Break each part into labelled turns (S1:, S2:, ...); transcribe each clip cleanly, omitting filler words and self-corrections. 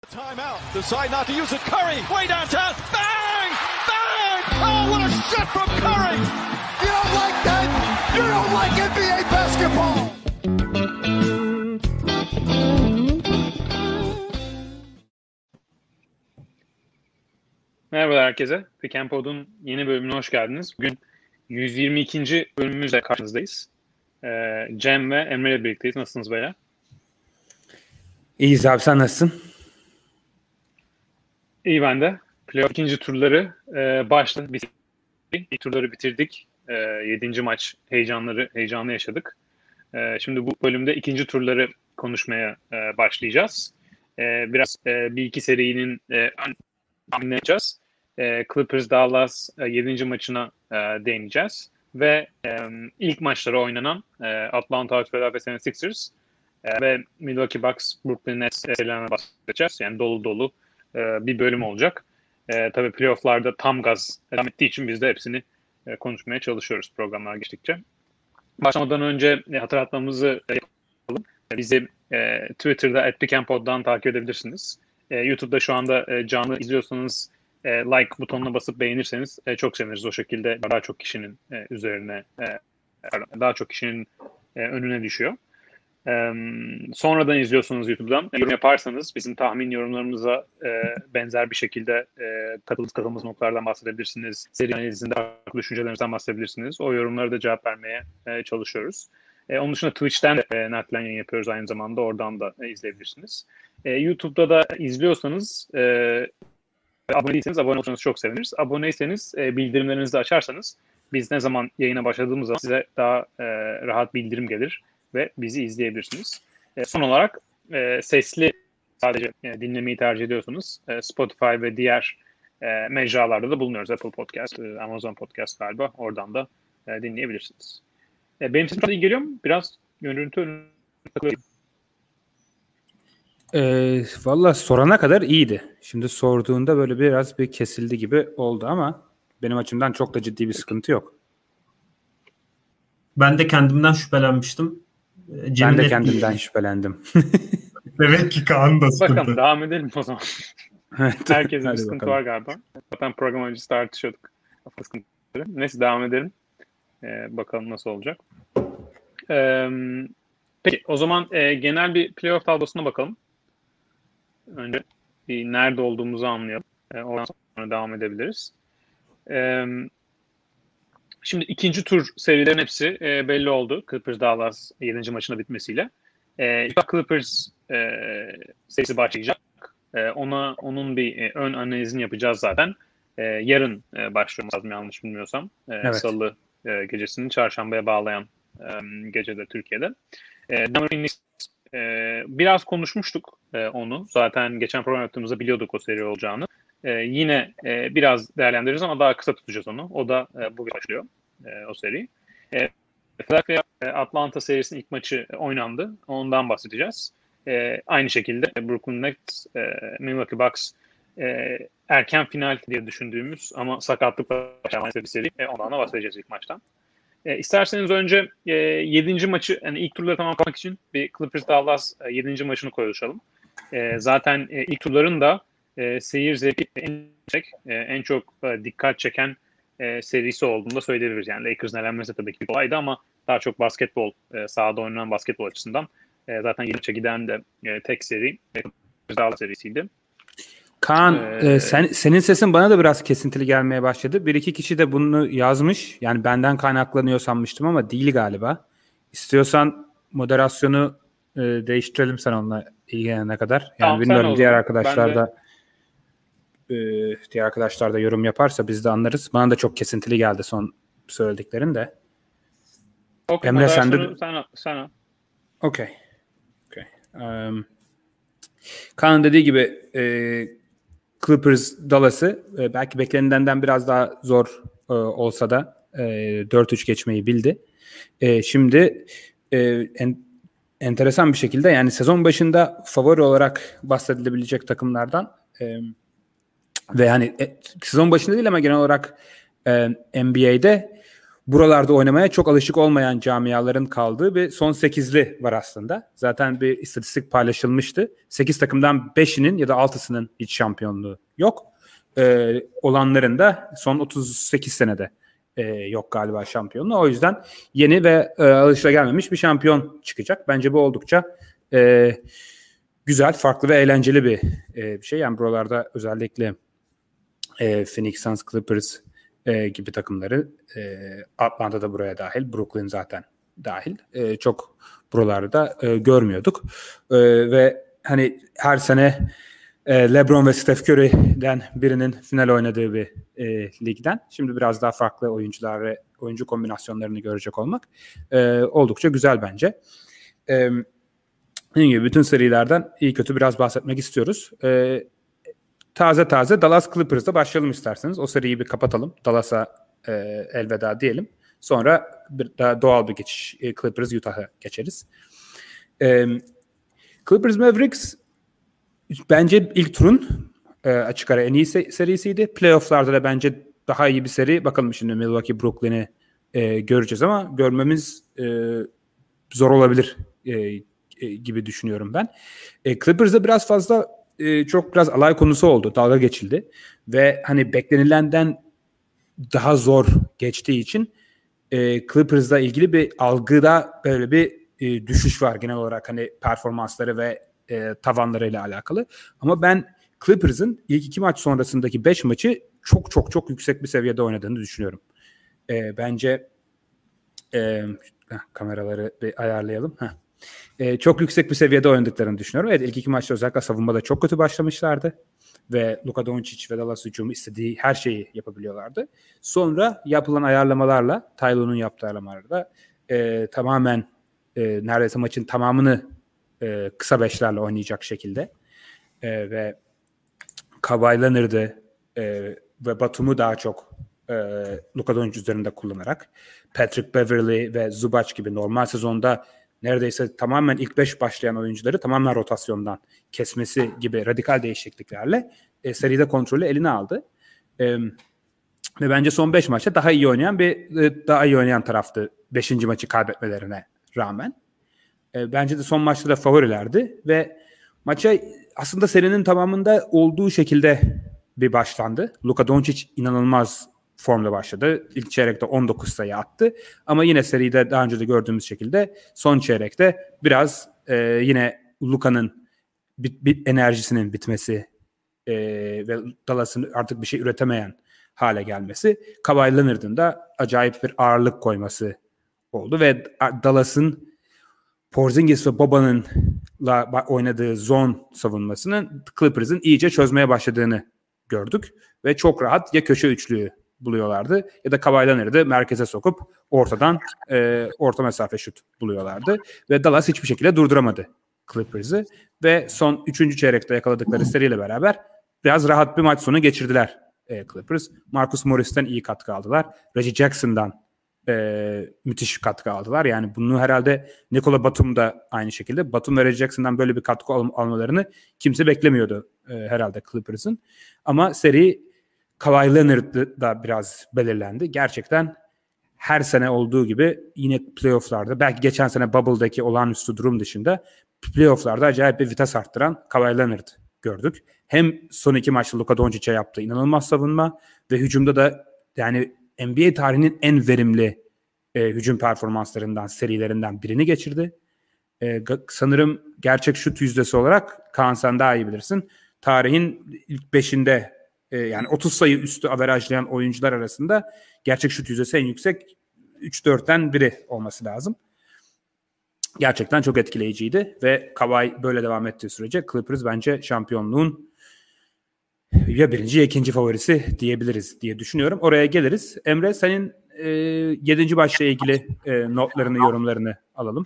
S1: Timeout. Decide not to use it. Curry, way downtown. Bang! Bang! Oh, what a shot from Curry!
S2: You don't like that? You don't like NBA basketball!
S3: Merhaba herkese. Pick and Pod'un yeni bölümüne hoş geldiniz. Bugün 122. bölümümüzle karşınızdayız. Cem ve Emre ile birlikteyiz. Nasılsınız beyler?
S4: İyiyiz abi, sen nasılsın?
S3: İyi ben de. Playoff ikinci turları başladı. Biz ilk turları bitirdik. 7. maç heyecanlı yaşadık. Şimdi bu bölümde ikinci turları konuşmaya başlayacağız. Biraz bir iki serinin anlayacağız. Clippers Dallas 7. maçına değineceğiz. Ve ilk maçları oynanan Atlanta Philadelphia 76ers ve Milwaukee Bucks Brooklyn Nets serilerine bahsedeceğiz. Yani dolu dolu bir bölüm olacak. Tabii playoff'larda tam gaz devam ettiği için biz de hepsini konuşmaya çalışıyoruz programlar geçtikçe. Başlamadan önce hatırlatmamızı yapalım. Bizi Twitter'da @pickandpod'dan takip edebilirsiniz. YouTube'da şu anda canlı izliyorsanız like butonuna basıp beğenirseniz çok seviniriz. O şekilde daha çok kişinin daha çok kişinin önüne düşüyor. Sonradan izliyorsunuz YouTube'dan. Yorum yaparsanız bizim tahmin yorumlarımıza benzer bir şekilde katıldığımız noktalardan bahsedebilirsiniz. Seri analizinde farklı düşüncelerinizden bahsedebilirsiniz. O yorumlara da cevap vermeye çalışıyoruz. Onun dışında Twitch'ten de Nightline yayın yapıyoruz aynı zamanda. Oradan da izleyebilirsiniz. YouTube'da da izliyorsanız abone değilseniz abone olursanız çok seviniriz. Aboneyseniz bildirimlerinizi de açarsanız biz ne zaman yayına başladığımız zaman size daha rahat bildirim gelir ve bizi izleyebilirsiniz. Son olarak sesli sadece dinlemeyi tercih ediyorsanız Spotify ve diğer mecralarda da bulunuyoruz. Apple Podcast, Amazon Podcast galiba. Oradan da dinleyebilirsiniz. Benim sesim iyi geliyor mu? Biraz görüntü takılıyor.
S4: Valla sorana kadar iyiydi. Şimdi sorduğunda böyle biraz bir kesildi gibi oldu ama benim açımdan çok da ciddi bir sıkıntı yok.
S5: Ben de kendimden şüphelenmiştim.
S4: Ben de kendimden şüphelendim.
S5: Demek ki Kaan da sıkıntı.
S3: Bakalım devam edelim o zaman.
S4: Evet,
S3: Herkesin bir
S4: hadi
S3: sıkıntı
S4: bakalım.
S3: var galiba. Zaten program öncesi tartışıyorduk. Neyse devam edelim. Bakalım nasıl olacak. Peki o zaman genel bir playoff tablosuna bakalım. Önce bir nerede olduğumuzu anlayalım. Oradan sonra devam edebiliriz. Şimdi ikinci tur serilerin hepsi belli oldu. Clippers Dallas 7. maçına bitmesiyle. Clippers serisi başlayacak. Onun bir ön analizini yapacağız zaten. Yarın başlıyor lazım yanlış bilmiyorsam.
S4: Evet.
S3: Salı gecesini çarşambaya bağlayan gecede Türkiye'de. Biraz konuşmuştuk onu. Zaten geçen program yaptığımızda biliyorduk o seri olacağını. Yine biraz değerlendiririz ama daha kısa tutacağız onu. O da bugün başlıyor o seri. Philadelphia Atlanta serisinin ilk maçı oynandı. Ondan bahsedeceğiz. Aynı şekilde Brooklyn Nets, Milwaukee Bucks erken final diye düşündüğümüz ama sakatlıkla başlayan bir seri. Ondan da bahsedeceğiz ilk maçtan. İsterseniz önce 7. maçı, yani ilk turları tamamlamak için bir Clippers Dallas 7. maçını konuşalım. Zaten ilk turların da seyir zevki en çok dikkat çeken serisi olduğunu da söyleyebiliriz. Yani Lakers'ın elenmesi tabii ki bir olaydı ama daha çok basketbol, sahada oynanan basketbol açısından zaten 7 maça giden de tek seri Clippers Dallas serisiydi.
S4: Kaan, senin sesin bana da biraz kesintili gelmeye başladı. Bir iki kişi de bunu yazmış. Yani benden kaynaklanıyor sanmıştım ama değil galiba. İstiyorsan moderasyonu değiştirelim sen onunla ilgilenene kadar. Yani
S3: tamam,
S4: bilmiyorum diğer arkadaşlar da yorum yaparsa biz de anlarız. Bana da çok kesintili geldi son söylediklerin de.
S3: Okay,
S4: Emre sen de...
S3: Sen.
S4: Okay. Kaan'ın dediği gibi Clippers Dallas'ı belki beklenilenden biraz daha zor olsa da 4-3 geçmeyi bildi. Şimdi enteresan bir şekilde yani sezon başında favori olarak bahsedilebilecek takımlardan ve hani sezon başında değil ama genel olarak NBA'de buralarda oynamaya çok alışık olmayan camiaların kaldığı bir son 8'li var aslında. Zaten bir istatistik paylaşılmıştı. 8 takımdan 5'inin ya da 6'sının hiç şampiyonluğu yok. Olanların da son 38 senede yok galiba şampiyonluğu. O yüzden yeni ve alışılagelmemiş bir şampiyon çıkacak. Bence bu oldukça güzel, farklı ve eğlenceli bir şey. Yani buralarda özellikle Phoenix Suns, Clippers gibi takımları, Atlanta da buraya dahil, Brooklyn zaten dahil. Çok buralarda görmüyorduk. Ve hani her sene LeBron ve Steph Curry'den birinin final oynadığı bir ligden. Şimdi biraz daha farklı oyuncular ve oyuncu kombinasyonlarını görecek olmak oldukça güzel bence. Dediğim gibi bütün serilerden iyi kötü biraz bahsetmek istiyoruz. Taze Dallas Clippers'da başlayalım isterseniz. O seriyi bir kapatalım. Dallas'a elveda diyelim. Sonra daha doğal bir geçiş Clippers Utah'a geçeriz. Clippers Mavericks bence ilk turun açık ara en iyi serisiydi. Playoff'larda da bence daha iyi bir seri. Bakalım şimdi Milwaukee Brooklyn'i göreceğiz ama görmemiz zor olabilir gibi düşünüyorum ben. Clippers'da biraz fazla çok biraz alay konusu oldu. Dalga geçildi. Ve hani beklenilenden daha zor geçtiği için Clippers'la ilgili bir algıda böyle bir düşüş var genel olarak hani performansları ve tavanlarıyla alakalı. Ama ben Clippers'ın ilk 2 maç sonrasındaki 5 maçı çok yüksek bir seviyede oynadığını düşünüyorum. Bence kameraları bir ayarlayalım. Çok yüksek bir seviyede oynadıklarını düşünüyorum. Evet, ilk 2 maçta özellikle savunmada çok kötü başlamışlardı. Ve Luka Doncic ve Dallas hücumu istediği her şeyi yapabiliyorlardı. Sonra yapılan ayarlamalarla, Ty Lue'nun yaptığı ayarlamalarla tamamen neredeyse maçın tamamını kısa beşlerle oynayacak şekilde ve Kawhi Leonard'ı ve Batum'u daha çok Luka Doncic üzerinde kullanarak Patrick Beverley ve Zubac gibi normal sezonda neredeyse tamamen ilk 5 başlayan oyuncuları tamamen rotasyondan kesmesi gibi radikal değişikliklerle seride kontrolü eline aldı. Ve bence son 5 maçta daha iyi oynayan taraftı 5. maçı kaybetmelerine rağmen. Bence de son maçta da favorilerdi ve maça aslında serinin tamamında olduğu şekilde bir başlandı. Luka Doncic inanılmaz formda başladı. İlk çeyrekte 19 sayı attı. Ama yine seride daha önce de gördüğümüz şekilde son çeyrekte biraz yine Luka'nın enerjisinin bitmesi ve Dallas'ın artık bir şey üretemeyen hale gelmesi, Kawhi Leonard'ın da acayip bir ağırlık koyması oldu ve Dallas'ın Porzingis ve Boba'nın oynadığı zone savunmasının Clippers'ın iyice çözmeye başladığını gördük ve çok rahat ya köşe üçlüğü buluyorlardı ya da Kawhi Leonard'ı merkeze sokup ortadan orta mesafe şut buluyorlardı ve Dallas hiçbir şekilde durduramadı Clippers'ı ve son 3. çeyrekte yakaladıkları seriyle beraber biraz rahat bir maç sonu geçirdiler Clippers. Marcus Morris'ten iyi katkı aldılar. Reggie Jackson'dan müthiş katkı aldılar. Yani bunu herhalde Nikola Batum da aynı şekilde. Batum ve Reggie Jackson'dan böyle bir katkı almalarını kimse beklemiyordu herhalde Clippers'ın. Ama seri Kawhi Leonard'da biraz belirlendi. Gerçekten her sene olduğu gibi yine playoff'larda, belki geçen sene Bubble'daki olağanüstü durum dışında playoff'larda acayip bir vites arttıran Kawhi Leonard gördük. Hem son 2 maçta Luka Doncic'e yaptığı inanılmaz savunma ve hücumda da yani NBA tarihinin en verimli hücum performanslarından, serilerinden birini geçirdi. Sanırım gerçek şut yüzdesi olarak, Kaan sen daha iyi bilirsin, tarihin ilk 5'inde yani 30 sayı üstü averajlayan oyuncular arasında gerçek şut yüzdesi en yüksek 3-4'ten biri olması lazım. Gerçekten çok etkileyiciydi ve Kawhi böyle devam ettiği sürece Clippers bence şampiyonluğun ya birinci ya ikinci favorisi diyebiliriz diye düşünüyorum. Oraya geliriz. Emre, senin 7. maçla ilgili notlarını, yorumlarını alalım.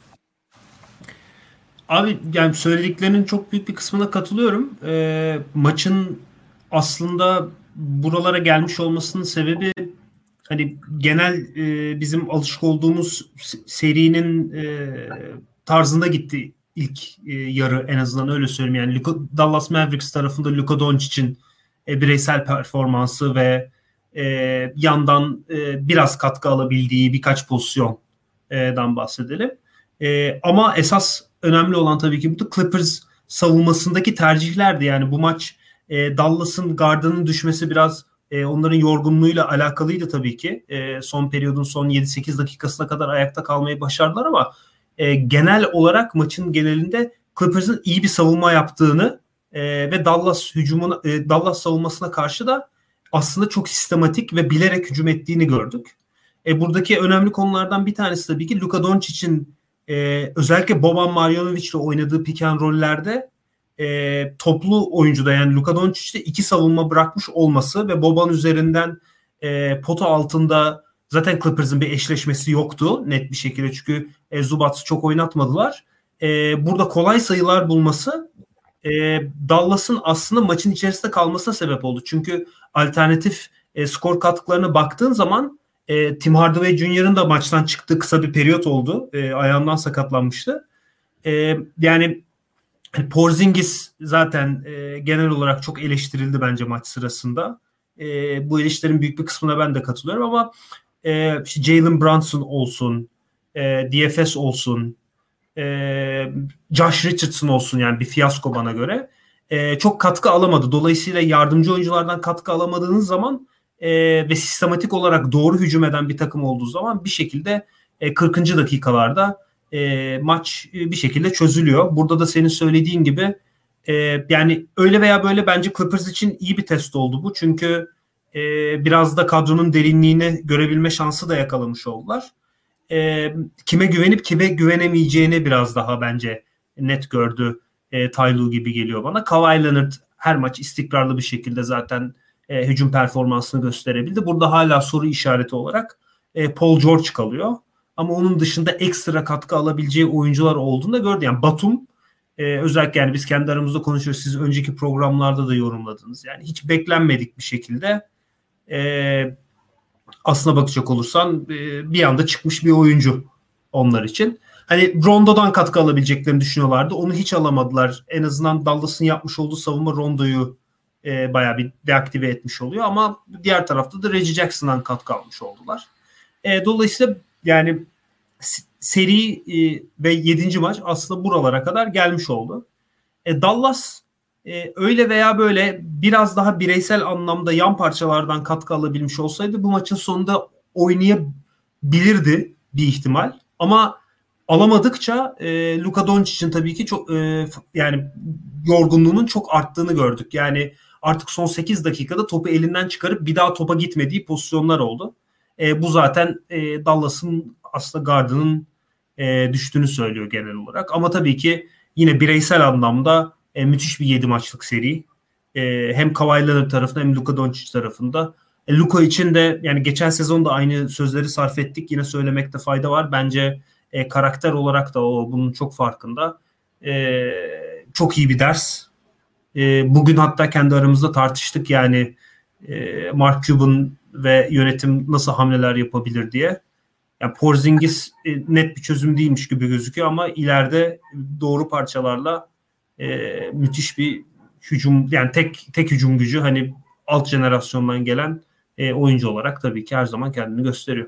S5: Abi yani söylediklerinin çok büyük bir kısmına katılıyorum. Maçın aslında buralara gelmiş olmasının sebebi hani genel bizim alışık olduğumuz serinin tarzında gitti ilk yarı, en azından öyle söyleyeyim. Yani Dallas Mavericks tarafında Luka Doncic'in bireysel performansı ve yandan biraz katkı alabildiği birkaç pozisyondan bahsedelim. Ama esas önemli olan tabii ki bu da Clippers savunmasındaki tercihlerdi. Yani bu maç Dallas'ın gardının düşmesi biraz onların yorgunluğuyla alakalıydı tabii ki. Son periyodun son 7-8 dakikasına kadar ayakta kalmayı başardılar ama genel olarak maçın genelinde Clippers'ın iyi bir savunma yaptığını ve Dallas savunmasına karşı da aslında çok sistematik ve bilerek hücum ettiğini gördük. Buradaki önemli konulardan bir tanesi tabii ki Luka Doncic'in özellikle Boban Marjanovic ile oynadığı pick and roll'lerde toplu oyuncuda yani Luka Doncic'te 2 savunma bırakmış olması ve Boban üzerinden pota altında zaten Clippers'ın bir eşleşmesi yoktu net bir şekilde çünkü Zubac çok oynatmadılar. Burada kolay sayılar bulması Dallas'ın aslında maçın içerisinde kalmasına sebep oldu. Çünkü alternatif skor katkılarına baktığın zaman Tim Hardaway Jr.'ın da maçtan çıktığı kısa bir periyot oldu. Ayağından sakatlanmıştı. Yani Porzingis zaten genel olarak çok eleştirildi bence maç sırasında. Bu eleştirilerin büyük bir kısmına ben de katılıyorum ama Jalen Brunson olsun, DFS olsun, Josh Richardson olsun yani bir fiyasko bana göre. Çok katkı alamadı. Dolayısıyla yardımcı oyunculardan katkı alamadığınız zaman ve sistematik olarak doğru hücum eden bir takım olduğu zaman bir şekilde 40. dakikalarda maç bir şekilde çözülüyor. Burada da senin söylediğin gibi yani öyle veya böyle bence Clippers için iyi bir test oldu bu. Çünkü biraz da kadronun derinliğini görebilme şansı da yakalamış oldular. Kime güvenip kime güvenemeyeceğini biraz daha bence net gördü Ty Lue gibi geliyor bana. Kawhi Leonard her maç istikrarlı bir şekilde zaten hücum performansını gösterebildi. Burada hala soru işareti olarak Paul George kalıyor. Ama onun dışında ekstra katkı alabileceği oyuncular olduğunu da gördü. Yani Batum özellikle yani biz kendi aramızda konuşuyoruz. Siz önceki programlarda da yorumladınız. Yani hiç beklenmedik bir şekilde aslına bakacak olursan bir anda çıkmış bir oyuncu onlar için. Hani Rondo'dan katkı alabileceklerini düşünüyorlardı. Onu hiç alamadılar. En azından Dallas'ın yapmış olduğu savunma Rondo'yu bayağı bir deaktive etmiş oluyor. Ama diğer tarafta da Reggie Jackson'dan katkı almış oldular. Dolayısıyla yani seri ve 7. maç aslında buralara kadar gelmiş oldu. Dallas öyle veya böyle biraz daha bireysel anlamda yan parçalardan katkı alabilmiş olsaydı bu maçın sonunda oynayabilirdi bir ihtimal. Ama alamadıkça Luka Doncic'in tabii ki çok yani yorgunluğunun çok arttığını gördük. Yani artık son 8 dakikada topu elinden çıkarıp bir daha topa gitmediği pozisyonlar oldu. Bu zaten Dallas'ın aslında gardının düştüğünü söylüyor genel olarak. Ama tabii ki yine bireysel anlamda müthiş bir 7 maçlık seri. Hem Kawhi Leonard tarafında hem Luka Doncic tarafında. Luka için de yani geçen sezon da aynı sözleri sarf ettik. Yine söylemekte fayda var. Bence karakter olarak da o bunun çok farkında. Çok iyi bir ders. Bugün hatta kendi aramızda tartıştık yani Mark Cuban ve yönetim nasıl hamleler yapabilir diye. Yani Porzingis net bir çözüm değilmiş gibi gözüküyor ama ileride doğru parçalarla müthiş bir hücum yani tek hücum gücü hani alt jenerasyondan gelen oyuncu olarak tabii ki her zaman kendini gösteriyor.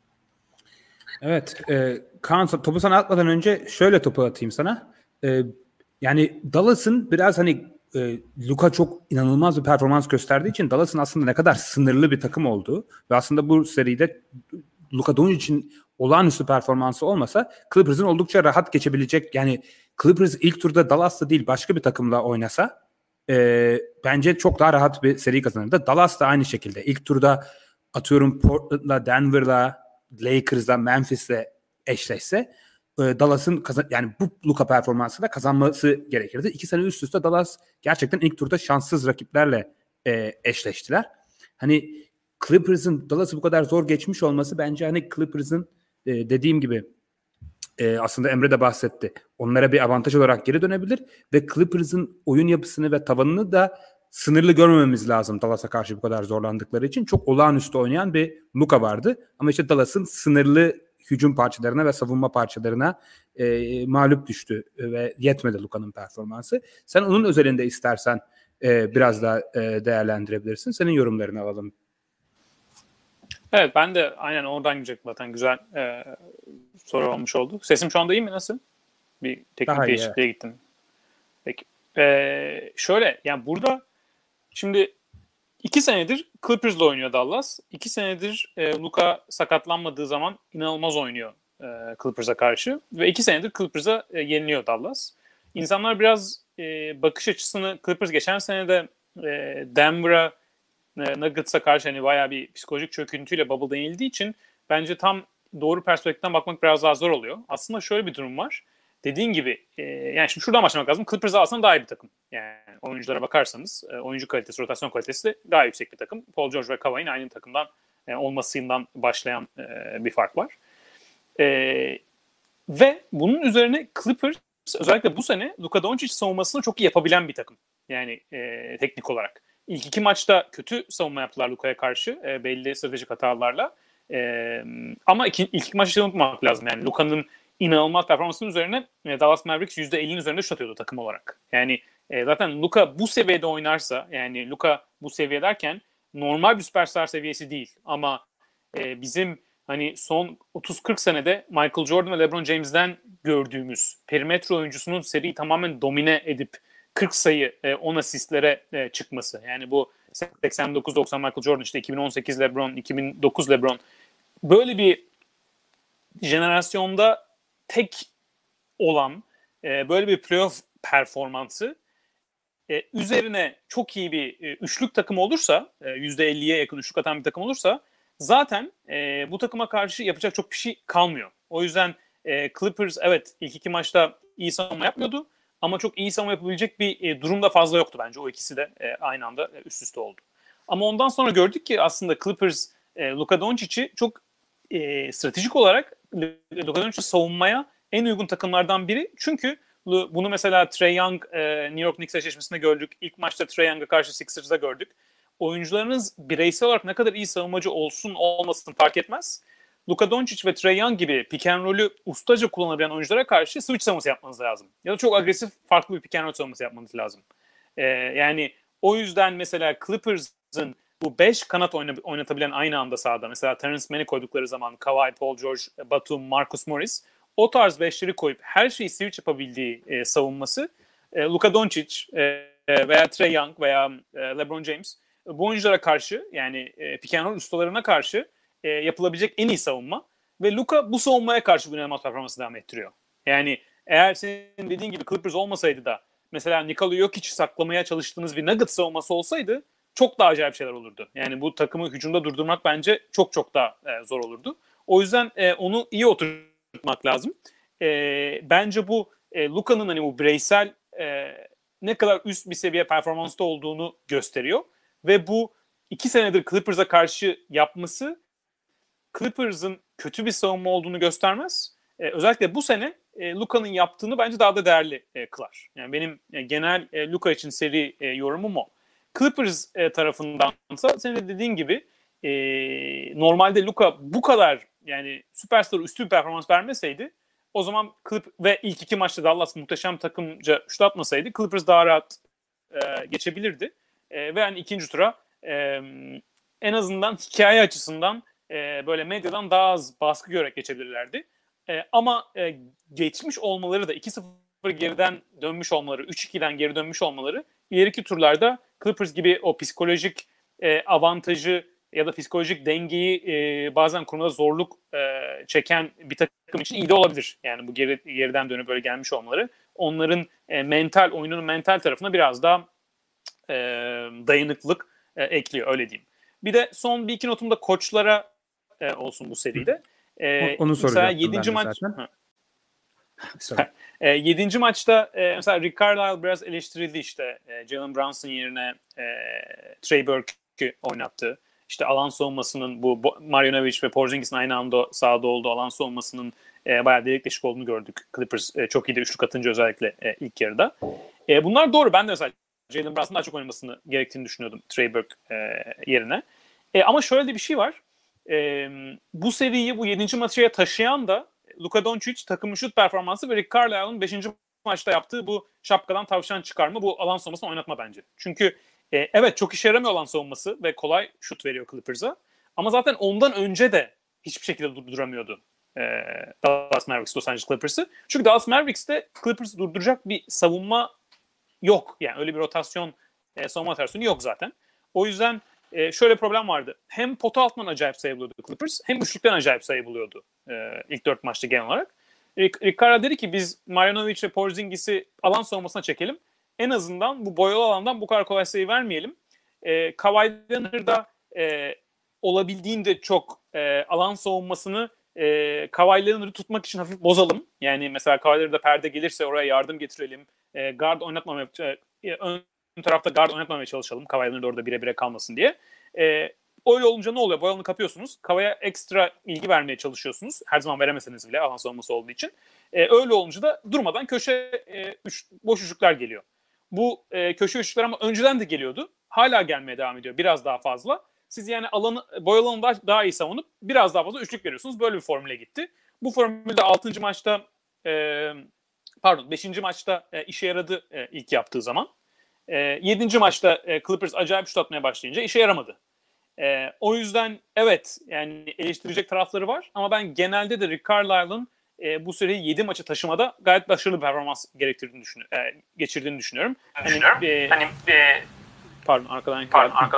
S4: Evet. Kaan topu sana atmadan önce şöyle topu atayım sana. Yani Dallas'ın biraz hani Luka çok inanılmaz bir performans gösterdiği için Dallas'ın aslında ne kadar sınırlı bir takım olduğu ve aslında bu seride Luka Doncic'in olağanüstü performansı olmasa Clippers'ın oldukça rahat geçebilecek yani Clippers ilk turda Dallas'ta değil başka bir takımla oynasa bence çok daha rahat bir seri kazanırdı. Dallas da aynı şekilde ilk turda atıyorum Portland'la, Denver'la, Lakers'la, Memphis'le eşleşse Dallas'ın yani bu Luka performansıyla kazanması gerekirdi. 2 sene üst üste Dallas gerçekten ilk turda şanssız rakiplerle eşleştiler. Hani Clippers'ın Dallas'ı bu kadar zor geçmiş olması bence hani Clippers'ın dediğim gibi aslında Emre de bahsetti. Onlara bir avantaj olarak geri dönebilir ve Clippers'ın oyun yapısını ve tavanını da sınırlı görmememiz lazım Dallas'a karşı bu kadar zorlandıkları için. Çok olağanüstü oynayan bir Luka vardı. Ama işte Dallas'ın sınırlı hücum parçalarına ve savunma parçalarına mağlup düştü ve yetmedi Luka'nın performansı. Sen onun özelinde istersen biraz daha değerlendirebilirsin. Senin yorumlarını alalım.
S6: Evet, ben de aynen oradan gidecektim zaten. Güzel soru olmuş oldu. Sesim şu anda iyi mi? Nasıl? Bir teknik değişikliğe gittim. Peki. Şöyle yani burada şimdi 2 senedir Clippers'la oynuyor Dallas. 2 senedir Luka sakatlanmadığı zaman inanılmaz oynuyor Clippers'a karşı. Ve 2 senedir Clippers'a yeniliyor Dallas. İnsanlar biraz bakış açısını Clippers geçen sene de Denver'a Nuggets'a karşı hani bayağı bir psikolojik çöküntüyle Bubble'da yenildiği için bence tam doğru perspektiften bakmak biraz daha zor oluyor. Aslında şöyle bir durum var. Dediğin gibi yani şimdi şuradan başlamak lazım. Clippers aslında daha iyi bir takım. Yani oyunculara bakarsanız oyuncu kalitesi, rotasyon kalitesi de daha yüksek bir takım. Paul George ve Kawhi'nin aynı takımdan olmasından başlayan bir fark var. Ve bunun üzerine Clippers özellikle bu sene Luka Doncic savunmasını çok iyi yapabilen bir takım. Yani teknik olarak. İlk 2 maçta kötü savunma yaptılar Luka'ya karşı belli stratejik hatalarla. Ama ilk 2 maçı unutmamak lazım. Yani Luka'nın inanılmaz performansının üzerine Dallas Mavericks %50'nin üzerinde şut atıyordu takım olarak. Yani zaten Luka bu seviyede oynarsa, yani Luka bu seviye derken normal bir süperstar seviyesi değil. Ama bizim hani son 30-40 senede Michael Jordan ve LeBron James'den gördüğümüz perimetre oyuncusunun seriyi tamamen domine edip 40 sayı 10 asistlere çıkması. Yani bu 89-90 Michael Jordan, işte 2018 LeBron, 2009 LeBron. Böyle bir jenerasyonda tek olan böyle bir playoff performansı üzerine çok iyi bir üçlük takım olursa, %50'ye yakın üçlük atan bir takım olursa zaten bu takıma karşı yapacak çok bir şey kalmıyor. O yüzden Clippers evet ilk 2 maçta iyi savunma yapmıyordu ama çok iyi savunma yapabilecek bir durum da fazla yoktu bence. O ikisi de aynı anda üst üste oldu. Ama ondan sonra gördük ki aslında Clippers Luka Doncic'i çok stratejik olarak Luka Doncic'i savunmaya en uygun takımlardan biri. Çünkü bunu mesela Trae Young New York Knicks eşleşmesinde gördük. İlk maçta Trae Young'a karşı Sixers'da gördük. Oyuncularınız bireysel olarak ne kadar iyi savunmacı olsun olmasın fark etmez. Luka Doncic ve Trae Young gibi pick and roll'ü ustaca kullanabilen oyunculara karşı switch savunması yapmanız lazım. Ya da çok agresif farklı bir pick and roll savunması yapmanız lazım. Yani o yüzden mesela Clippers'ın bu 5 kanat oynatabilen aynı anda sahada, mesela Terrence Mann'i koydukları zaman Kawhi, Paul George, Batum, Marcus Morris, o tarz 5'leri koyup her şeyi switch yapabildiği savunması Luka Doncic veya Trae Young veya LeBron James bu oyunculara karşı, yani pick and roll ustalarına karşı yapılabilecek en iyi savunma ve Luka bu savunmaya karşı bu inanılmaz performansı devam ettiriyor. Yani eğer senin dediğin gibi Clippers olmasaydı da mesela Nikola Jokic'i saklamaya çalıştığınız bir Nuggets savunması olsaydı çok daha acayip şeyler olurdu. Yani bu takımı hücumda durdurmak bence çok çok daha zor olurdu. O yüzden onu iyi oturtmak lazım. Bence bu Luka'nın hani bu bireysel ne kadar üst bir seviye performansta olduğunu gösteriyor. Ve bu 2 senedir Clippers'a karşı yapması Clippers'ın kötü bir savunma olduğunu göstermez. Özellikle bu sene Luka'nın yaptığını bence daha da değerli kılar. Yani benim genel Luka için seri yorumum o. Clippers tarafındansa senin de dediğin gibi normalde Luka bu kadar yani süperstar üstü bir performans vermeseydi o zaman ve ilk 2 maçta Dallas muhteşem takımca şut atmasaydı Clippers daha rahat geçebilirdi. Ve hani ikinci tura en azından hikaye açısından böyle medyadan daha az baskı görerek geçebilirlerdi. Ama geçmiş olmaları da 2-0 geriden dönmüş olmaları, 3-2'den geri dönmüş olmaları ileriki turlarda Clippers gibi o psikolojik avantajı ya da psikolojik dengeyi bazen kurmada zorluk çeken bir takım için iyi de olabilir. Yani bu geriden dönüp böyle gelmiş olmaları onların oyunun mental tarafına biraz daha dayanıklılık ekliyor, öyle diyeyim. Bir de son bir iki notum da koçlara olsun bu seride.
S4: Onu soracaktım
S6: 7. maç. 7. maçta mesela Rick Carlisle biraz eleştirildi, işte Jalen Brunson yerine Trey Burke'ü oynattı. İşte alan savunmasının bu Marjanovic ve Porzingis'in aynı anda sahada olduğu alan savunmasının bayağı delik deşik olduğunu gördük. Clippers çok iyi de üçlük atınca özellikle ilk yarıda. Bunlar doğru. Ben de mesela Jalen Brunson'ın daha çok oynamasını gerektiğini düşünüyordum Trey Burke yerine. Ama şöyle de bir şey var. Bu seriyi bu 7. maçaya taşıyan da Luka Doncic takımın şut performansı ve Rick Carlisle'ın 5. maçta yaptığı bu şapkadan tavşan çıkarma, bu alan savunmasını oynatma bence. Çünkü evet çok işe yaramıyor alan savunması ve kolay şut veriyor Clippers'a. Ama zaten ondan önce de hiçbir şekilde durduramıyordu Dallas Mavericks, Los Angeles Clippers'ı. Çünkü Dallas Mavericks'te Clippers'ı durduracak bir savunma yok. Yani öyle bir rotasyon, savunma rotasyonu yok zaten. O yüzden şöyle bir problem vardı. Hem pota altından acayip sayı buluyordu Clippers, hem üçlükten acayip sayı buluyordu ilk 4 maçta genel olarak. Rick Carlisle dedi ki biz Marjanovic ve Porzingis'i alan savunmasına çekelim. En azından bu boyalı alandan bu kadar kolay sayı vermeyelim. Kawhi Leonard'da olabildiğinde çok alan savunmasını Kawhi Leonard'ı tutmak için hafif bozalım. Yani mesela Kawhi Leonard'da perde gelirse oraya yardım getirelim. Guard oynatmamaya, ön tarafta guard oynatmamaya çalışalım. Kawhi Leonard orada bire kalmasın diye. Öyle olunca ne oluyor? Boyalanı kapıyorsunuz. Kawhi'ye ekstra ilgi vermeye çalışıyorsunuz. Her zaman veremeseniz bile alan savunması olduğu için. Öyle olunca da durmadan köşe boş üçlükler geliyor. Bu köşe üçlükler ama önceden de geliyordu. Hala gelmeye devam ediyor. Biraz daha fazla. Siz yani boyalı alanı daha iyi savunup biraz daha fazla üçlük veriyorsunuz. Böyle bir formüle gitti. Bu formülde 6. maçta 5. maçta işe yaradı ilk yaptığı zaman. 7. maçta Clippers acayip şut atmaya başlayınca işe yaramadı. O yüzden evet yani eleştirecek tarafları var ama ben genelde de Rick Carlisle'ın bu süreyi 7 maça taşımada gayet başarılı bir performans geçirdiğini düşünüyorum. Arkadan.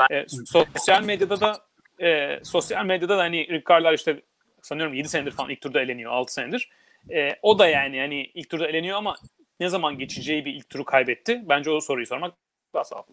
S6: Sosyal medyada da hani Rick Carlisle işte sanıyorum 7 senedir falan ilk turda eleniyor, 6 senedir. O da yani hani ilk turda eleniyor ama ne zaman geçeceği bir ilk turu kaybetti. Bence o soruyu sormak daha sağlıklı.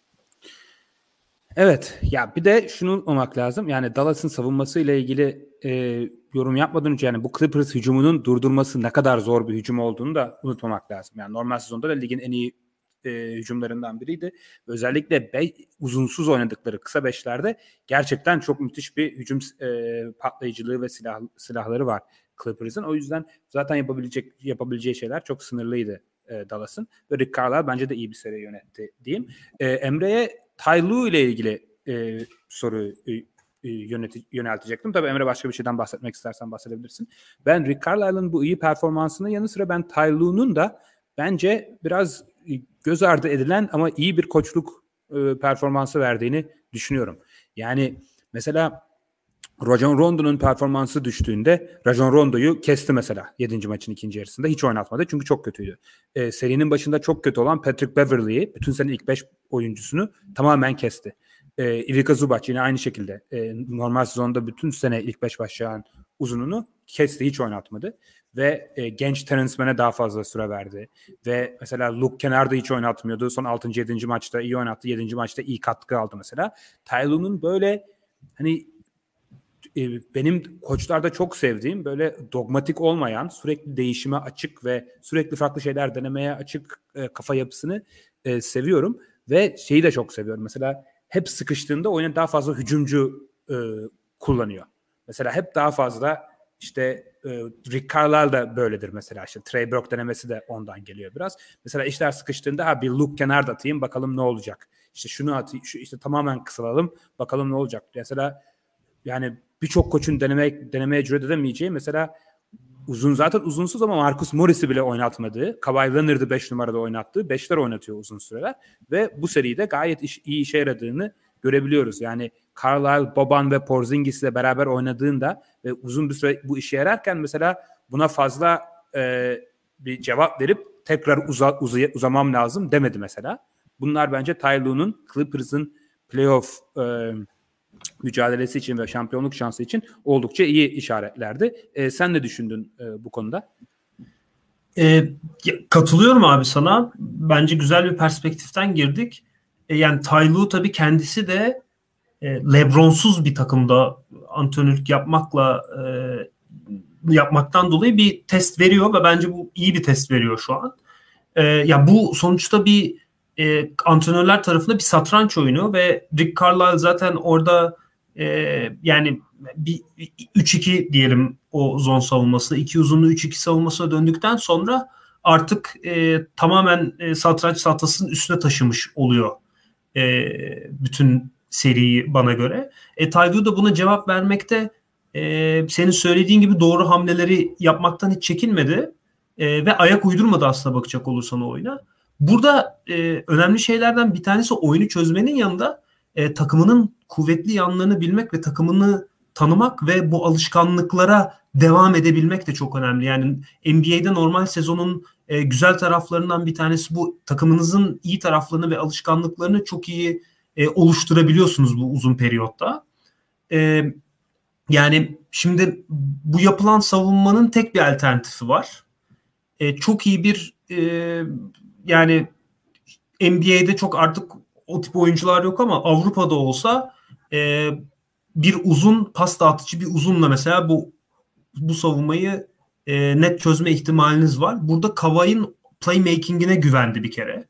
S4: Evet, ya bir de şunu unutmamak lazım. Yani Dallas'ın savunması ile ilgili yorum yapmadan önce yani bu Clippers hücumunun durdurması ne kadar zor bir hücum olduğunu da unutmamak lazım. Yani normal sezonda da ligin en iyi hücumlarından biriydi. Özellikle uzunsuz oynadıkları kısa beşlerde gerçekten çok müthiş bir hücum patlayıcılığı ve silahları var Clippers'ın. O yüzden zaten yapabileceği şeyler çok sınırlıydı Dallas'ın. Ve Rick Carlisle bence de iyi bir seri yönetti diyeyim. Emre'ye Ty Lue ile ilgili soru yöneltecektim. Tabii Emre başka bir şeyden bahsetmek istersen bahsedebilirsin. Ben Rick Carlisle'ın bu iyi performansının yanı sıra ben Ty Lue'nun da bence biraz göz ardı edilen ama iyi bir koçluk performansı verdiğini düşünüyorum. Yani mesela Rajon Rondo'nun performansı düştüğünde Rajon Rondo'yu kesti mesela 7. maçın ikinci yarısında. Hiç oynatmadı çünkü çok kötüydü. Serinin başında çok kötü olan Patrick Beverley'i, bütün sene ilk 5 oyuncusunu tamamen kesti. Ivica Zubac yine aynı şekilde normal sezonda bütün sene ilk 5 başlayan uzununu kesti, hiç oynatmadı. Ve genç Terence Mann'e daha fazla süre verdi. Ve mesela Luke Kennard'ı hiç oynatmıyordu. Son 6. 7. maçta iyi oynattı. 7. maçta iyi katkı aldı mesela. Ty Lue'nun böyle hani benim koçlarda çok sevdiğim böyle dogmatik olmayan, sürekli değişime açık ve sürekli farklı şeyler denemeye açık kafa yapısını seviyorum. Ve şeyi de çok seviyorum. Mesela hep sıkıştığında oyuna daha fazla hücumcu kullanıyor. Mesela hep daha fazla işte Rick Carlisle da böyledir mesela. İşte Trey Burke denemesi de ondan geliyor biraz. Mesela işler sıkıştığında bir Luke Kennard atayım bakalım ne olacak. İşte şunu atayım, işte tamamen kısalalım bakalım ne olacak. Mesela yani birçok koçun denemeye cüret edemeyeceği mesela zaten uzunsuz ama Marcus Morris'i bile oynatmadığı, Kawhi Leonard'ı 5 numarada oynattığı 5'ler oynatıyor uzun süreler ve bu seride gayet iyi işe yaradığını görebiliyoruz. Yani Carlisle, Boban ve Porzingis ile beraber oynadığında ve uzun bir süre bu işe yararken mesela buna fazla bir cevap verip tekrar uzamam lazım demedi mesela. Bunlar bence Ty Lue'nun Clippers'ın playoff mücadelesi için ve şampiyonluk şansı için oldukça iyi işaretlerdi. Sen ne düşündün bu konuda?
S5: Katılıyorum abi sana. Bence güzel bir perspektiften girdik. Yani Ty Lue tabii kendisi de LeBron'suz bir takımda antrenörlük yapmaktan dolayı bir test veriyor ve bence bu iyi bir test veriyor şu an. Ya bu sonuçta bir antrenörler tarafında bir satranç oyunu ve Rick Carlisle zaten orada yani bir 3-2 diyelim o zon savunması, 2 uzunlu 3-2 savunmasına döndükten sonra artık tamamen satranç tahtasının üstüne taşımış oluyor bütün seriyi bana göre. Ty Lue da buna cevap vermekte senin söylediğin gibi doğru hamleleri yapmaktan hiç çekinmedi ve ayak uydurmadı aslında bakacak olursan o oyuna. Burada önemli şeylerden bir tanesi oyunu çözmenin yanında takımının kuvvetli yanlarını bilmek ve takımını tanımak ve bu alışkanlıklara devam edebilmek de çok önemli. Yani NBA'de normal sezonun güzel taraflarından bir tanesi bu. Takımınızın iyi taraflarını ve alışkanlıklarını çok iyi oluşturabiliyorsunuz bu uzun periyotta. Yani şimdi bu yapılan savunmanın tek bir alternatifi var. Çok iyi bir yani NBA'de çok artık o tip oyuncular yok ama Avrupa'da olsa bir uzun pas dağıtıcı bir uzunla mesela bu savunmayı net çözme ihtimaliniz var. Burada Kawhi'nin playmaking'ine güvendi bir kere.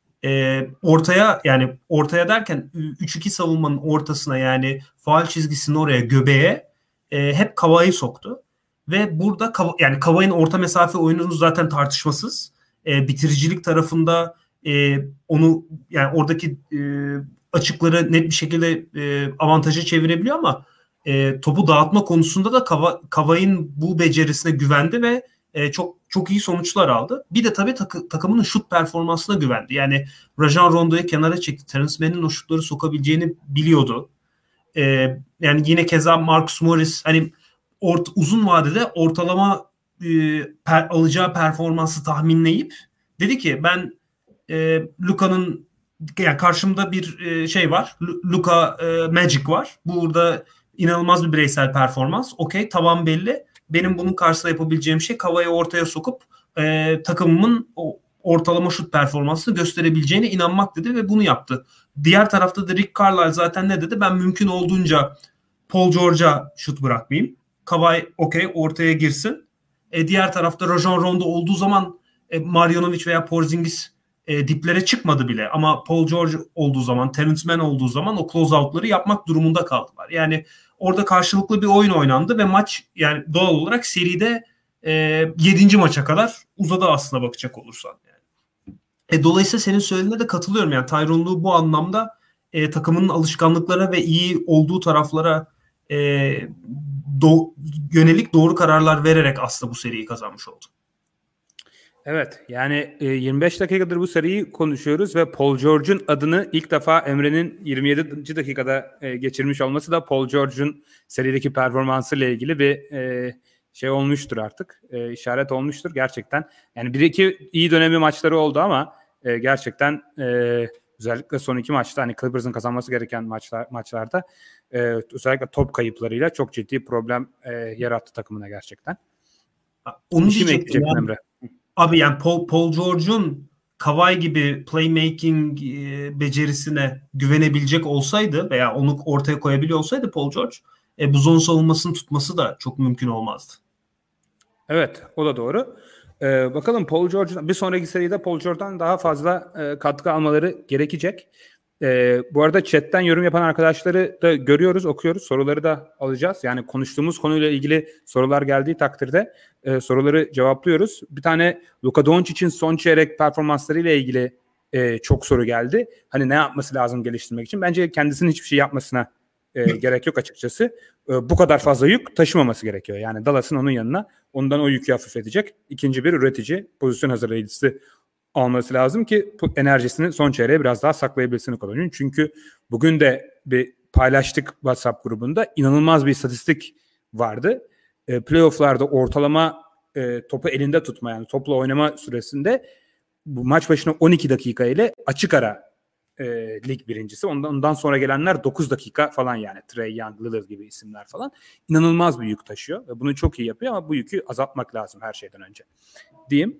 S5: Ortaya derken 3-2 savunmanın ortasına yani faul çizgisinin oraya göbeğe hep Kawhi soktu. Ve burada yani Kawhi'nin orta mesafe oyununu zaten tartışmasız. Bitiricilik tarafında onu yani oradaki açıkları net bir şekilde avantaja çevirebiliyor ama topu dağıtma konusunda da Kawhi'nin bu becerisine güvendi ve çok çok iyi sonuçlar aldı. Bir de tabii takımının şut performansına güvendi. Yani Rajon Rondo'yu kenara çekti. Terence Mann'in o şutları sokabileceğini biliyordu. Yani yine keza Marcus Morris hani uzun vadede ortalama alacağı performansı tahminleyip dedi ki ben Luka'nın yani karşımda bir şey var. Luka Magic var. Burada inanılmaz bir bireysel performans. Okey, taban belli. Benim bunun karşısında yapabileceğim şey Kawhi'yi ortaya sokup takımımın o ortalama şut performansını gösterebileceğine inanmak dedi ve bunu yaptı. Diğer tarafta da Rick Carlisle zaten ne dedi? Ben mümkün olduğunca Paul George'a şut bırakmayayım. Kawhi okey ortaya girsin. Diğer tarafta Rajon Rondo olduğu zaman Marjanovic veya Porzingis diplere çıkmadı bile. Ama Paul George olduğu zaman, Terence Mann olduğu zaman o closeout'ları yapmak durumunda kaldılar. Yani orada karşılıklı bir oyun oynandı ve maç yani doğal olarak seride 7. maça kadar uzadı aslına bakacak olursan. Yani. Dolayısıyla senin söylediğine de katılıyorum. Yani Tyronn Lue bu anlamda takımının alışkanlıklara ve iyi olduğu taraflara yönelik doğru kararlar vererek aslında bu seriyi kazanmış oldu.
S4: Evet, yani 25 dakikadır bu seriyi konuşuyoruz ve Paul George'un adını ilk defa Emre'nin 27. dakikada geçirmiş olması da Paul George'un serideki performansıyla ilgili bir şey olmuştur artık. İşaret olmuştur gerçekten. Yani bir iki iyi dönemi maçları oldu ama gerçekten özellikle son iki maçta hani Clippers'ın kazanması gereken maçlarda özellikle top kayıplarıyla çok ciddi problem yarattı takımına gerçekten.
S5: Onu diyecektim Emre. Abi yani Paul George'un Kawhi gibi playmaking becerisine güvenebilecek olsaydı veya onu ortaya koyabiliyor olsaydı Paul George bu zon savunmasını tutması da çok mümkün olmazdı.
S4: Evet, o da doğru. Bakalım Paul George'dan bir sonraki seride Paul George'dan daha fazla katkı almaları gerekecek. Bu arada chatten yorum yapan arkadaşları da görüyoruz, okuyoruz. Soruları da alacağız. Yani konuştuğumuz konuyla ilgili sorular geldiği takdirde soruları cevaplıyoruz. Bir tane Luka Doncic'in son çeyrek performanslarıyla ilgili çok soru geldi. Hani ne yapması lazım geliştirmek için? Bence kendisinin hiçbir şey yapmasına gerek yok açıkçası. Bu kadar fazla yük taşımaması gerekiyor. Yani Dallas'ın onun yanına ondan o yükü hafifletecek ikinci bir üretici, pozisyon hazırlayıcısı alması lazım ki enerjisini son çeyreğe biraz daha saklayabilsin o kadar. Çünkü bugün de bir paylaştık WhatsApp grubunda inanılmaz bir istatistik vardı. Playoff'larda ortalama topu elinde tutmayan, topla oynama süresinde bu maç başına 12 dakika ile açık ara lig birincisi. Ondan sonra gelenler 9 dakika falan yani. Trae Young, Lillard gibi isimler falan. İnanılmaz bir yük taşıyor ve bunu çok iyi yapıyor ama bu yükü azaltmak lazım her şeyden önce diyeyim.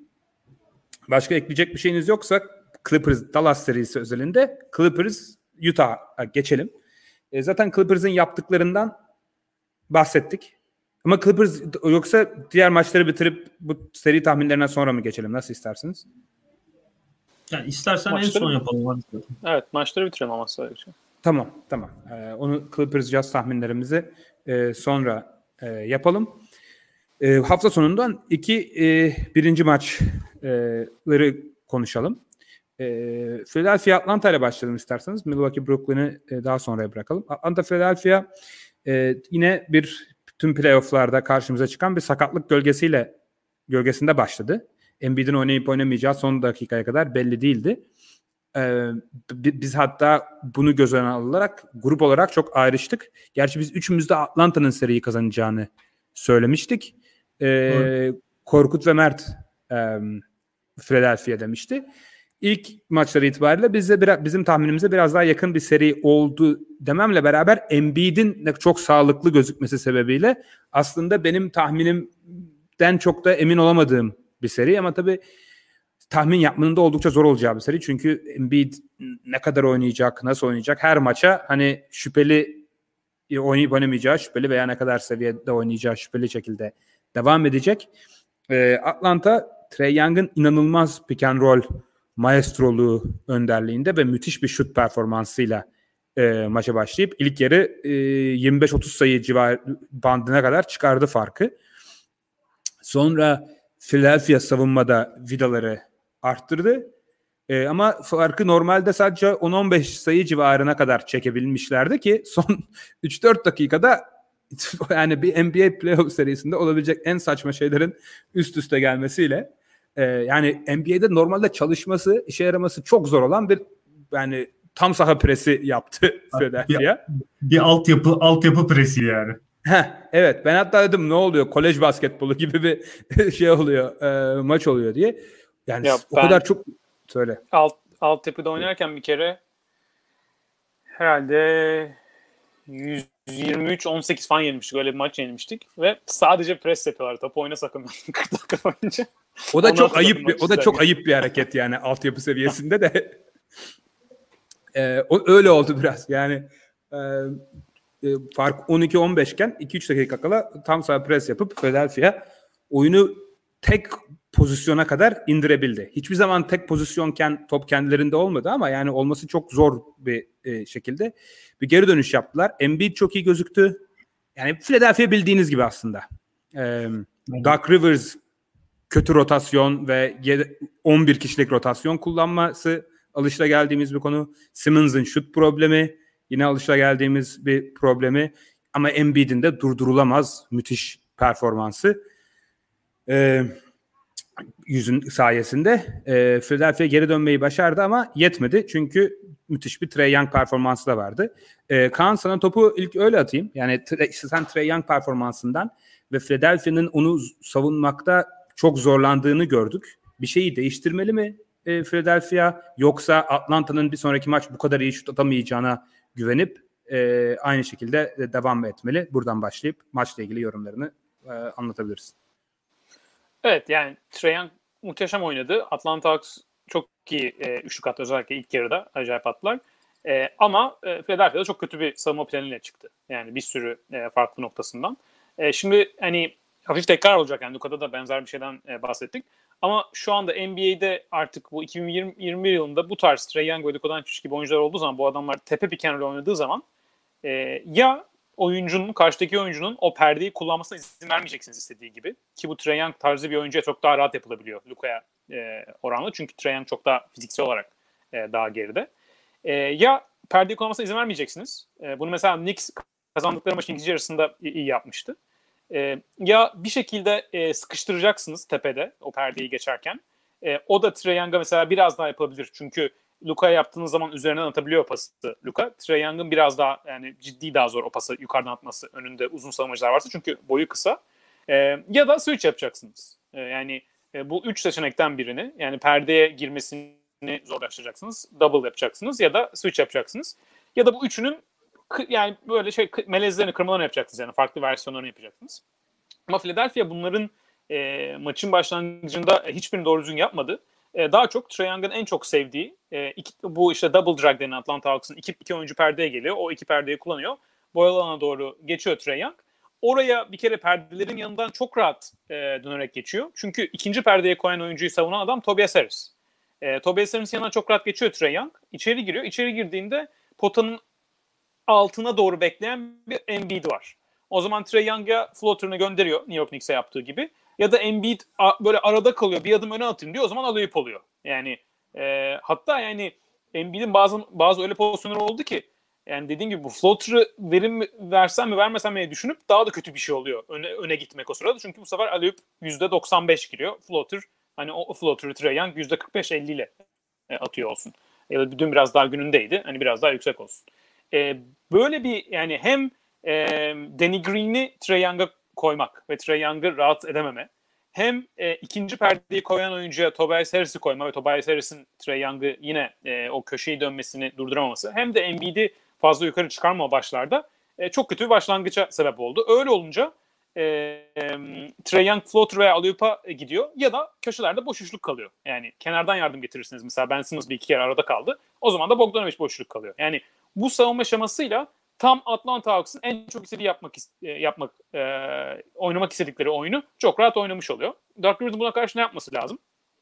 S4: Başka ekleyecek bir şeyiniz yoksa Clippers-Dallas serisi özelinde Clippers-Utah'a geçelim. Zaten Clippers'ın yaptıklarından bahsettik. Ama Clippers yoksa diğer maçları bitirip bu seri tahminlerine sonra mı geçelim? Nasıl istersiniz?
S5: Yani istersen
S6: maçları
S5: en son yapalım.
S6: Evet, maçları bitirelim ama sadece.
S4: Tamam. Onu Clippers Jazz tahminlerimizi sonra yapalım. Hafta sonundan birinci maçları konuşalım. Philadelphia Atlanta ile başlayalım isterseniz. Milwaukee Brooklyn'i daha sonraya bırakalım. Atlanta Philadelphia yine tüm playoff'larda karşımıza çıkan bir sakatlık gölgesinde başladı. Embiid'in oynayıp oynamayacağı son dakikaya kadar belli değildi. Biz hatta bunu göz önüne alarak grup olarak çok ayrıştık. Gerçi biz üçümüz de Atlanta'nın seriyi kazanacağını söylemiştik. Korkut ve Mert Philadelphia demişti. İlk maçları itibariyle bizim tahminimize biraz daha yakın bir seri oldu dememle beraber Embiid'in çok sağlıklı gözükmesi sebebiyle aslında benim tahminimden çok da emin olamadığım bir seri ama tabii tahmin yapmanın da oldukça zor olacağı bir seri. Çünkü Embiid ne kadar oynayacak, nasıl oynayacak her maça hani şüpheli oynayıp oynamayacağı şüpheli veya ne kadar seviyede oynayacağı şüpheli şekilde devam edecek. Atlanta Trae Young'ın inanılmaz pick and roll maestroluğu önderliğinde ve müthiş bir şut performansıyla maça başlayıp ilk yarı 25-30 sayı civarı bandına kadar çıkardı farkı. Sonra Philadelphia savunmada vidaları arttırdı. Ama farkı normalde sadece 10-15 sayı civarına kadar çekebilmişlerdi ki son 3-4 dakikada yani bir NBA playoff serisinde olabilecek en saçma şeylerin üst üste gelmesiyle yani NBA'de normalde çalışması, işe yaraması çok zor olan bir yani tam saha presi yaptı Philadelphia.
S5: Bir altyapı presi yani.
S4: Evet, ben hatta dedim ne oluyor kolej basketbolu gibi bir şey oluyor maç oluyor diye. Yani ya o kadar çok söyle.
S6: Altyapıda oynarken bir kere herhalde 123-18 falan yenilmiştik. Öyle bir maç yenilmiştik ve sadece pres yapıyorlar. Topu oyna sakın 40 dakika boyunca.
S4: O da çok ayıp bir hareket yani altyapı seviyesinde de. Öyle oldu biraz. Yani fark 12-15 iken 2-3 dakika kala tam sağ pres yapıp Philadelphia oyunu tek pozisyona kadar indirebildi. Hiçbir zaman tek pozisyonken top kendilerinde olmadı ama yani olması çok zor bir şekilde bir geri dönüş yaptılar. Embiid çok iyi gözüktü. Yani Philadelphia bildiğiniz gibi aslında. Doc Rivers kötü rotasyon ve 11 kişilik rotasyon kullanması alışılageldiğimiz bir konu. Simmons'ın şut problemi yine alışılageldiğimiz bir problemi. Ama Embiid'in de durdurulamaz müthiş performansı. Yüzün sayesinde Philadelphia geri dönmeyi başardı ama yetmedi. Çünkü müthiş bir Trae Young performansı da vardı. Kaan sana topu ilk öyle atayım. Yani sen Trae Young performansından ve Philadelphia'nın onu savunmakta çok zorlandığını gördük. Bir şeyi değiştirmeli mi Philadelphia yoksa Atlanta'nın bir sonraki maç bu kadar iyi şut atamayacağına güvenip aynı şekilde devam etmeli? Buradan başlayıp maçla ilgili yorumlarını anlatabilirsin.
S6: Evet yani Trae Young muhteşem oynadı. Atlanta Hawks çok iyi üçlük attı özellikle ilk yarıda acayip attılar. Ama Philadelphia'da çok kötü bir savunma planıyla çıktı. Yani bir sürü farklı noktasından. Şimdi hani hafif tekrar olacak yani Luka'da da benzer bir şeyden bahsettik. Ama şu anda NBA'de artık bu 2021 yılında bu tarz Trae Young ve Luka Doncic gibi oyuncular olduğu zaman bu adamlar tepe pick and roll oynadığı zaman ya karşıdaki oyuncunun o perdeyi kullanmasına izin vermeyeceksiniz istediği gibi. Ki bu Trae Young tarzı bir oyuncuya çok daha rahat yapılabiliyor Luka'ya oranla. Çünkü Trae Young çok daha fiziksel olarak daha geride. Ya perdeyi kullanmasına izin vermeyeceksiniz. Bunu mesela Knicks kazandıkları maçın ikinci yarısında iyi yapmıştı. Ya bir şekilde sıkıştıracaksınız tepede o perdeyi geçerken. O da Trae Young'a mesela biraz daha yapabilir. Çünkü Luka'ya yaptığınız zaman üzerinden atabiliyor pası Luka. Trae Young'ın biraz daha yani ciddi daha zor o pası yukarıdan atması önünde uzun savunmacılar varsa çünkü boyu kısa. Ya da switch yapacaksınız. Yani bu üç seçenekten birini yani perdeye girmesini zorlaştıracaksınız. Double yapacaksınız ya da switch yapacaksınız. Ya da bu üçünün yani böyle melezlerini kırmalarını yapacaksınız. Yani farklı versiyonlarını yapacaksınız. Ama Philadelphia bunların maçın başlangıcında hiçbirini doğru düzgün yapmadı. Daha çok Trae Young'ın en çok sevdiği bu işte double drag denen Atlanta Hawks'ın iki oyuncu perdeye geliyor. O iki perdeyi kullanıyor. Boyalı alana doğru geçiyor Trae Young. Oraya bir kere perdelerin yanından çok rahat dönerek geçiyor. Çünkü ikinci perdeye koyan oyuncuyu savunan adam Tobias Harris. Tobias Harris'in yanından çok rahat geçiyor Trae Young. İçeri giriyor. İçeri girdiğinde potanın altına doğru bekleyen bir Embiid var. O zaman Trae Young'a floater'ını gönderiyor New York Knicks'e yaptığı gibi. Ya da Embiid böyle arada kalıyor. Bir adım öne atayım diyor. O zaman alley-oop oluyor. Yani hatta yani Embiid'in bazı öyle pozisyonları oldu ki yani dediğim gibi bu floater'ı versem mi vermesem mi düşünüp daha da kötü bir şey oluyor. Öne gitmek o sırada. Çünkü bu sefer alley-oop %95 giriyor. Floater hani o floater'ı Trae Young %45-50 ile atıyor olsun. Ya da dün biraz daha günündeydi. Hani biraz daha yüksek olsun. Böyle bir yani hem Danny Green'i Trae Young'a koymak ve Trae Young'ı rahat edememe, hem ikinci perdeyi koyan oyuncuya Tobias Harris'i koyma ve Tobias Harris'in Trae Young'ı yine o köşeyi dönmesini durduramaması, hem de Embiid'i fazla yukarı çıkarma başlarda çok kötü bir başlangıça sebep oldu. Öyle olunca Trae Young floater veya alley-oop'a gidiyor ya da köşelerde boş üçlük kalıyor. Yani kenardan yardım getirirsiniz. Mesela Ben Simmons bir iki kere arada kaldı. O zaman da Bogdanovic boşluk kalıyor. Yani bu savunma şemasıyla tam Atlanta Hawks'ın en çok istediği oynamak istedikleri oyunu çok rahat oynamış oluyor. Doc Rivers'ın buna karşı ne yapması lazım?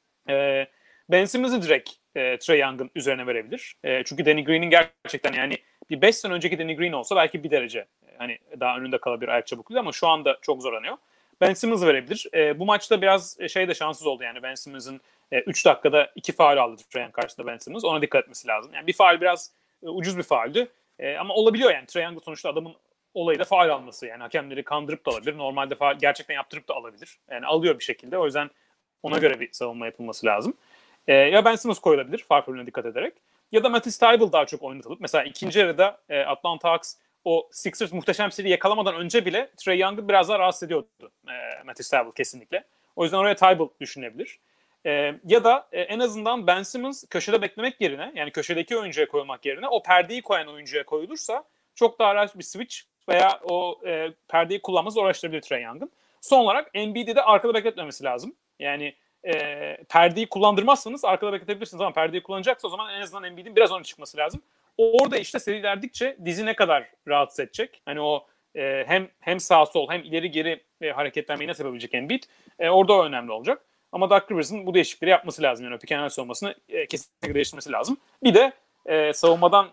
S6: Ben Simmons'ı direkt Trae Young'ın üzerine verebilir. Çünkü Danny Green'in gerçekten yani bir 5 sene önceki Danny Green olsa belki bir derece hani daha önünde kalabilir ayak çabukluğu ama şu anda çok zorlanıyor. Ben Simmons'ı verebilir. Bu maçta biraz de şanssız oldu yani Ben Simmons'ın 3 dakikada 2 faul aldı Trae Young karşısında Ben Simmons. Ona dikkat etmesi lazım. Yani bir faul biraz ucuz bir fauldü. Ama olabiliyor yani. Trae Young sonuçta adamın olayı da faul alması. Yani hakemleri kandırıp da alabilir. Normalde faul gerçekten yaptırıp da alabilir. Yani alıyor bir şekilde. O yüzden ona göre bir savunma yapılması lazım. Ya Ben Simmons koyulabilir faul problemine dikkat ederek. Ya da Matisse Thybulle daha çok oynatılıp. Mesela ikinci yarıda Atlanta Hawks o Sixers muhteşem seriyi yakalamadan önce bile Trae Young'ı biraz daha rahatsız ediyordu Matisse Thybulle kesinlikle. O yüzden oraya Thybulle düşünebilir. Ya da en azından Ben Simmons köşede beklemek yerine yani köşedeki oyuncuya koyulmak yerine o perdeyi koyan oyuncuya koyulursa çok daha rahat bir switch veya o perdeyi kullanması uğraştırabilir Trae Young'ın. Son olarak Embiid'i de arkada bekletmemesi lazım. Yani perdeyi kullandırmazsanız arkada bekletebilirsiniz ama perdeyi kullanacaksa o zaman en azından Embiid'in biraz öne çıkması lazım. Orada işte serilerdikçe dizi ne kadar rahatsız edecek. Hani o hem sağ sol hem ileri geri hareketlenmeyi nasıl yapabilecek Embiid. Orada o önemli olacak. Ama Doc Rivers'ın bu değişiklikleri yapması lazım. Yani pick and roll savunmasını kesinlikle değiştirmesi lazım. Bir de savunmadan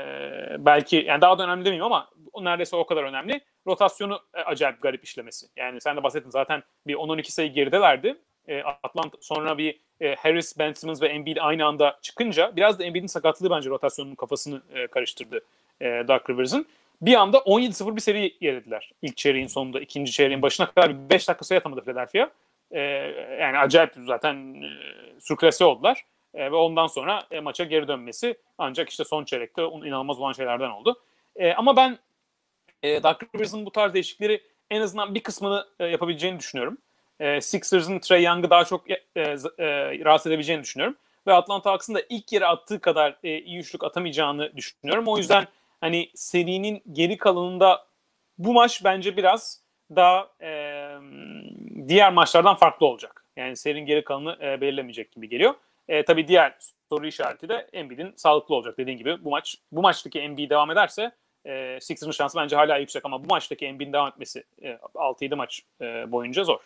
S6: belki yani daha da önemli demeyeyim ama neredeyse o kadar önemli. Rotasyonu acayip garip işlemesi. Yani sen de bahsettin zaten bir 10-12 sayı geridelerdi. Atlanta sonra bir Harris, Ben Simmons ve Embiid aynı anda çıkınca biraz da Embiid'in sakatlığı bence rotasyonun kafasını karıştırdı Doc Rivers'ın. Bir anda 17-0 bir seri yerediler. İlk çeyreğin sonunda, ikinci çeyreğin başına kadar 5 dakika sayı atamadı Philadelphia. Yani acayip zaten sürklase oldular. Ve ondan sonra maça geri dönmesi ancak işte son çeyrekte inanılmaz olan şeylerden oldu. Ama ben Doc Rivers'ın bu tarz değişiklikleri en azından bir kısmını yapabileceğini düşünüyorum. Sixers'ın Trae Young'ı daha çok rahatsız edebileceğini düşünüyorum. Ve Atlanta Hawks'ın da ilk yere attığı kadar iyi üçlük atamayacağını düşünüyorum. O yüzden hani serinin geri kalanında bu maç bence biraz daha diğer maçlardan farklı olacak. Yani serinin geri kalanını belirlemeyecek gibi geliyor. Tabii diğer soru işareti de Embiid'in sağlıklı olacak. Dediğin gibi bu maçtaki Embiid devam ederse Sixers'ın şansı bence hala yüksek ama bu maçtaki Embiid'in devam etmesi 6-7 maç boyunca zor.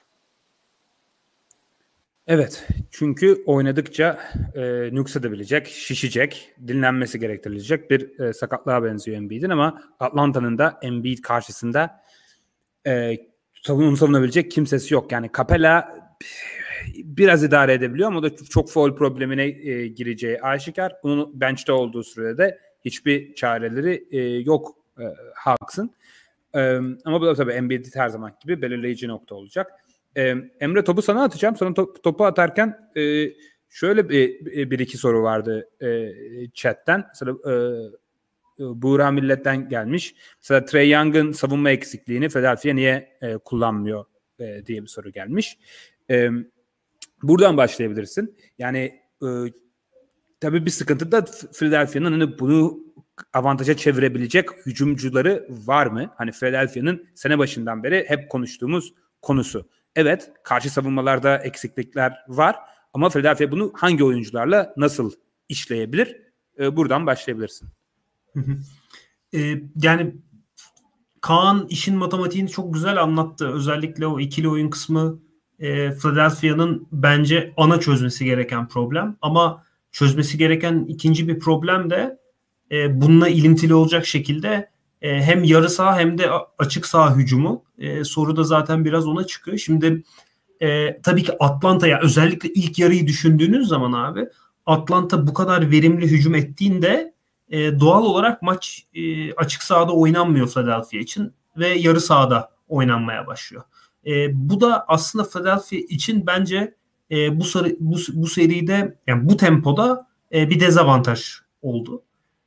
S4: Evet. Çünkü oynadıkça nüksedebilecek, şişecek, dinlenmesi gerektirilecek bir sakatlığa benziyor Embiid'in ama Atlanta'nın da Embiid karşısında savunabilecek kimsesi yok. Yani Capela biraz idare edebiliyor ama o da çok foul problemine gireceği aşikar. Bunun bench'te olduğu sürede de hiçbir çareleri yok Hawks'ın. Ama bu da tabii Embiid her zaman gibi belirleyici nokta olacak. Emre topu sana atacağım. Sana topu atarken şöyle bir iki soru vardı chatten. Mesela Buğra Millet'ten gelmiş. Mesela Trae Young'ın savunma eksikliğini Philadelphia niye kullanmıyor diye bir soru gelmiş. Buradan başlayabilirsin. Yani tabii bir sıkıntı da Philadelphia'nın hani bunu avantaja çevirebilecek hücumcuları var mı? Hani Philadelphia'nın sene başından beri hep konuştuğumuz konusu. Evet, karşı savunmalarda eksiklikler var ama Philadelphia bunu hangi oyuncularla nasıl işleyebilir? Buradan başlayabilirsin.
S5: Yani Kaan işin matematiğini çok güzel anlattı. Özellikle o ikili oyun kısmı Philadelphia'nın bence ana çözmesi gereken problem. Ama çözmesi gereken ikinci bir problem de bununla ilintili olacak şekilde hem yarı saha hem de açık saha hücumu. Soru da zaten biraz ona çıkıyor. Şimdi tabii ki Atlanta'ya özellikle ilk yarıyı düşündüğünüz zaman abi Atlanta bu kadar verimli hücum ettiğinde doğal olarak maç açık sahada oynanmıyor Philadelphia için ve yarı sahada oynanmaya başlıyor. Bu da aslında Philadelphia için bence bu seride yani bu tempoda bir dezavantaj oldu.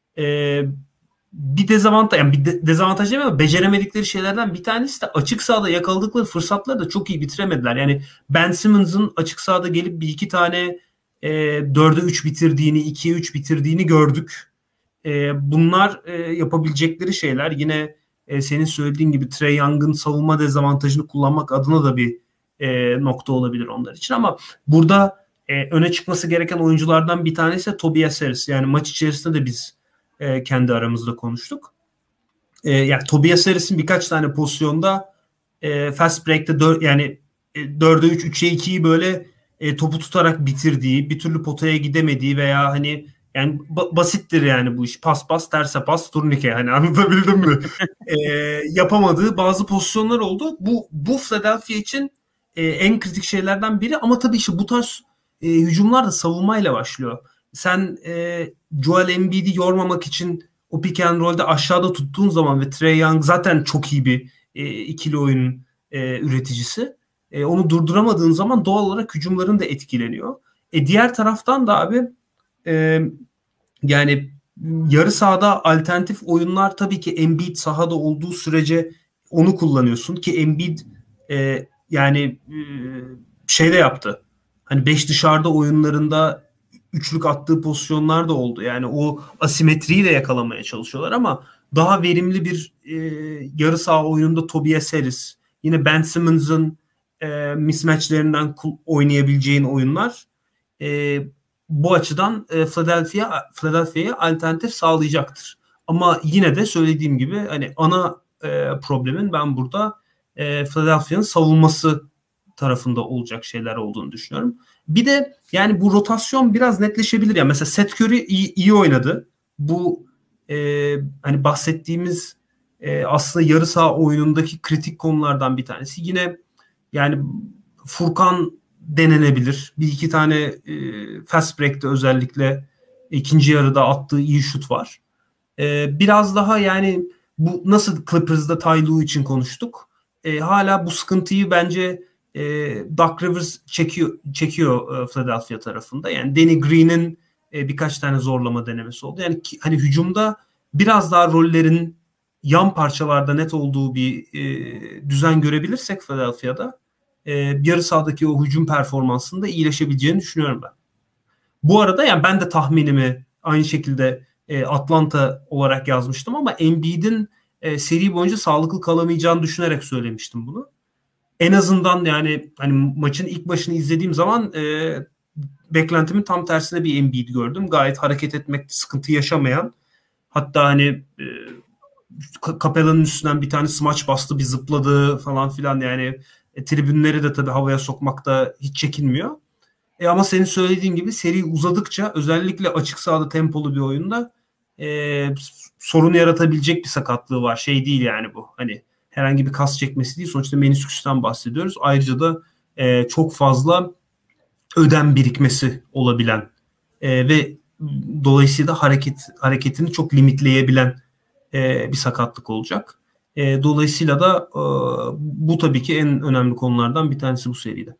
S5: Bir dezavantaj, yani dezavantaj değil ama beceremedikleri şeylerden bir tanesi de açık sahada yakaladıkları fırsatları da çok iyi bitiremediler. Yani Ben Simmons'ın açık sahada gelip bir iki tane 4'e 3 bitirdiğini, 2'ye 3 bitirdiğini gördük. Bunlar yapabilecekleri şeyler. Yine senin söylediğin gibi Trae Young'ın savunma dezavantajını kullanmak adına da bir nokta olabilir onlar için. Ama burada öne çıkması gereken oyunculardan bir tanesi de Tobias Harris. Yani maç içerisinde de biz kendi aramızda konuştuk. Yani Tobias Harris'in birkaç tane pozisyonda fast break'te 4'e 3, 3'e 2'yi böyle topu tutarak bitirdiği, bir türlü potaya gidemediği veya hani yani basittir yani bu iş. Pas terse pas turnike, hani anlatabildim mi? Yapamadığı bazı pozisyonlar oldu. Bu Philadelphia için en kritik şeylerden biri ama tabii işte bu tarz hücumlar da savunmayla başlıyor. Sen Joel Embiid'i yormamak için o pick and roll'de aşağıda tuttuğun zaman ve Trae Young zaten çok iyi bir ikili oyun üreticisi. Onu durduramadığın zaman doğal olarak hücumların da etkileniyor. Diğer taraftan da abi yani yarı sahada alternatif oyunlar tabii ki Embiid sahada olduğu sürece onu kullanıyorsun ki Embiid şeyde yaptı. Hani 5 dışarıda oyunlarında üçlük attığı pozisyonlar da oldu. Yani o asimetriyi de yakalamaya çalışıyorlar ama daha verimli bir yarı saha oyununda Tobias Harris, yine Ben Simmons'ın mismatchlerinden oynayabileceğin oyunlar bu açıdan Philadelphia'ya alternatif sağlayacaktır. Ama yine de söylediğim gibi hani ana problemin ben burada Philadelphia'nın savunması tarafında olacak şeyler olduğunu düşünüyorum. Bir de yani bu rotasyon biraz netleşebilir. Yani mesela Seth Curry iyi oynadı. Bu hani bahsettiğimiz aslında yarı saha oyunundaki kritik konulardan bir tanesi. Yine yani Furkan denenebilir. Bir iki tane fast break'te özellikle ikinci yarıda attığı iyi şut var. Biraz daha yani bu nasıl Clippers'da Ty Lue için konuştuk. Hala bu sıkıntıyı bence Doc Rivers çekiyor Philadelphia tarafında. Yani Danny Green'in birkaç tane zorlama denemesi oldu. Yani hani hücumda biraz daha rollerin yan parçalarda net olduğu bir düzen görebilirsek Philadelphia'da yarı sahadaki o hücum performansında iyileşebileceğini düşünüyorum ben. Bu arada yani ben de tahminimi aynı şekilde Atlanta olarak yazmıştım ama Embiid'in seri boyunca sağlıklı kalamayacağını düşünerek söylemiştim bunu. En azından yani hani maçın ilk başını izlediğim zaman beklentimin tam tersine bir Embiid gördüm. Gayet hareket etmekte sıkıntı yaşamayan, hatta hani Capella'nın üstünden bir tane smaç bastı, bir zıpladı falan filan, yani tribünleri de tabii havaya sokmakta hiç çekinmiyor. Ama senin söylediğin gibi seri uzadıkça özellikle açık sahada tempolu bir oyunda sorun yaratabilecek bir sakatlığı var. Şey değil yani bu. Hani herhangi bir kas çekmesi değil. Sonuçta menisküsten bahsediyoruz. Ayrıca da çok fazla ödem birikmesi olabilen ve dolayısıyla hareketini çok limitleyebilen bir sakatlık olacak. Dolayısıyla da bu tabii ki en önemli konulardan bir tanesi bu seride.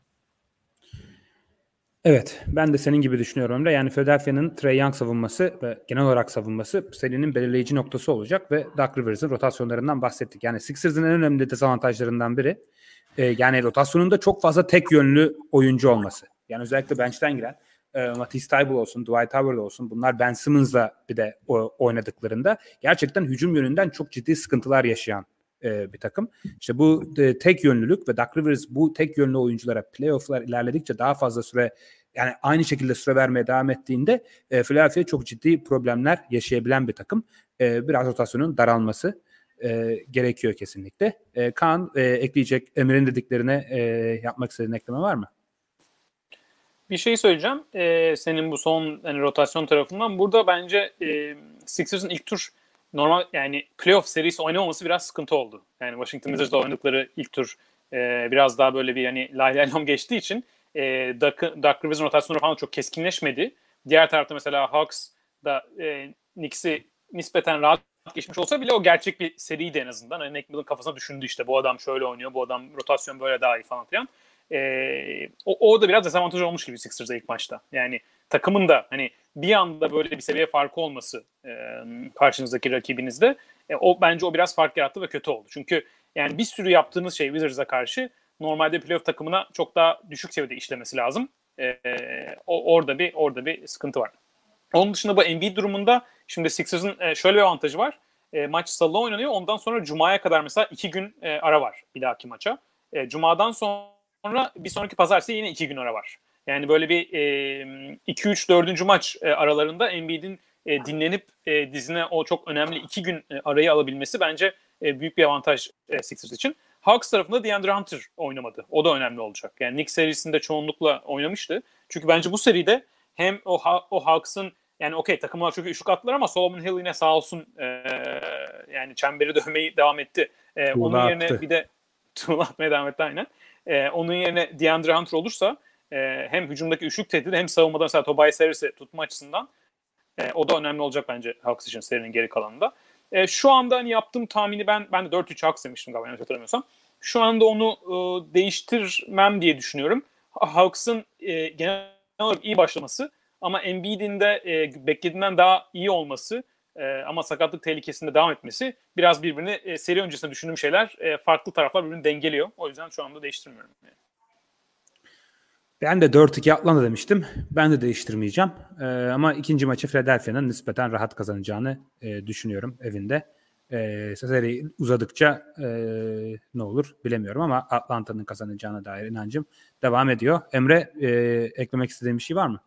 S4: Evet, ben de senin gibi düşünüyorum Emre. Yani Philadelphia'nın Trae Young savunması ve genel olarak savunması serinin belirleyici noktası olacak ve Doc Rivers'ın rotasyonlarından bahsettik. Yani Sixers'ın en önemli dezavantajlarından biri yani rotasyonunda çok fazla tek yönlü oyuncu olması. Yani özellikle bench'ten giren Matisse Thybulle olsun, Dwight Howard olsun, bunlar Ben Simmons'la bir de oynadıklarında gerçekten hücum yönünden çok ciddi sıkıntılar yaşayan bir takım. İşte bu tek yönlülük ve Doc Rivers bu tek yönlü oyunculara playoff'lar ilerledikçe daha fazla süre, yani aynı şekilde süre vermeye devam ettiğinde Philadelphia çok ciddi problemler yaşayabilen bir takım. Biraz rotasyonun daralması gerekiyor kesinlikle. Kaan, ekleyecek Emir'in dediklerine yapmak istediğin ekleme var mı?
S6: Bir şey söyleyeceğim. Senin bu son hani rotasyon tarafından. Burada bence Sixers'ın ilk tur normal yani playoff serisi oynamaması biraz sıkıntı oldu. Yani Washington Wizards'da oynadıkları ilk tur biraz daha böyle bir hani lay lay lom geçtiği için Doc Rivers'ın rotasyonu falan çok keskinleşmedi. Diğer tarafta mesela Hawks da Knicks'i nispeten rahat geçmiş olsa bile o gerçek bir seriydi en azından. Hani Nick Mill'in kafasına düşündü işte bu adam şöyle oynuyor, bu adam rotasyon böyle daha iyi falan filan. O da biraz dezavantaj olmuş gibi Sixers'a ilk maçta. Yani takımın da hani bir anda böyle bir seviye farkı olması karşınızdaki rakibinizde o bence o biraz fark yarattı ve kötü oldu. Çünkü yani bir sürü yaptığınız şey Wizards'a karşı normalde playoff takımına çok daha düşük seviyede işlemesi lazım. Orada bir sıkıntı var. Onun dışında bu Embiid durumunda şimdi Sixers'ın şöyle bir avantajı var. Maç salı oynanıyor. Ondan sonra Cuma'ya kadar mesela 2 gün ara var bir dahaki maça. Cuma'dan sonra bir sonraki pazartesi yine 2 gün ara var. Yani böyle bir 2-3 4. maç aralarında Embiid'in dinlenip dizine o çok önemli 2 gün arayı alabilmesi bence büyük bir avantaj Sixers için. Hawks tarafında DeAndre Hunter oynamadı. O da önemli olacak. Yani Knicks serisinde çoğunlukla oynamıştı. Çünkü bence bu seride hem o Hawks'ın yani okey takımlar çok üçlük attılar ama Solomon Hill yine sağ olsun yani çemberi dövmeyi devam etti. Onun yerine bir de tuğla atmaya devam etti aynen. Onun yerine DeAndre Hunter olursa hem hücumdaki üçlük tehdidi hem savunmada mesela Tobias Harris'i tutma açısından o da önemli olacak bence Hawks için serinin geri kalanında. Şu anda hani yaptığım tahmini ben de 4-3 Hawks demiştim galiba yanlış hatırlamıyorsam. Şu anda onu değiştirmem diye düşünüyorum. Hawks'ın genel olarak iyi başlaması ama Embiid'in de beklediğinden daha iyi olması ama sakatlık tehlikesinde devam etmesi biraz birbirini seri öncesinde düşündüğüm şeyler farklı taraflar birbirini dengeliyor. O yüzden şu anda değiştirmiyorum.
S4: Ben de 4-2 Atlanta demiştim. Ben de değiştirmeyeceğim. Ama ikinci maçı Philadelphia'nın nispeten rahat kazanacağını düşünüyorum evinde. Seri uzadıkça ne olur bilemiyorum ama Atlanta'nın kazanacağına dair inancım devam ediyor. Emre eklemek istediğin bir şey var mı?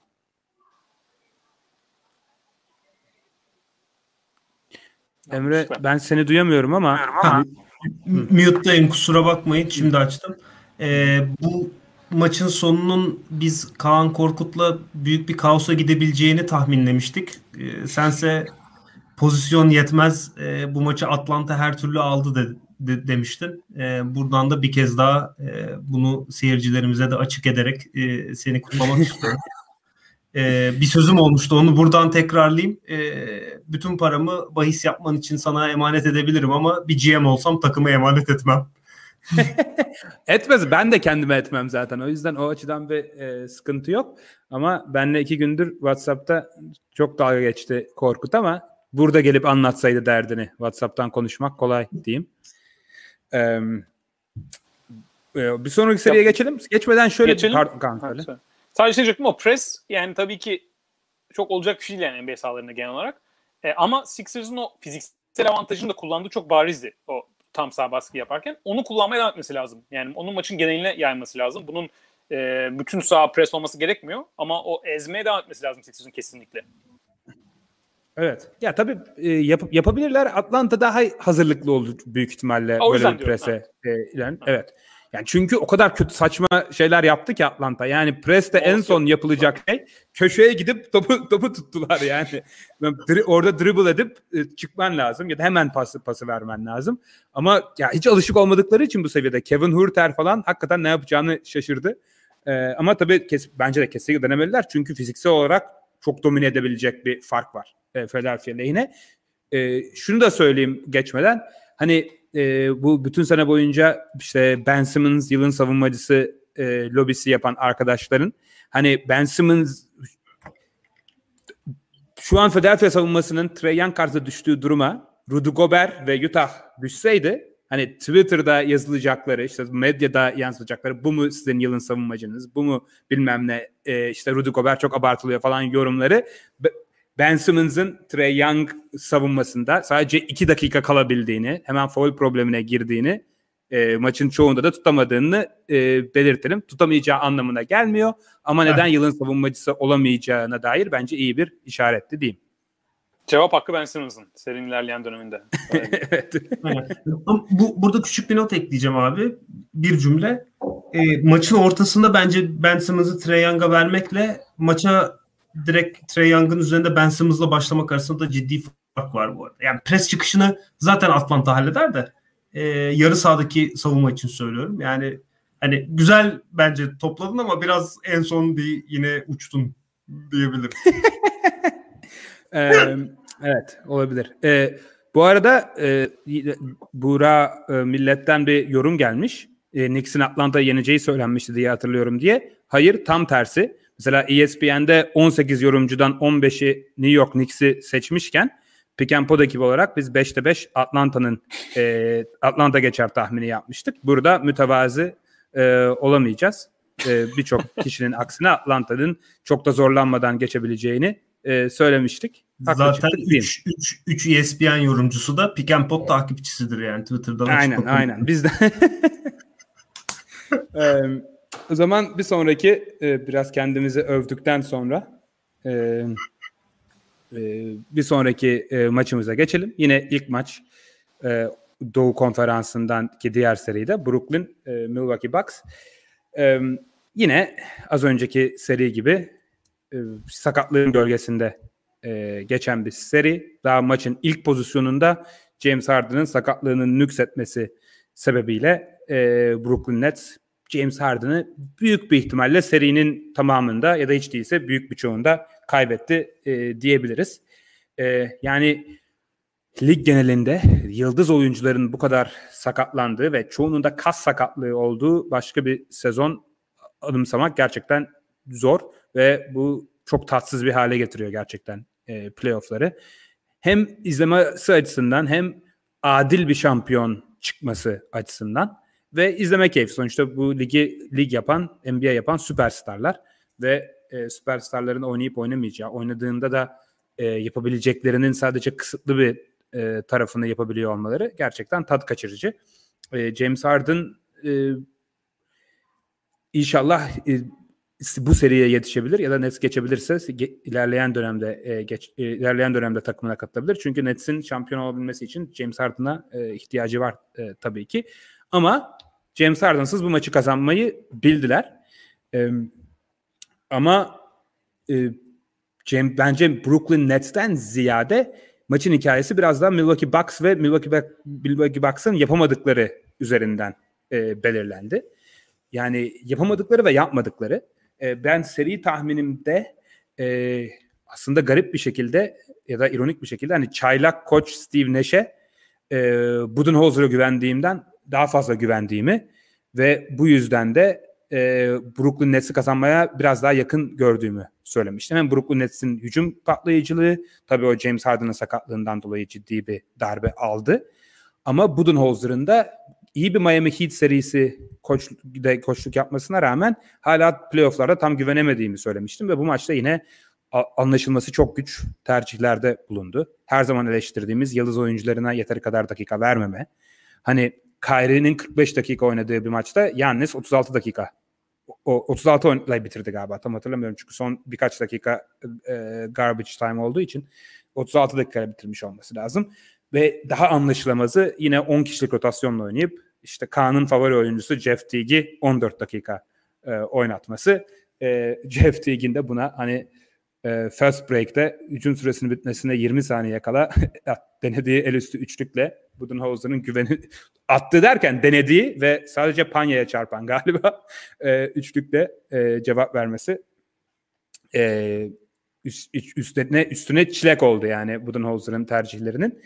S4: Emre ben seni duyamıyorum ama
S5: mute'dayım kusura bakmayın şimdi açtım. Bu maçın sonunun biz Kaan Korkut'la büyük bir kaosa gidebileceğini tahminlemiştik. Sense pozisyon yetmez bu maçı Atlanta her türlü aldı demiştin. Buradan da bir kez daha bunu seyircilerimize de açık ederek seni kutlamak istiyorum. Bir sözüm olmuştu onu buradan tekrarlayayım. Bütün paramı bahis yapman için sana emanet edebilirim ama bir GM olsam takıma emanet etmem.
S4: Etmez. Ben de kendime etmem zaten. O yüzden o açıdan bir sıkıntı yok. Ama benle 2 gündür WhatsApp'ta çok dalga geçti Korkut ama burada gelip anlatsaydı derdini. WhatsApp'tan konuşmak kolay diyeyim. Bir sonraki seriye geçelim. Geçmeden şöyle
S6: sadece diyecektim o press yani tabii ki çok olacak bir şey değil yani NBA sahalarında genel olarak. Ama Sixers'ın o fiziksel avantajını da kullandığı çok barizdi o tam saha baskı yaparken. Onu kullanmaya devam etmesi lazım. Yani onun maçın geneline yayması lazım. Bunun bütün saha press olması gerekmiyor ama o ezmeye devam etmesi lazım Sixers'ın kesinlikle.
S4: Evet. Ya tabii yapabilirler. Atlanta daha hazırlıklı olur büyük ihtimalle
S6: o
S4: böyle bir presse. Evet. Yani çünkü o kadar kötü saçma şeyler yaptı ki Atlanta. Yani preste en son yapılacak şey köşeye gidip topu tuttular yani. Orada dribble edip çıkman lazım ya da hemen pası vermen lazım. Ama ya hiç alışık olmadıkları için bu seviyede Kevin Huerter falan hakikaten ne yapacağını şaşırdı. Ama tabii bence de kesinlikle denemeliler. Çünkü fiziksel olarak çok domine edebilecek bir fark var Philadelphia lehine. Şunu da söyleyeyim geçmeden. Hani bu bütün sene boyunca işte Ben Simmons yılın savunmacısı lobisi yapan arkadaşların hani Ben Simmons şu an Philadelphia savunmasının Trae Young karşısında düştüğü duruma Rudy Gobert ve Utah düşseydi hani Twitter'da yazılacakları işte medyada yansıtacakları bu mu sizin yılın savunmacınız bu mu bilmem ne işte Rudy Gobert çok abartılıyor falan yorumları Ben Simmons'ın Trae Young savunmasında sadece 2 dakika kalabildiğini, hemen foul problemine girdiğini, maçın çoğunda da tutamadığını belirtelim. Tutamayacağı anlamına gelmiyor ama neden yılın savunmacısı olamayacağına dair bence iyi bir işaretti diyeyim.
S6: Cevap hakkı Ben Simmons'ın serinin ilerleyen döneminde.
S5: Evet. Burada küçük bir not ekleyeceğim abi. Bir cümle. Maçın ortasında bence Ben Simmons'ı Trae Young'a vermekle maça direkt Trae Young'ın üzerinde Ben Simmons'la başlamak arasında da ciddi fark var bu arada. Yani pres çıkışını zaten Atlanta halleder de yarı sahadaki savunma için söylüyorum. Yani hani güzel bence topladın ama biraz en son bir yine uçtun diyebilirim.
S4: Evet olabilir. Bu arada Buğra milletten bir yorum gelmiş. Knicks'in Atlanta'yı yeneceği söylenmişti diye hatırlıyorum diye. Hayır tam tersi. Mesela ESPN'de 18 yorumcudan 15'i New York Knicks'i seçmişken Pick and Pod ekibi olarak biz 5'te 5 Atlanta geçer tahmini yapmıştık. Burada mütevazı olamayacağız. Birçok kişinin aksine Atlanta'nın çok da zorlanmadan geçebileceğini söylemiştik.
S5: Zaten 3 ESPN yorumcusu da Pick and Pod takipçisidir yani Twitter'dan.
S4: Aynen. Biz de o zaman bir sonraki biraz kendimizi övdükten sonra bir sonraki maçımıza geçelim. Yine ilk maç Doğu Konferansı'ndan ki diğer seride Brooklyn Milwaukee Bucks. Yine az önceki seri gibi sakatlığın gölgesinde geçen bir seri. Daha maçın ilk pozisyonunda James Harden'ın sakatlığının nüksetmesi sebebiyle Brooklyn Nets James Harden'ı büyük bir ihtimalle serinin tamamında ya da hiç değilse büyük bir çoğunda kaybetti diyebiliriz. Yani lig genelinde yıldız oyuncuların bu kadar sakatlandığı ve çoğunun da kas sakatlığı olduğu başka bir sezon anımsamak gerçekten zor ve bu çok tatsız bir hale getiriyor gerçekten playoff'ları. Hem izlemesi açısından hem adil bir şampiyon çıkması açısından ve izleme keyfi. Sonuçta bu lig yapan, NBA yapan süperstarlar ve süperstarların oynayıp oynamayacağı, oynadığında da yapabileceklerinin sadece kısıtlı bir tarafını yapabiliyor olmaları gerçekten tat kaçırıcı. James Harden inşallah bu seriye yetişebilir ya da Nets geçebilirse ilerleyen dönemde takımına katılabilir. Çünkü Nets'in şampiyon olabilmesi için James Harden'a ihtiyacı var tabii ki. Ama James Harden'sız bu maçı kazanmayı bildiler. Ama bence Brooklyn Nets'ten ziyade maçın hikayesi biraz daha Milwaukee Bucks ve Milwaukee Bucks'ın yapamadıkları üzerinden belirlendi. Yani yapamadıkları ve yapmadıkları. Ben seri tahminimde aslında garip bir şekilde ya da ironik bir şekilde hani çaylak koç Steve Nash'e Budenholzer'a güvendiğimden daha fazla güvendiğimi ve bu yüzden de Brooklyn Nets'i kazanmaya biraz daha yakın gördüğümü söylemiştim. Hem Brooklyn Nets'in hücum patlayıcılığı tabii o James Harden'ın sakatlığından dolayı ciddi bir darbe aldı. Ama Budenholzer'ın da iyi bir Miami Heat serisi koçluk yapmasına rağmen hala playoff'larda tam güvenemediğimi söylemiştim ve bu maçta yine anlaşılması çok güç tercihlerde bulundu. Her zaman eleştirdiğimiz yıldız oyuncularına yeteri kadar dakika vermeme. Hani Kyrie'nin 45 dakika oynadığı bir maçta Giannis 36 dakika. O 36 oyunla bitirdi galiba. Tam hatırlamıyorum çünkü son birkaç dakika garbage time olduğu için 36 dakikayla bitirmiş olması lazım. Ve daha anlaşılamazı yine 10 kişilik rotasyonla oynayıp işte Kaan'ın favori oyuncusu Jeff Teague'i 14 dakika oynatması. Jeff Teague'in de buna hani first break'te hücum süresinin bitmesine 20 saniye kala denediği el üstü üçlükle Budenholzer'ın güveni attı derken denediği ve sadece panyaya çarpan galiba üçlükle cevap vermesi üstüne çilek oldu yani Budenholzer'ın tercihlerinin.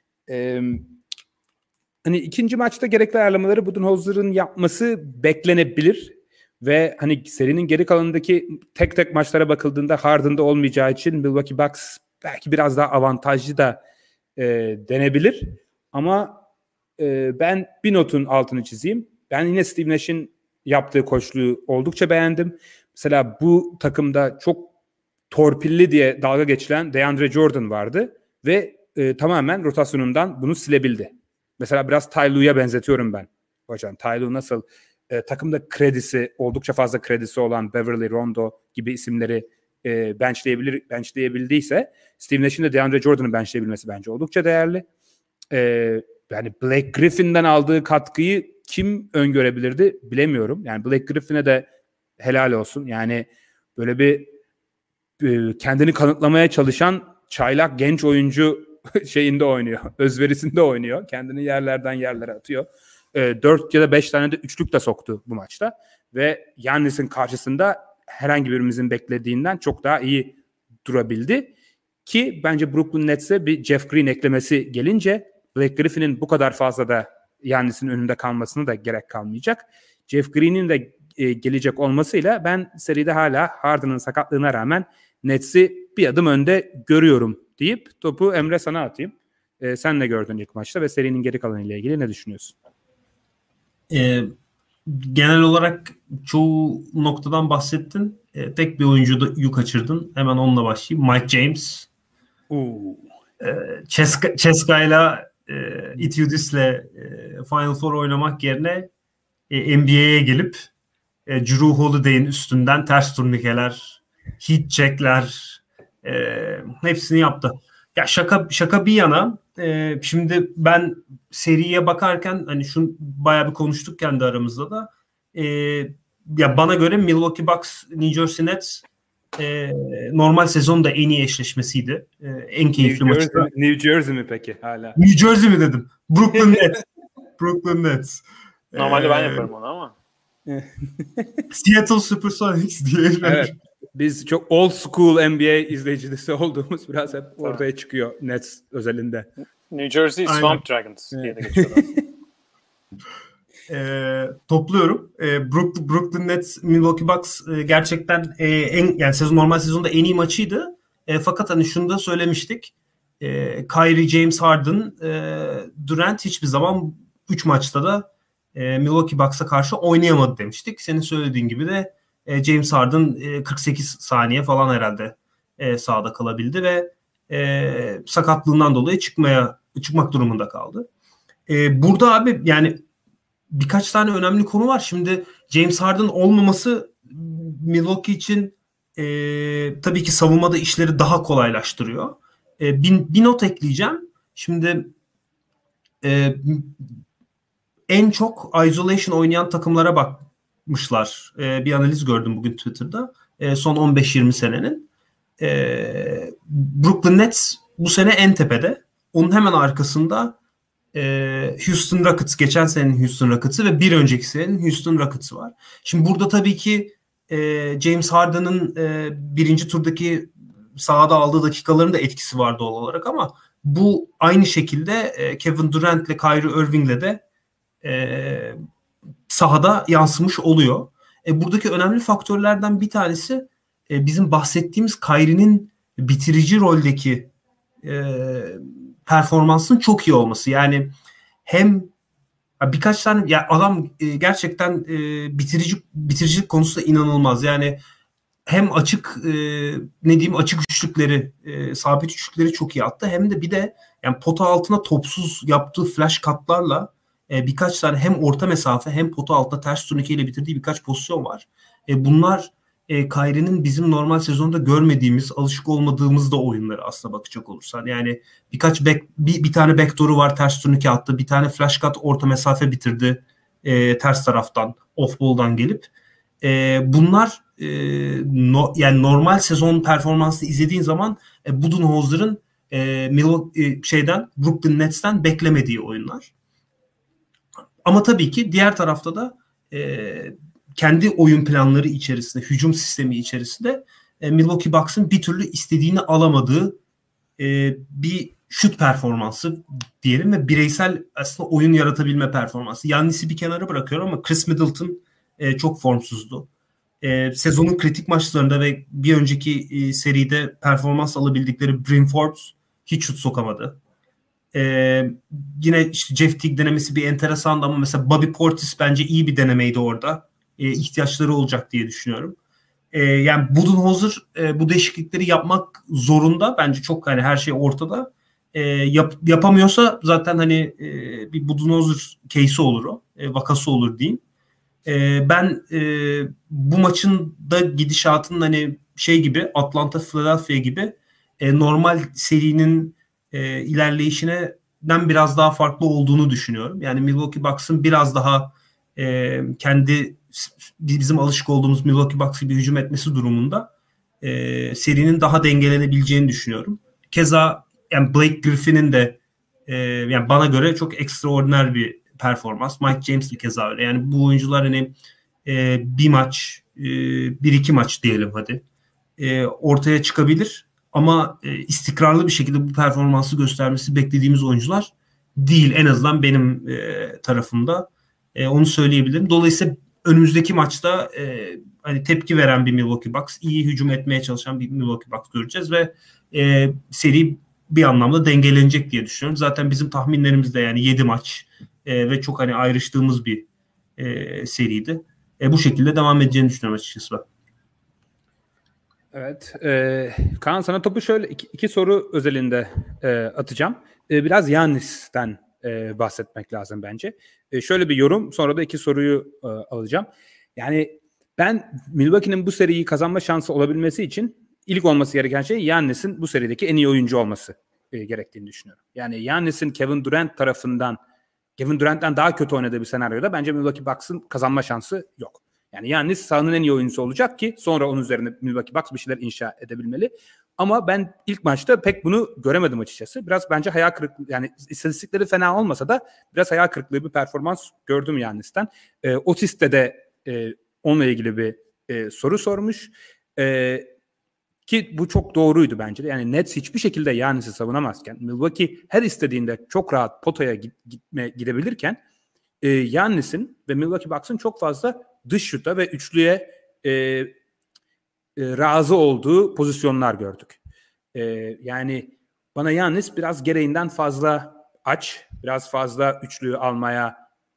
S4: Hani ikinci maçta gerekli ayarlamaları Budenholzer'ın yapması beklenebilir ve hani serinin geri kalanındaki tek maçlara bakıldığında Harden'da olmayacağı için Milwaukee Bucks belki biraz daha avantajlı da denebilir ama ben bir notun altını çizeyim. Ben yine Steve Nash'in yaptığı koçluğu oldukça beğendim. Mesela bu takımda çok torpilli diye dalga geçilen DeAndre Jordan vardı ve tamamen rotasyonundan bunu silebildi. Mesela biraz Ty Lue'ya benzetiyorum ben. Hocam Ty Lue nasıl takımda oldukça fazla kredisi olan Beverly Rondo gibi isimleri benchlayabildiyse Steve Nash'in de DeAndre Jordan'ı benchleyebilmesi bence oldukça değerli. Yani Blake Griffin'den aldığı katkıyı kim öngörebilirdi bilemiyorum. Yani Blake Griffin'e de helal olsun. Yani böyle bir kendini kanıtlamaya çalışan çaylak genç oyuncu şeyinde oynuyor. Özverisinde oynuyor. Kendini yerlerden yerlere atıyor. 4 ya da 5 tane de üçlük de soktu bu maçta. Ve Giannis'in karşısında herhangi birimizin beklediğinden çok daha iyi durabildi. Ki bence Brooklyn Nets'e bir Jeff Green eklemesi gelince Blake Griffin'in bu kadar fazla da Giannis'in önünde kalmasına da gerek kalmayacak. Jeff Green'in de gelecek olmasıyla ben seride hala Harden'ın sakatlığına rağmen Nets'i bir adım önde görüyorum deyip topu Emre sana atayım. Sen ne gördün ilk maçta ve serinin geri kalanıyla ilgili ne düşünüyorsun?
S5: Genel olarak çoğu noktadan bahsettin. Tek bir oyuncuyu kaçırdın. Hemen onunla başlayayım. Mike James. Ceska'yla Itudis'le Final Four oynamak yerine NBA'ye gelip Drew Holiday'in üstünden ters turnikeler, heat checkler hepsini yaptı. Ya şaka bir yana şimdi ben seriye bakarken hani şunu bayağı bir konuştuk kendi aramızda da ya bana göre Milwaukee Bucks New Jersey Nets normal sezonda en iyi eşleşmesiydi. En keyifli maçı.
S4: New Jersey mi peki hala?
S5: New Jersey mi dedim? Brooklyn Nets. Brooklyn Nets.
S6: Normalde ben yaparım onu ama.
S5: Seattle Supersonics diye.
S4: Evet. Biz çok old school NBA izleyicisi olduğumuz biraz hep ortaya çıkıyor Nets özelinde.
S6: New Jersey Swamp Dragons diye de geçiyorlar.
S5: Topluyorum. Brooklyn Nets Milwaukee Bucks gerçekten yani normal sezonda en iyi maçıydı. Fakat hani şunu da söylemiştik. Kyrie, James Harden, Durant hiçbir zaman 3 maçta da Milwaukee Bucks'a karşı oynayamadı demiştik. Senin söylediğin gibi de James Harden 48 saniye falan herhalde sahada kalabildi ve sakatlığından dolayı çıkmak durumunda kaldı. Burada abi yani birkaç tane önemli konu var. Şimdi James Harden olmaması Milwaukee için tabii ki savunmada işleri daha kolaylaştırıyor. Bir not ekleyeceğim. Şimdi en çok isolation oynayan takımlara bakmışlar. Bir analiz gördüm bugün Twitter'da. Son 15-20 senenin. Brooklyn Nets bu sene en tepede. Onun hemen arkasında Houston Rockets, geçen senenin Houston Rockets'ı ve bir önceki senenin Houston Rockets'ı var. Şimdi burada tabii ki James Harden'ın birinci turdaki sahada aldığı dakikaların da etkisi var doğal olarak ama bu aynı şekilde Kevin Durant'le Kyrie Irving'le de sahada yansımış oluyor. Buradaki önemli faktörlerden bir tanesi bizim bahsettiğimiz Kyrie'nin bitirici roldeki performansının çok iyi olması. Yani hem birkaç tane ya adam gerçekten bitiricilik konusunda inanılmaz. Yani hem açık açık üçlükleri, sabit üçlükleri çok iyi attı. Hem de bir de yani pota altına topsuz yaptığı flash katlarla birkaç tane hem orta mesafe hem pota altına ters turnikeyle bitirdiği birkaç pozisyon var. Bunlar Kyrie'nin bizim normal sezonda görmediğimiz, alışık olmadığımız da oyunları aslına bakacak olursan. Yani bir tane backdoor'u var, ters turnike attı. Bir tane flash cut orta mesafe bitirdi ters taraftan, off ball'dan gelip. Bunlar yani normal sezon performansını izlediğin zaman Budenholzer'ın Brooklyn Nets'ten beklemediği oyunlar. Ama tabii ki diğer tarafta da kendi oyun planları içerisinde, hücum sistemi içerisinde Milwaukee Bucks'ın bir türlü istediğini alamadığı bir şut performansı diyelim ve bireysel aslında oyun yaratabilme performansı. Giannis'i bir kenara bırakıyorum ama Chris Middleton çok formsuzdu. Sezonun kritik maçlarında ve bir önceki seride performans alabildikleri Bryn Forbes hiç şut sokamadı. Yine işte Jeff Teague denemesi bir enteresandı ama mesela Bobby Portis bence iyi bir denemeydi orada. İhtiyaçları olacak diye düşünüyorum. Yani Budenholzer bu değişiklikleri yapmak zorunda. Bence çok hani her şey ortada. Yapamıyorsa zaten hani bir Budenholzer case'i olur o. Vakası olur diyeyim. Ben bu maçın da gidişatının hani şey gibi Atlanta Philadelphia gibi normal serinin ilerleyişinden biraz daha farklı olduğunu düşünüyorum. Yani Milwaukee Bucks'ın biraz daha kendi bizim alışık olduğumuz Milwaukee Bucks gibi hücum etmesi durumunda serinin daha dengelenebileceğini düşünüyorum. Keza yani Blake Griffin'in de yani bana göre çok ekstraordiner bir performans. Mike James de keza öyle. Yani bu oyuncular hani bir maç, bir iki maç diyelim hadi ortaya çıkabilir. Ama istikrarlı bir şekilde bu performansı göstermesi beklediğimiz oyuncular değil. En azından benim tarafımda onu söyleyebilirim. Dolayısıyla önümüzdeki maçta hani tepki veren bir Milwaukee Bucks, iyi hücum etmeye çalışan bir Milwaukee Bucks göreceğiz ve seri bir anlamda dengelenecek diye düşünüyorum. Zaten bizim tahminlerimizde yani 7 maç ve çok hani ayrıştığımız bir seriydi. Bu şekilde devam edeceğini düşünüyorum açıkçası ben.
S4: Evet. Kaan, sana topu şöyle iki soru özelinde atacağım. Biraz Giannis'ten bahsetmek lazım bence. Şöyle bir yorum, sonra da iki soruyu alacağım. Yani ben Milwaukee'nin bu seriyi kazanma şansı olabilmesi için ilk olması gereken şey Giannis'in bu serideki en iyi oyuncu olması gerektiğini düşünüyorum. Yani Giannis'in Kevin Durant'ten daha kötü oynadığı bir senaryoda bence Milwaukee Bucks'ın kazanma şansı yok. Yani Giannis sahanın en iyi oyuncusu olacak ki sonra onun üzerine Milwaukee Bucks bir şeyler inşa edebilmeli. Ama ben ilk maçta pek bunu göremedim açıkçası. Biraz bence hayal kırıklığı, yani istatistikleri fena olmasa da biraz hayal kırıklığı bir performans gördüm Giannis'ten. Otis'te de onunla ilgili bir soru sormuş. Ki bu çok doğruydu bence de. Yani Nets hiçbir şekilde Giannis'i savunamazken, Milwaukee her istediğinde çok rahat potaya gidebilirken Giannis'in ve Milwaukee Bucks'ın çok fazla dış şuta ve üçlüye razı olduğu pozisyonlar gördük. Yani bana Giannis biraz gereğinden fazla aç, biraz fazla üçlüyü almaya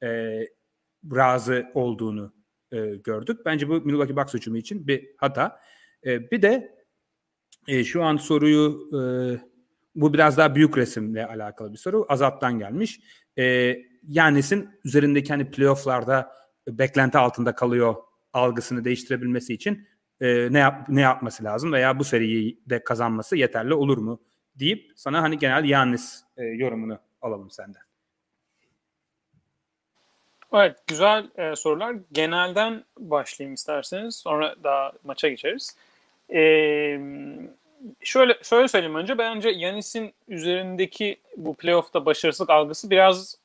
S4: razı olduğunu gördük. Bence bu Milwaukee Bucks hücumu için bir hata. Bir de şu an soruyu bu biraz daha büyük resimle alakalı bir soru. Azat'tan gelmiş. Giannis'in üzerindeki hani playoff'larda beklenti altında kalıyor algısını değiştirebilmesi için ne yapması lazım veya bu seriyi de kazanması yeterli olur mu deyip sana hani genel Giannis yorumunu alalım senden.
S6: Evet, güzel sorular. Genelden başlayayım isterseniz. Sonra daha maça geçeriz. Şöyle söyleyeyim önce. Bence Giannis'in üzerindeki bu playoff'ta başarısızlık algısı biraz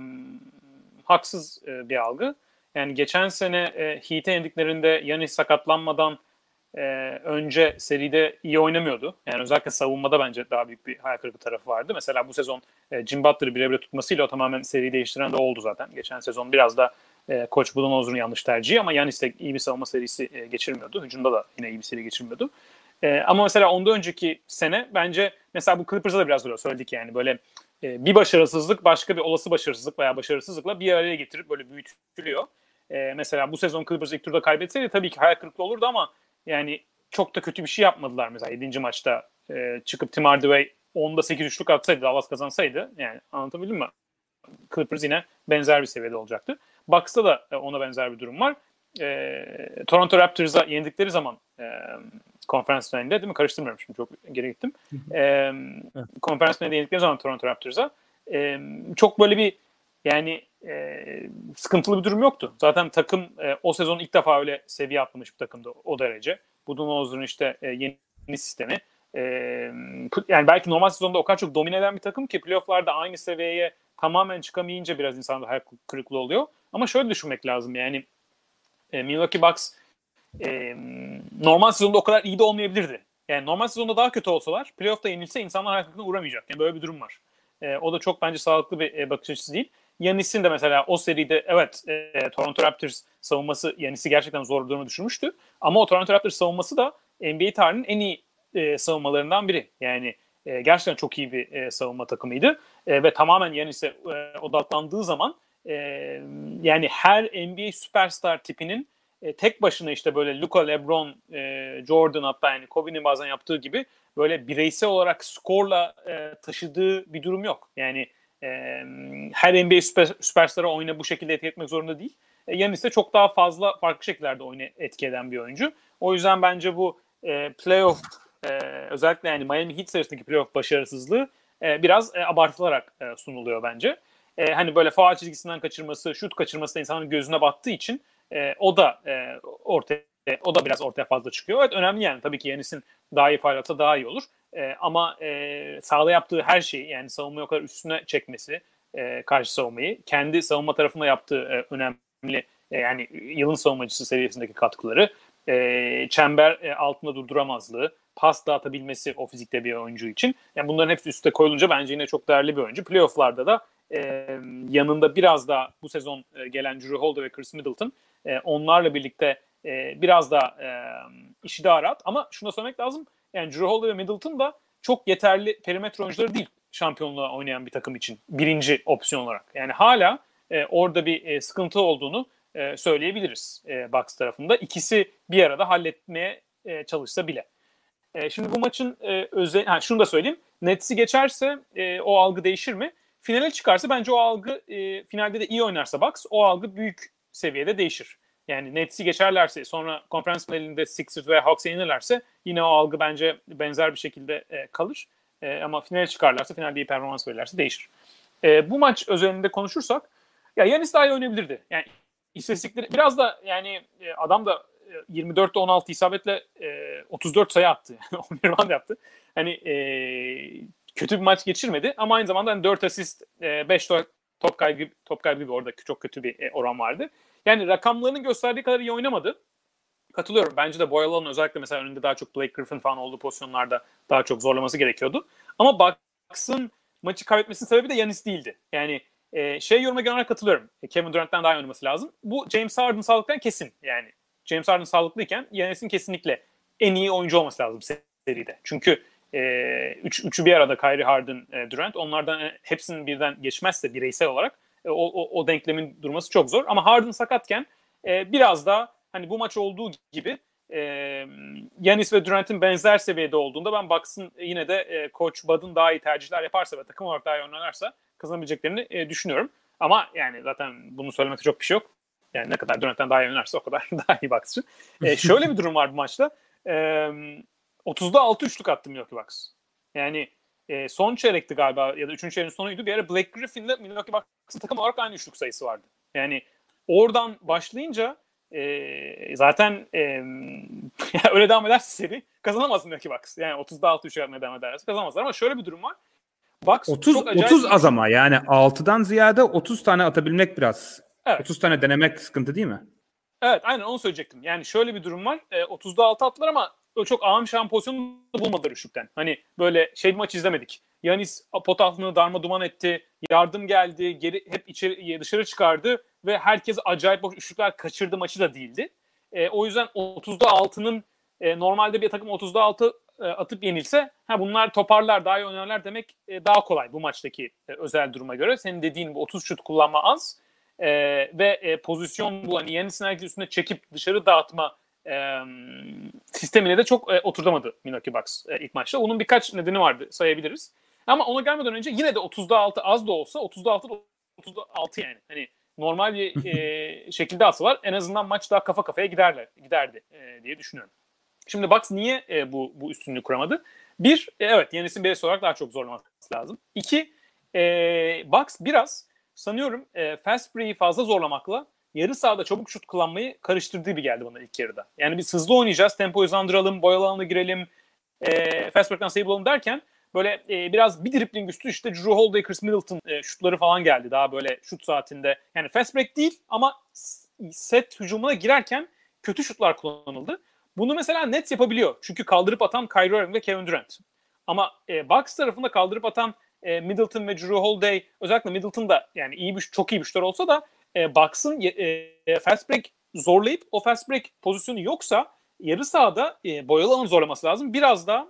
S6: haksız bir algı. Yani geçen sene Heat'e yendiklerinde Giannis sakatlanmadan önce seride iyi oynamıyordu. Yani özellikle savunmada bence daha büyük bir hayal kırıklığı tarafı vardı. Mesela bu sezon Jim Butler'ı birebir tutmasıyla o tamamen seriyi değiştiren de oldu zaten. Geçen sezon biraz da Koç Budenholzer'ın yanlış tercihi ama Giannis de iyi bir savunma serisi geçirmiyordu. Hücumda da yine iyi bir seri geçirmiyordu. Ama mesela ondan önceki sene bence mesela bu Clippers'a da biraz öyle söyledik yani böyle bir başarısızlık başka bir olası başarısızlık veya başarısızlıkla bir araya getirip böyle büyütülüyor. Mesela bu sezon Clippers ilk turda kaybetseydi tabii ki hayal kırıklığı olurdu ama yani çok da kötü bir şey yapmadılar mesela 7. maçta çıkıp Tim Hardaway 10'da 8 üçlük atsaydı Dallas kazansaydı yani anlatabildim mi? Clippers yine benzer bir seviyede olacaktı. Bucks'ta da ona benzer bir durum var. Toronto Raptors'a yendikleri zaman konferans finalinde değil mi? Karıştırmıyorum şimdi çok geri gittim. Konferans finalinde yendikleri zaman Toronto Raptors'a çok böyle bir yani sıkıntılı bir durum yoktu. Zaten takım o sezon ilk defa öyle seviye atlamış bir takımdı o derece. Budenholzer'ın işte yeni sistemi. Yani belki normal sezonda o kadar çok domine eden bir takım ki playoff'larda aynı seviyeye tamamen çıkamayınca biraz insanda hayal kırıklığı oluyor. Ama şöyle düşünmek lazım yani Milwaukee Bucks normal sezonda o kadar iyi de olmayabilirdi. Yani normal sezonda daha kötü olsalar playoff'ta yenilse insanlar hayal kırıklığına uğramayacak. Yani böyle bir durum var. O da çok bence sağlıklı bir bakış açısı değil. Giannis'in de mesela o seride evet Toronto Raptors savunması Giannis'i gerçekten zor duruma düşürmüştü. Ama o Toronto Raptors savunması da NBA tarihinin en iyi savunmalarından biri. Yani gerçekten çok iyi bir savunma takımıydı. Ve tamamen Giannis'e odaklandığı zaman yani her NBA süperstar tipinin tek başına işte böyle Luka, LeBron, Jordan hatta yani Kobe'nin bazen yaptığı gibi böyle bireysel olarak skorla taşıdığı bir durum yok. Yani her NBA süperstara oyuna bu şekilde etki etmek zorunda değil. Giannis de çok daha fazla farklı şekillerde oyuna etki eden bir oyuncu. O yüzden bence bu playoff özellikle yani Miami Heat serisindeki playoff başarısızlığı biraz abartılarak sunuluyor bence. Hani böyle faul çizgisinden kaçırması, şut kaçırması da insanın gözüne battığı için o da biraz ortaya fazla çıkıyor. Evet önemli yani tabii ki Giannis'in daha iyi faul atsa daha iyi olur. Ama sahada yaptığı her şeyi yani savunmayı o kadar üstüne çekmesi karşı savunmayı kendi savunma tarafında yaptığı önemli yani yılın savunmacısı seviyesindeki katkıları çember altında durduramazlığı pas dağıtabilmesi o fizikte bir oyuncu için. Yani bunların hepsi üstte koyulunca bence yine çok değerli bir oyuncu. Playoff'larda da yanında biraz daha bu sezon gelen Jrue Holiday ve Chris Middleton onlarla birlikte biraz da işi daha rahat. Ama şunu da söylemek lazım. Yani Jrue Holiday ve Middleton da çok yeterli perimetre oyuncuları değil şampiyonluğa oynayan bir takım için. Birinci opsiyon olarak. Yani hala orada bir sıkıntı olduğunu söyleyebiliriz Bucks tarafında. İkisi bir arada halletmeye çalışsa bile. Şimdi bu maçın şunu da söyleyeyim. Nets'i geçerse o algı değişir mi? Finale çıkarsa bence o algı finalde de iyi oynarsa Bucks o algı büyük seviyede değişir. Yani Nets'i geçerlerse sonra konferans finalinde Sixers veya Hawks'a yenilirlerse yine o algı bence benzer bir şekilde kalır. Ama finale çıkarlarsa finalde iyi performans verirlerse değişir. Bu maç özelinde konuşursak ya Giannis daha iyi oynayabilirdi. Yani istatistikleri biraz da yani adam da 24'te 16 isabetle 34 sayı attı. 11 rebound yaptı. Hani kötü bir maç geçirmedi ama aynı zamanda hani 4 asist, 5 top kaybı gibi orada çok kötü bir oran vardı. Yani rakamlarının gösterdiği kadar iyi oynamadı. Katılıyorum. Bence de Boy Alan'ın özellikle mesela önünde daha çok Blake Griffin falan olduğu pozisyonlarda daha çok zorlaması gerekiyordu. Ama Bucks'ın maçı kaybetmesinin sebebi de Giannis değildi. Yani yoruma genel olarak katılıyorum. Kevin Durant'tan daha iyi oynaması lazım. Bu James Harden sağlıklıken kesin. Yani James Harden sağlıklıyken Giannis'in kesinlikle en iyi oyuncu olması lazım seride. Çünkü üçü bir arada Kyrie, Harden, Durant. Onlardan hepsinin birden geçmezse bireysel olarak o denklemin durması çok zor. Ama Harden sakatken biraz daha hani bu maç olduğu gibi Giannis ve Durant'in benzer seviyede olduğunda ben Bucks'ın yine de Coach Bud'ın daha iyi tercihler yaparsa ve takım olarak daha iyi oynarlarsa kazanabileceklerini düşünüyorum. Ama yani zaten bunu söylemekte çok bir şey yok. Yani ne kadar Durant'ten daha iyi oynarsa o kadar daha iyi Bucks için. Şöyle bir durum var bu maçta. 30'da 6 üçlük attı Milwaukee Bucks. Yani son çeyrekti galiba ya da 3. çeyreğin sonuydu. Bir ara Blake Griffin'le Milwaukee Bucks'ın takım olarak aynı üçlük sayısı vardı. Yani oradan başlayınca zaten öyle devam ederse seri kazanamaz Milwaukee Bucks. Yani 30'da 6 üçlük atmaya devam ederse kazanamazlar ama şöyle bir durum var. Bucks
S4: 30 az ama yani 6'dan ziyade 30 tane atabilmek biraz. Evet. 30 tane denemek sıkıntı değil mi?
S6: Evet, aynen onu söyleyecektim. Yani şöyle bir durum var. 30'da 6 attılar ama çok ağam şahım pozisyonu bulmadılar üçlükten. Hani böyle bir maç izlemedik. Giannis pot altını darma duman etti. Yardım geldi. Geri hep dışarı çıkardı ve herkes acayip boş üçlükler kaçırdı maçı da değildi. O yüzden 30'da 6'nın normalde bir takım 30'da 6 atıp yenilse bunlar toparlar, daha iyi oynarlar demek daha kolay bu maçtaki özel duruma göre. Senin dediğin bu 30 şut kullanma az. Ve pozisyon bu hani Giannis'in herkes üstüne çekip dışarı dağıtma sistemiyle de çok oturtamadı Milwaukee Bucks ilk maçta. Onun birkaç nedeni vardı sayabiliriz. Ama ona gelmeden önce yine de 30'da 6 az da olsa 30'da 6 yani. Hani normal bir şekilde atsalar en azından maç daha kafa kafaya giderdi diye düşünüyorum. Şimdi Bucks niye bu üstünlüğü kuramadı? Bir, evet Giannis'in bireysel olarak daha çok zorlaması lazım. İki, Bucks biraz sanıyorum fast break'i fazla zorlamakla yarı sahada çabuk şut kullanmayı karıştırdığı bir geldi bana ilk yarıda. Yani biz hızlı oynayacağız, tempoyu hızlandıralım, boy alanına girelim, fast break'ten sayı bulalım derken böyle biraz bir dribling üstü işte Jrue Holiday, Chris Middleton şutları falan geldi. Daha böyle şut saatinde. Yani fast break değil ama set hücumuna girerken kötü şutlar kullanıldı. Bunu mesela Nets yapabiliyor. Çünkü kaldırıp atan Kyrie Irving ve Kevin Durant. Ama Bucks tarafında kaldırıp atan Middleton ve Jrue Holiday, özellikle Middleton da yani çok iyi bir şutör olsa da Bucks'ın fast break zorlayıp o fast break pozisyonu yoksa yarı sahada boyalı alanı zorlaması lazım. Biraz da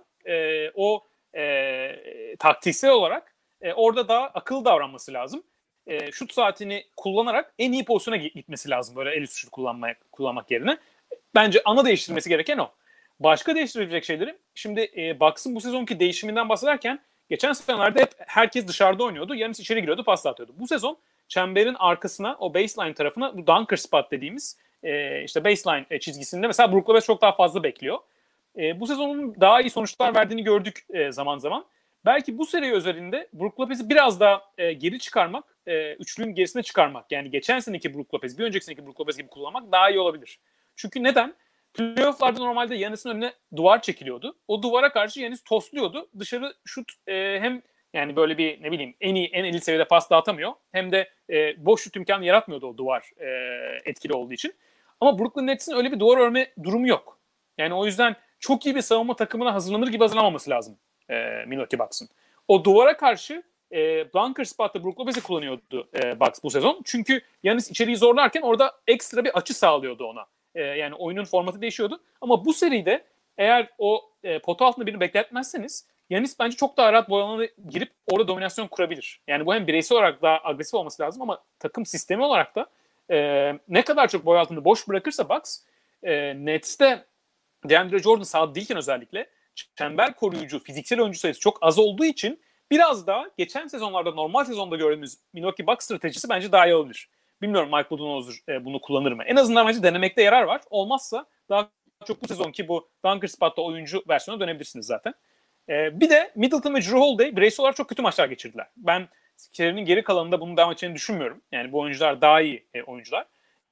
S6: taktiksel olarak orada daha akıllı davranması lazım. Şut saatini kullanarak en iyi pozisyona gitmesi lazım böyle el üstü şut kullanmak yerine. Bence ana değiştirmesi gereken o. Başka değiştirebilecek şeyleri şimdi Bucks'ın bu sezonki değişiminden bahsederken geçen senelerde hep herkes dışarıda oynuyordu. Giannis içeri giriyordu, pas atıyordu. Bu sezon çemberin arkasına, o baseline tarafına bu dunker spot dediğimiz işte baseline çizgisinde mesela Brook Lopez çok daha fazla bekliyor. Bu sezonun daha iyi sonuçlar verdiğini gördük zaman zaman. Belki bu seri özelinde Brook Lopez'i biraz daha geri çıkarmak, üçlünün gerisine çıkarmak. Yani geçen seneki Brook Lopez, bir önceki seneki Brook Lopez gibi kullanmak daha iyi olabilir. Çünkü neden? Playoff'larda normalde Giannis'in önüne duvar çekiliyordu. O duvara karşı Giannis tosluyordu. Dışarı şut hem yani böyle bir ne bileyim en elit seviyede pas dağıtamıyor. Hem de boş şut imkanı yaratmıyordu o duvar etkili olduğu için. Ama Brooklyn Nets'in öyle bir duvar örme durumu yok. Yani o yüzden çok iyi bir savunma takımına hazırlanır gibi hazırlanmaması lazım Milwaukee Bucks'ın. O duvara karşı bunker spot'ta Brook Lopez'i kullanıyordu Bucks bu sezon. Çünkü Giannis içeriği zorlarken orada ekstra bir açı sağlıyordu ona. Yani oyunun formatı değişiyordu. Ama bu seride eğer o pota altında birini bekletmezseniz Giannis bence çok daha rahat boy alanına girip orada dominasyon kurabilir. Yani bu hem bireysel olarak daha agresif olması lazım ama takım sistemi olarak da ne kadar çok boy altında boş bırakırsa Bucks Nets'te DeAndre Jordan sahada değilken özellikle çember koruyucu, fiziksel oyuncu sayısı çok az olduğu için biraz daha geçen sezonlarda normal sezonda gördüğümüz Milwaukee Bucks stratejisi bence daha iyi olabilir. Bilmiyorum Mike Budenholzer bunu kullanır mı? En azından bence denemekte yarar var. Olmazsa daha çok bu sezonki bu Dunker Spot'ta oyuncu versiyona dönebilirsiniz zaten. Bir de Middleton ve Jrue Holiday bireysel olarak çok kötü maçlar geçirdiler. Ben serinin geri kalanında bunun devam edeceğini düşünmüyorum. Yani bu oyuncular daha iyi oyuncular.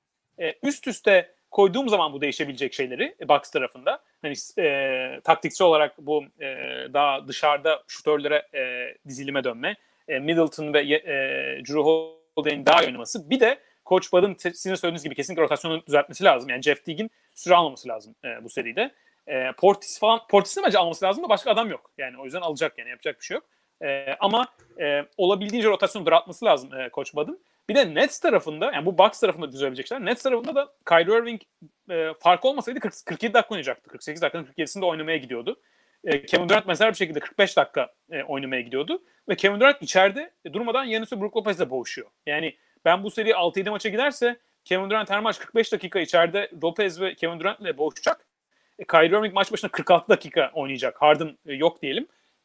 S6: Üst üste koyduğum zaman bu değişebilecek şeyleri Bucks tarafında hani taktiksel olarak bu daha dışarıda şutörlere dizilime dönme, Middleton ve Jrue Holiday'in daha iyi oynaması. Bir de Coach Bud'ın sizin söylediğiniz gibi kesinlikle rotasyonu düzeltmesi lazım. Yani Jeff Teague'in süre almaması lazım bu seride. Portis'in bence alması lazım da başka adam yok. Yani o yüzden alacak yani yapacak bir şey yok. Ama olabildiğince rotasyonu daraltması lazım Coach Bud'ın. Bir de Nets tarafında yani bu Bucks tarafında düzelebilecek şeyler. Nets tarafında da Kyrie Irving fark olmasaydı 47 dakika oynayacaktı. 48 dakikanın 47'sinde oynamaya gidiyordu. Kevin Durant mesela bir şekilde 45 dakika oynamaya gidiyordu. Ve Kevin Durant içeride durmadan Giannis ve Brook Lopez'le boğuşuyor. Yani ben bu seri 6-7 maça giderse Kevin Durant her maç 45 dakika içeride Lopez ve Kevin Durant'le boğuşacak. Kyrie Irving maç başına 46 dakika oynayacak. Harden yok diyelim.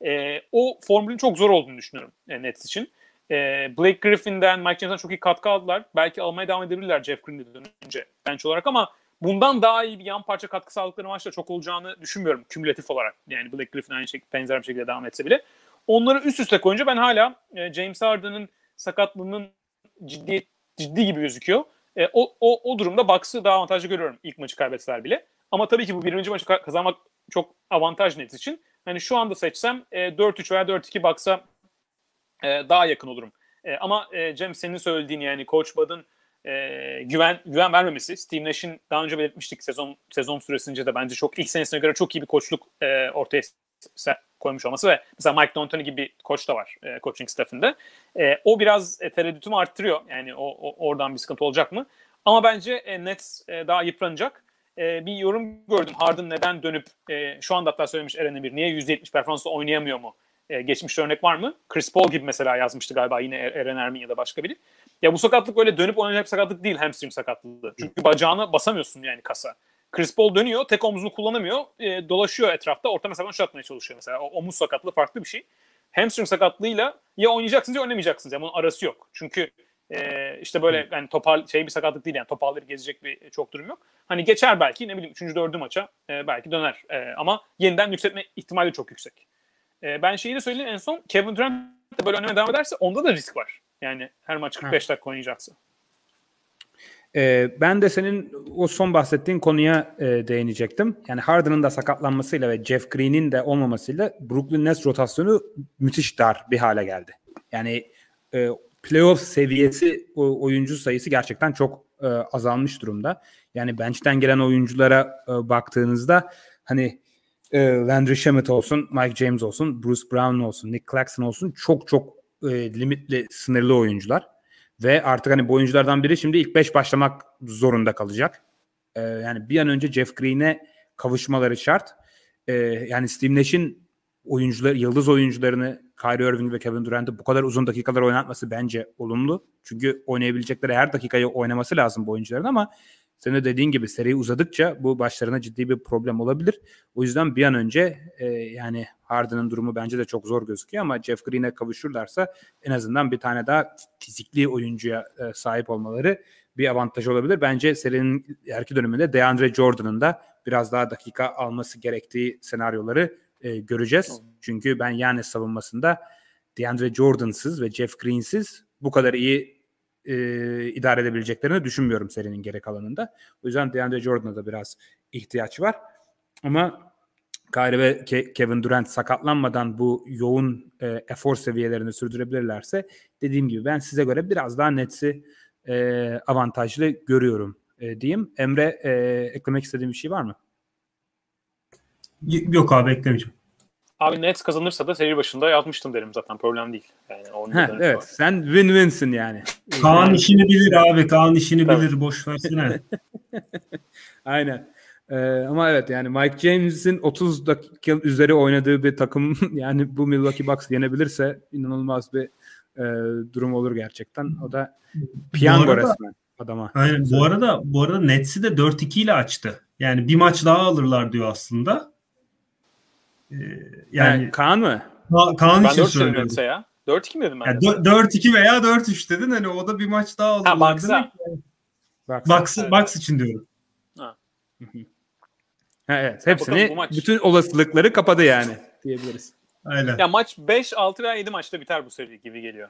S6: O formülün çok zor olduğunu düşünüyorum Nets için. Blake Griffin'den, Mike James'den çok iyi katkı aldılar. Belki almaya devam edebilirler Jeff Green'den dönünce bench olarak ama bundan daha iyi bir yan parça katkı sağladıkları maçta çok olacağını düşünmüyorum kümülatif olarak. Yani Blake Griffin aynı şekilde benzer bir şekilde devam etse bile. Onları üst üste koyunca ben hala James Harden'ın sakatlığının ciddi gibi gözüküyor. O durumda Bucks'ı daha avantajlı görüyorum ilk maçı kaybetseler bile. Ama tabii ki bu birinci maçı kazanmak çok avantaj Nets için. Hani şu anda seçsem 4-3 veya 4-2 Bucks'a daha yakın olurum. Ama Cem senin söylediğin yani Coach Bud'ın güven vermemesi. Steve Nash'in daha önce belirtmiştik sezon süresince de bence çok ilk senesine göre çok iyi bir koçluk ortaya koymuş olması ve mesela Mike D'Antoni gibi bir koç da var coaching staff'ında. O biraz tereddütümü arttırıyor. Yani oradan bir sıkıntı olacak mı? Ama bence Nets daha yıpranacak. Bir yorum gördüm. Harden neden dönüp şu anda hatta söylemiş Eren Emir niye %70 performansla oynayamıyor mu? Geçmişte örnek var mı? Chris Paul gibi mesela yazmıştı galiba yine Eren Ermin ya da başka biri. Ya bu sakatlık öyle dönüp oynayacak bir sakatlık değil, hamstring sakatlığı. Çünkü bacağına basamıyorsun yani kasa. Chris Paul dönüyor, tek omzunu kullanamıyor, dolaşıyor etrafta, orta mesafeden şut atmaya çalışıyor mesela. O omuz sakatlığı farklı bir şey. Hamstring sakatlığıyla ya oynayacaksınız ya oynamayacaksınız. Yani bunun arası yok. Çünkü işte böyle yani bir sakatlık değil yani topalları gezecek bir çok durum yok. Hani geçer belki ne bileyim 3. 4. maça belki döner. Ama yeniden yükseltme ihtimali çok yüksek. Ben şeyi de söyleyeyim en son Kevin Durant de böyle oynamaya devam ederse onda da risk var. Yani her maç 45 dakika oynayacaksa.
S4: Ben de senin o son bahsettiğin konuya değinecektim. Yani Harden'ın da sakatlanmasıyla ve Jeff Green'in de olmamasıyla Brooklyn Nets rotasyonu müthiş dar bir hale geldi. Yani playoff seviyesi oyuncu sayısı gerçekten çok azalmış durumda. Yani bench'ten gelen oyunculara baktığınızda hani Landry Shamet olsun, Mike James olsun, Bruce Brown olsun, Nick Claxton olsun çok limitli, sınırlı oyuncular. Ve artık hani bu oyunculardan biri şimdi ilk 5 başlamak zorunda kalacak. Yani bir an önce Jeff Green'e kavuşmaları şart. Yani Steve Nash'in yıldız oyuncularını Kyrie Irving ve Kevin Durant'ı bu kadar uzun dakikalar oynatması bence olumlu. Çünkü oynayabilecekleri her dakikayı oynaması lazım bu oyuncuların ama senin de dediğin gibi seri uzadıkça bu başlarına ciddi bir problem olabilir. O yüzden bir an önce yani Harden'ın durumu bence de çok zor gözüküyor ama Jeff Green'e kavuşurlarsa en azından bir tane daha fizikli oyuncuya sahip olmaları bir avantaj olabilir. Bence serinin ileriki döneminde DeAndre Jordan'ın da biraz daha dakika alması gerektiği senaryoları göreceğiz. Çünkü ben yani savunmasında DeAndre Jordan'sız ve Jeff Green'siz bu kadar iyi idare edebileceklerini düşünmüyorum serinin geri kalanında. O yüzden DeAndre Jordan'a da biraz ihtiyaç var. Ama Kyrie ve Kevin Durant sakatlanmadan bu yoğun efor seviyelerini sürdürebilirlerse dediğim gibi ben size göre biraz daha Nets'i avantajlı görüyorum diyeyim. Emre eklemek istediğin bir şey var mı?
S5: Yok abi eklemeyeceğim.
S6: Abi Nets kazanırsa da seri başında yazmıştım derim zaten. Problem değil. Yani
S4: evet. Var. Sen win-win'sin yani.
S5: Kaan işini bilir abi. Kaan işini bilir. Boş versene.
S4: Aynen. Ama evet yani Mike James'in 30 dakika üzeri oynadığı bir takım yani bu Milwaukee Bucks yenebilirse inanılmaz bir durum olur gerçekten. O da piyango resmen adama.
S5: Aynen. Bu arada Nets'i de 4-2 ile açtı. Yani bir maç daha alırlar diyor aslında.
S4: Yani Kaan mı?
S5: Kaan
S6: ben
S5: için
S6: 4
S5: söylüyorum.
S6: Nets'e ya. 4-2 mi dedim ben?
S5: Yani 4-2 veya 4-3 dedin. Hani o da bir maç daha alırlar demek. Bucks için diyorum.
S4: Evet. Hepsini bütün olasılıkları kapadı yani diyebiliriz.
S5: Aynen.
S6: Ya maç 5, 6 veya 7 maçta biter bu seri gibi geliyor.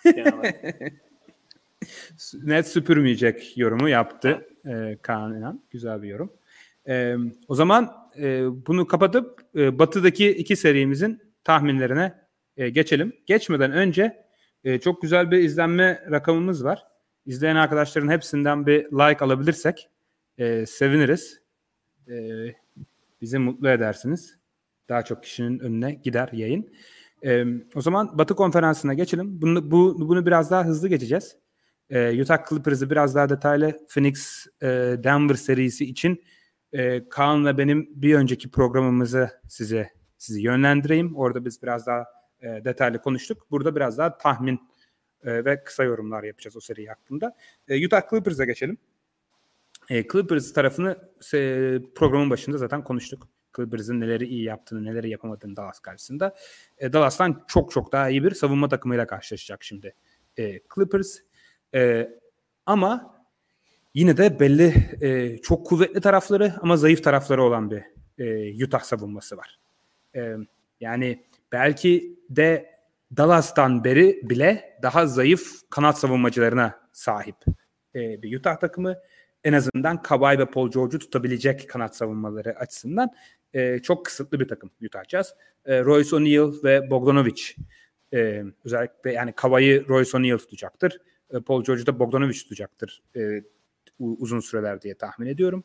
S4: Net süpürmeyecek yorumu yaptı Kaan İnan. Güzel bir yorum. O zaman bunu kapatıp Batı'daki 2 serimizin tahminlerine geçelim. Geçmeden önce çok güzel bir izlenme rakamımız var. İzleyen arkadaşların hepsinden bir like alabilirsek seviniriz. Bizi mutlu edersiniz. Daha çok kişinin önüne gider yayın. O zaman Batı konferansına geçelim. Bunu biraz daha hızlı geçeceğiz. Utah Clippers'ı biraz daha detaylı Phoenix Denver serisi için Kaan ve benim bir önceki programımızı sizi yönlendireyim. Orada biz biraz daha detaylı konuştuk. Burada biraz daha tahmin ve kısa yorumlar yapacağız o seri hakkında. Utah Clippers'a geçelim. Clippers tarafını programın başında zaten konuştuk. Clippers'ın neleri iyi yaptığını, neleri yapamadığını Dallas karşısında. Dallas'tan çok çok daha iyi bir savunma takımıyla karşılaşacak şimdi Clippers. Ama yine de belli çok kuvvetli tarafları ama zayıf tarafları olan bir Utah savunması var. Yani belki de Dallas'tan beri bile daha zayıf kanat savunmacılarına sahip bir Utah takımı. En azından Kawhi ve Paul George'u tutabilecek kanat savunmaları açısından çok kısıtlı bir takım Utah Jazz. Royce O'Neal ve Bogdanovic özellikle yani Kawhi'yi Royce O'Neal tutacaktır. Paul George'u da Bogdanovic tutacaktır uzun süreler diye tahmin ediyorum.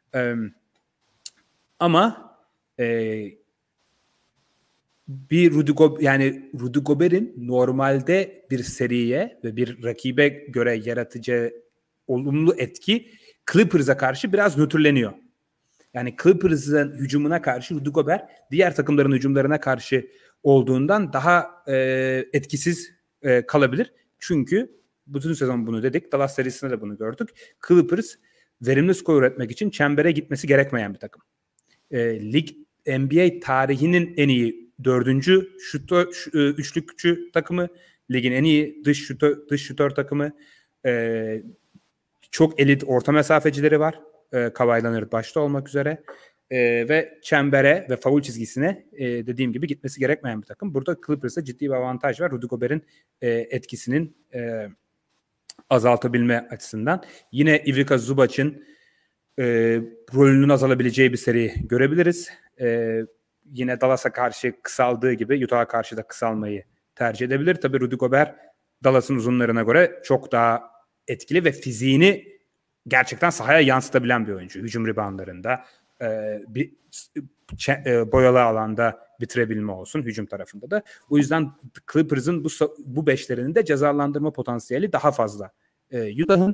S4: Ama bir Rudy Gobert'in normalde bir seriye ve bir rakibe göre yaratıcı olumlu etki Clippers'a karşı biraz nötrleniyor. Yani Clippers'ın hücumuna karşı Rudy Gobert diğer takımların hücumlarına karşı olduğundan daha etkisiz kalabilir. Çünkü bütün sezon bunu dedik. Dallas serisinde de bunu gördük. Clippers verimli skor üretmek için çembere gitmesi gerekmeyen bir takım. NBA tarihinin en iyi 4. üçlükçü takımı, ligin en iyi dış şutör takımı, çok elit orta mesafecileri var. Kawhi Leonard başta olmak üzere. Ve çembere ve faul çizgisine dediğim gibi gitmesi gerekmeyen bir takım. Burada Clippers'a ciddi bir avantaj var. Rudy Gobert'in etkisinin azaltabilme açısından. Yine Ivica Zubac'ın rolünün azalabileceği bir seri görebiliriz. Yine Dallas'a karşı kısaldığı gibi Utah'a karşı da kısalmayı tercih edebilir. Tabii Rudy Gobert Dallas'ın uzunlarına göre çok daha etkili ve fiziğini gerçekten sahaya yansıtabilen bir oyuncu. Hücum reboundlarında boyalı alanda bitirebilme olsun hücum tarafında da. O yüzden Clippers'ın bu beşlerinin de cezalandırma potansiyeli daha fazla Utah'ın.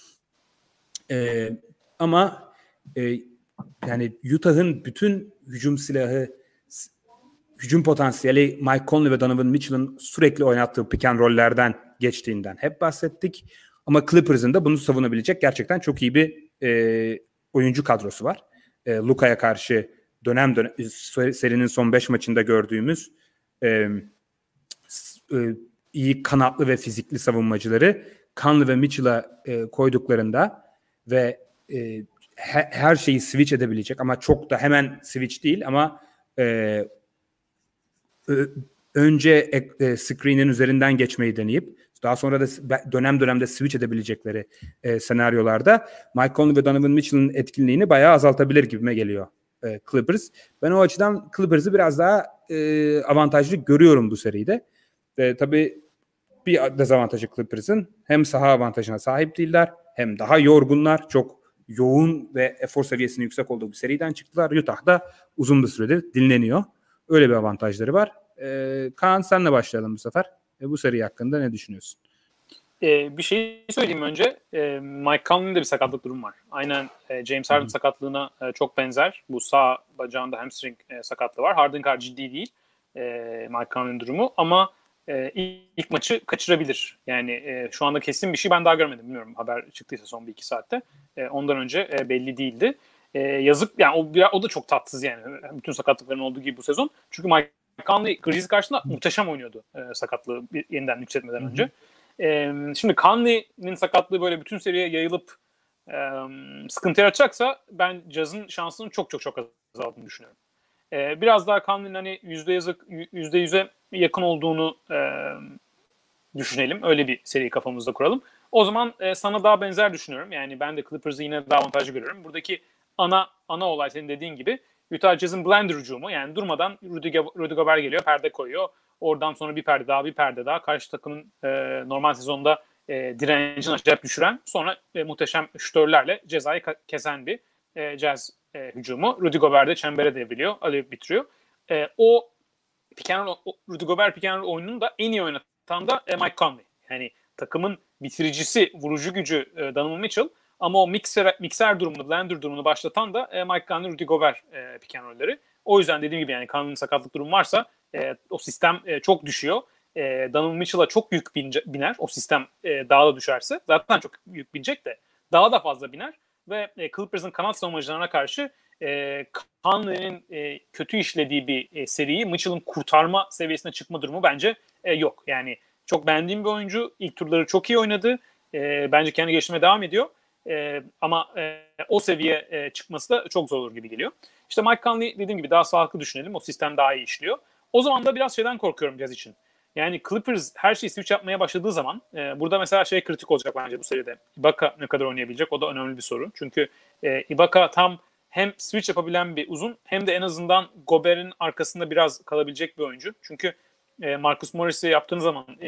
S4: Ama yani Utah'ın bütün hücum silahı, hücum potansiyeli Mike Conley ve Donovan Mitchell'ın sürekli oynattığı pick and roll'lerden geçtiğinden hep bahsettik. Ama Clippers'ın da bunu savunabilecek gerçekten çok iyi bir oyuncu kadrosu var. Luka'ya karşı dönem serinin son 5 maçında gördüğümüz iyi kanatlı ve fizikli savunmacıları Conley ve Mitchell'a koyduklarında ve her şeyi switch edebilecek ama çok da hemen switch değil ama önce screen'in üzerinden geçmeyi deneyip daha sonra da dönemde switch edebilecekleri senaryolarda Mike Conley ve Donovan Mitchell'ın etkinliğini bayağı azaltabilir gibime geliyor Clippers. Ben o açıdan Clippers'ı biraz daha avantajlı görüyorum bu seride. Tabii bir dezavantajı Clippers'ın hem saha avantajına sahip değiller hem daha yorgunlar. Çok yoğun ve efor seviyesinin yüksek olduğu bir seriden çıktılar. Utah da uzun bir süredir dinleniyor. Öyle bir avantajları var. Kaan senle başlayalım bu sefer. Bu seri hakkında ne düşünüyorsun?
S6: Bir şey söyleyeyim önce. Mike Conley'nin de bir sakatlık durumu var. Aynen James Harden sakatlığına çok benzer. Bu sağ bacağında hamstring sakatlığı var. Harden kadar ciddi değil Mike Conley'nin durumu ama ilk maçı kaçırabilir. Yani şu anda kesin bir şey ben daha görmedim. Bilmiyorum haber çıktıysa son 1-2 saatte. Ondan önce belli değildi. Yazık yani o da çok tatsız yani. Bütün sakatlıkların olduğu gibi bu sezon. Çünkü Mike Conley Grizzlies karşısında muhteşem oynuyordu sakatlığı yeniden yükseltmeden önce. Şimdi Conley'nin sakatlığı böyle bütün seriye yayılıp sıkıntı yaratacaksa ben Jazz'ın şansının çok azaldığını düşünüyorum. Biraz daha Conley'nin hani %100'e yakın olduğunu düşünelim. Öyle bir seriyi kafamızda kuralım. O zaman sana daha benzer düşünüyorum. Yani ben de Clippers'ı yine daha avantajlı görüyorum. Buradaki ana olay senin dediğin gibi Utah Jazz'ın blender hücumu. Yani durmadan Rudy Gobert geliyor, perde koyuyor. Oradan sonra bir perde daha. Karşı takımın normal sezonda direncini acayip düşüren, sonra muhteşem şütörlerle cezayı kesen bir Jazz hücumu. Rudy Gobert de çembere devriliyor, alıp bitiriyor. O Rudy Gobert pick and roll oyununu da en iyi oynatan da Mike Conley. Yani takımın bitiricisi, vurucu gücü Donovan Mitchell. Ama o mikser durumunu, blender durumunu başlatan da Mike Conley, Rudy Gobert pick and roll'leri. O yüzden dediğim gibi yani Conley'nin sakatlık durumu varsa o sistem çok düşüyor. Donovan Mitchell'a çok yük biner. O sistem daha da düşerse. Zaten çok yük binecek de daha da fazla biner. Ve Clippers'ın kanat savunmacılarına karşı Conley'nin kötü işlediği bir seriyi Mitchell'ın kurtarma seviyesine çıkma durumu bence yok. Yani çok beğendiğim bir oyuncu. İlk turları çok iyi oynadı. Bence kendi geliştirmeye devam ediyor. Ama o seviye çıkması da çok zor olur gibi geliyor. İşte Mike Conley dediğim gibi daha sağlıklı düşünelim. O sistem daha iyi işliyor. O zaman da biraz şeyden korkuyorum Jazz için. Yani Clippers her şeyi switch yapmaya başladığı zaman burada mesela şey kritik olacak bence bu seride. Ibaka ne kadar oynayabilecek? O da önemli bir soru. Çünkü Ibaka tam hem switch yapabilen bir uzun hem de en azından Gobert'in arkasında biraz kalabilecek bir oyuncu. Çünkü Marcus Morris'i yaptığınız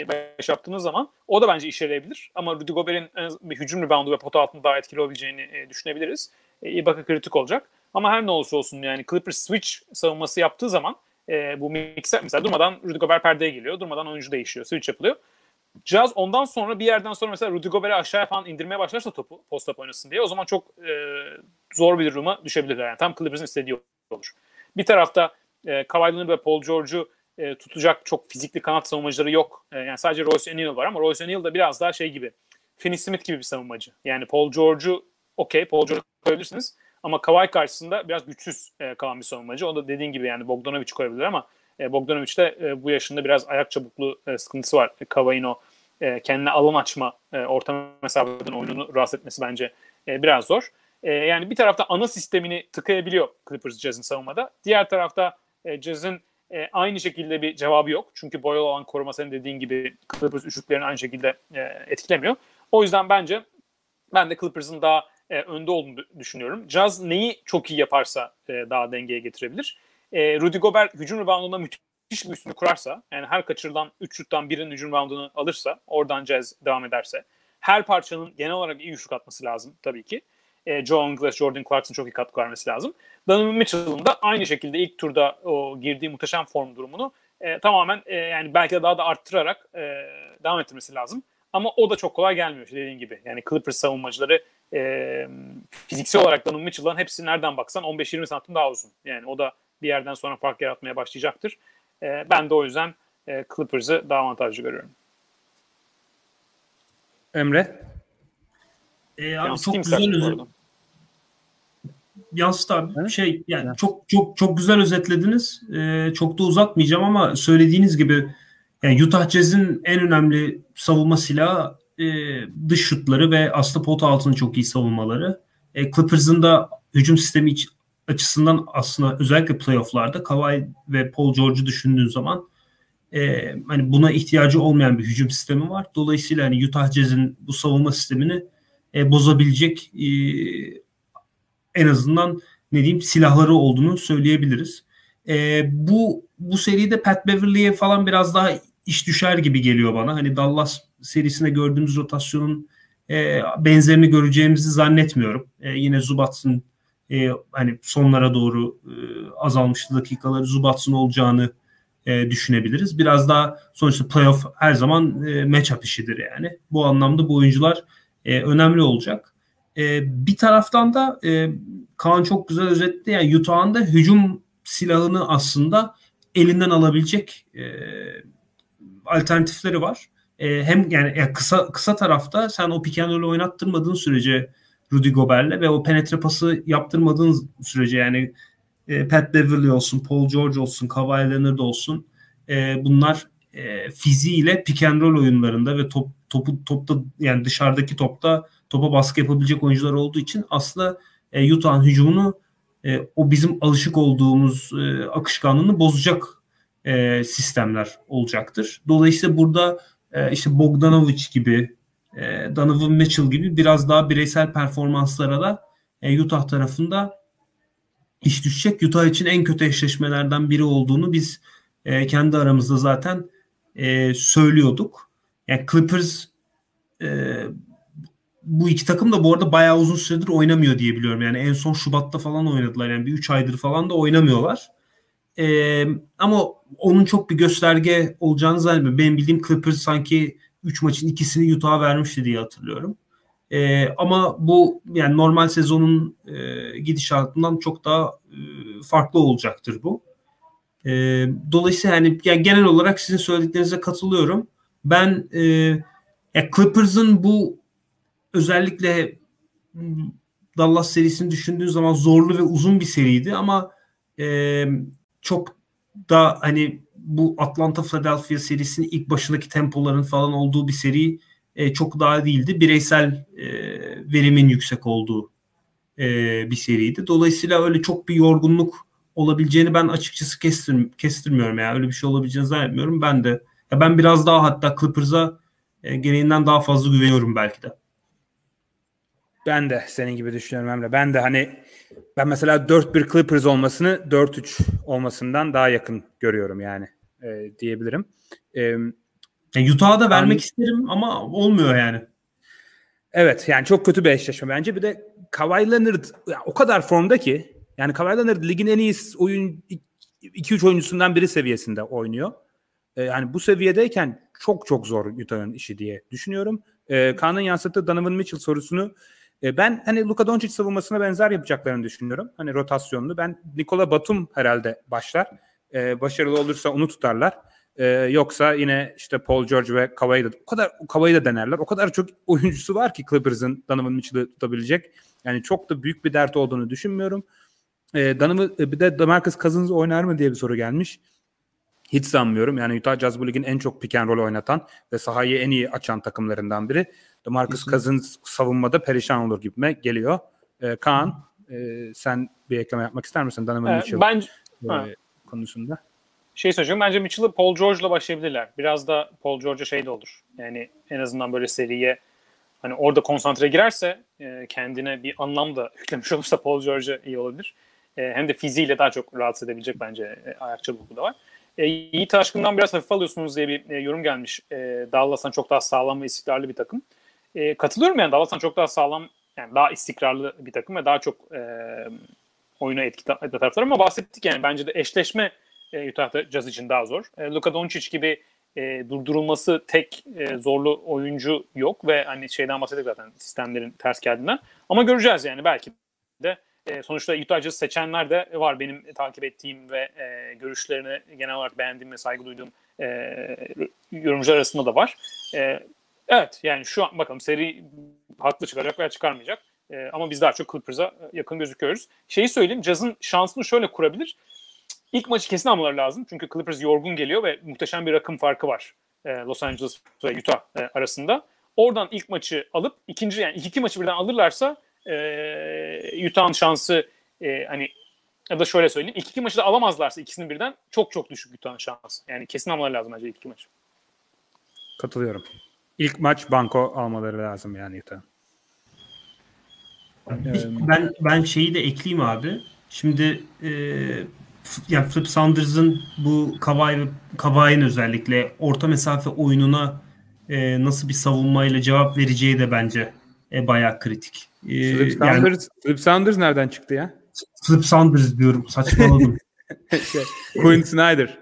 S6: zaman o da bence işe yarayabilir. Ama Rudy Gobert'in bir hücum reboundu ve pota altında daha etkili olabileceğini düşünebiliriz. Ibaka kritik olacak. Ama her ne olursa olsun yani Clippers switch savunması yaptığı zaman bu mikser mesela durmadan Rudy Gobert perdeye geliyor. Durmadan oyuncu değişiyor. Switch yapılıyor. Jazz ondan sonra bir yerden sonra mesela Rudy Gobert'i aşağıya falan indirmeye başlarsa topu post-up oynasın diye o zaman çok zor bir duruma düşebilirler. Yani tam Clippers'ın istediği olur. Bir tarafta Kawhi Leonard ve Paul George'u tutacak çok fizikli kanat savunmacıları yok. Yani sadece Royce O'Neal var ama Royce O'Neal da biraz daha şey gibi. Finney Smith gibi bir savunmacı. Yani Paul George'u Paul George'u koyabilirsiniz. Ama Kawhi karşısında biraz güçsüz kalan bir savunmacı. O da dediğin gibi yani Bogdanovic koyabilir ama Bogdanovic de bu yaşında biraz ayak çabukluğu sıkıntısı var. Kawhi'nin o kendine alan açma, orta mesafeden oyununu rahatsız etmesi bence biraz zor. Yani bir tarafta ana sistemini tıkayabiliyor Clippers Jazz'ın savunmada. Diğer tarafta Jazz'ın aynı şekilde bir cevabı yok. Çünkü boyalı alan koruma senin dediğin gibi Clippers üçlüklerini aynı şekilde etkilemiyor. O yüzden bence ben de Clippers'ın daha önde olduğunu düşünüyorum. Jazz neyi çok iyi yaparsa daha dengeye getirebilir. Rudy Gobert hücum reboundunda müthiş bir üstünlüğü kurarsa, yani her kaçırılan 3 şuttan birinin hücum reboundunu alırsa, oradan Jazz devam ederse, her parçanın genel olarak iyi üçlük atması lazım tabii ki. Joe Ingles, Jordan Clarkson çok iyi katkı vermesi lazım. Donovan Mitchell'ın da aynı şekilde ilk turda o girdiği muhteşem form durumunu tamamen yani belki de daha da arttırarak devam ettirmesi lazım. Ama o da çok kolay gelmiyor dediğin gibi. Yani Clippers savunmacıları fiziksel olarak Donovan Mitchell'ın hepsi nereden baksan 15-20 santim daha uzun. Yani o da bir yerden sonra fark yaratmaya başlayacaktır. Ben de o yüzden Clippers'ı daha avantajlı görüyorum.
S4: Emre?
S5: Abi çok güzel Yansıt abi. Yani çok güzel özetlediniz. Çok da uzatmayacağım ama söylediğiniz gibi yani Utah Jazz'in en önemli savunma silahı dış şutları ve aslında pot altını çok iyi savunmaları. Clippers'ın da hücum sistemi açısından aslında özellikle playoff'larda Kawhi ve Paul George'u düşündüğün zaman hani buna ihtiyacı olmayan bir hücum sistemi var. Dolayısıyla hani Utah Jazz'in bu savunma sistemini bozabilecek en azından ne diyeyim silahları olduğunu söyleyebiliriz. Bu seride Pat Beverley'e falan biraz daha iş düşer gibi geliyor bana. Hani Dallas serisinde gördüğümüz rotasyonun benzerini göreceğimizi zannetmiyorum. Yine Zubats'ın hani sonlara doğru azalmıştı dakikaları, Zubats'ın olacağını düşünebiliriz. Biraz daha sonuçta playoff her zaman matchup işidir yani. Bu anlamda bu oyuncular önemli olacak. Bir taraftan da Kaan çok güzel özetledi. Yani Utah'ın da hücum silahını aslında elinden alabilecek alternatifleri var. Hem yani kısa tarafta sen o pick and roll'ü oynattırmadığın sürece Rudy Gobert'le ve o penetre pası yaptırmadığın sürece yani Pat Beverley olsun, Paul George olsun, Kawhi Leonard olsun bunlar fiziğiyle pick and roll oyunlarında ve topta yani dışarıdaki topa baskı yapabilecek oyuncular olduğu için aslında Utah'ın hücumunu o bizim alışık olduğumuz akışkanlığını bozacak sistemler olacaktır. Dolayısıyla burada işte Bogdanovic gibi, Donovan Mitchell gibi biraz daha bireysel performanslara da Utah tarafında iş düşecek. Utah için en kötü eşleşmelerden biri olduğunu biz kendi aramızda zaten söylüyorduk. Yani Clippers bu iki takım da bu arada bayağı uzun süredir oynamıyor diye biliyorum. Yani en son Şubat'ta falan oynadılar. Yani bir 3 aydır falan da oynamıyorlar. Ama onun çok bir gösterge olacağını zannetmiyorum. Benim bildiğim Clippers sanki 3 maçın 2'sini Utah'a vermişti diye hatırlıyorum. Ama bu yani normal sezonun gidişatından çok daha farklı olacaktır bu. Dolayısıyla yani genel olarak sizin söylediklerinize katılıyorum. Ben Clippers'ın bu özellikle Dallas serisini düşündüğün zaman zorlu ve uzun bir seriydi ama çok da hani bu Atlanta Philadelphia serisinin ilk başındaki tempoların falan olduğu bir seri çok daha değildi. Bireysel verimin yüksek olduğu bir seriydi. Dolayısıyla öyle çok bir yorgunluk olabileceğini ben açıkçası kestirmiyorum. Yani öyle bir şey olabileceğini zannetmiyorum. Ben biraz daha hatta Clippers'a gereğinden daha fazla güveniyorum belki de.
S4: Ben de senin gibi düşünüyorum Emre. Ben de ben mesela 4-1 Clippers olmasını 4-3 olmasından daha yakın görüyorum yani diyebilirim.
S5: Utah'a da vermek isterim ama olmuyor yani.
S4: Evet yani çok kötü bir eşleşme bence. Bir de Kawhi Leonard o kadar formda ki yani Kawhi Leonard ligin en iyi 2-3 oyuncusundan biri seviyesinde oynuyor. Yani bu seviyedeyken çok çok zor Utah'ın işi diye düşünüyorum. Kaan'ın yansıttığı Donovan Mitchell sorusunu ben hani Luka Doncic savunmasına benzer yapacaklarını düşünüyorum. Hani rotasyonlu. Ben Nikola Batum herhalde başlar. Başarılı olursa onu tutarlar. Yoksa yine işte Paul George ve Kawhi'yi da denerler. O kadar çok oyuncusu var ki Clippers'ın Donovan Mitchell'ı tutabilecek. Yani çok da büyük bir dert olduğunu düşünmüyorum. Bir de DeMarcus Cousins oynar mı diye bir soru gelmiş. Hiç sanmıyorum. Yani Utah Jazz bu ligin en çok pick and roll oynatan ve sahayı en iyi açan takımlarından biri. DeMarcus Cousins savunmada perişan olur gibime geliyor. Kaan, sen bir ekleme yapmak ister misin Donovan Mitchell konusunda?
S6: Söyleyeceğim. Bence Mitchell'ı Paul George'la başlayabilirler. Biraz da Paul George'a de olur. Yani en azından böyle seriye hani orada konsantre girerse kendine bir anlam da yüklemiş olursa Paul George'a iyi olabilir. Hem de fiziğiyle daha çok rahatsız edebilecek bence ayak çabukluğu da var. Yiğit Aşkın'dan biraz hafif alıyorsunuz diye bir yorum gelmiş. Dallas'tan çok daha sağlam ve istikrarlı bir takım. Katılıyorum yani Dallas'tan çok daha sağlam, yani daha istikrarlı bir takım ve daha çok oyuna etki taraftar ama bahsettik yani bence de eşleşme Utah Jazz için daha zor. Luka Doncic gibi durdurulması tek zorlu oyuncu yok ve hani şeyden bahsettik zaten sistemlerin ters geldiğinden. Ama göreceğiz yani belki de sonuçta Utah Jazz seçenler de var benim takip ettiğim ve görüşlerini genel olarak beğendiğim ve saygı duyduğum yorumcular arasında da var. Evet yani şu an bakalım seri haklı çıkacak veya çıkarmayacak. Ama biz daha çok Clippers'a yakın gözüküyoruz. Şeyi söyleyeyim, Jazz'ın şansını şöyle kurabilir. İlk maçı kesin almaları lazım. Çünkü Clippers yorgun geliyor ve muhteşem bir rakım farkı var Los Angeles ve Utah arasında. Oradan ilk maçı alıp iki maçı birden alırlarsa Utah'ın şansı hani ya da şöyle söyleyeyim. İki maçı da alamazlarsa ikisini birden çok çok düşük Utah'ın şansı. Yani kesin almaları lazım bence iki maçı.
S4: Katılıyorum. İlk maç banko almaları lazım yani Utah'ın.
S5: Ben şeyi de ekleyeyim abi. Şimdi yani Flip Saunders'ın bu Kawhi'nin özellikle orta mesafe oyununa nasıl bir savunmayla cevap vereceği de bence bayağı kritik.
S4: Flip Saunders nereden çıktı ya?
S5: Flip Saunders diyorum. Saçmaladım.
S4: Quinn Snyder.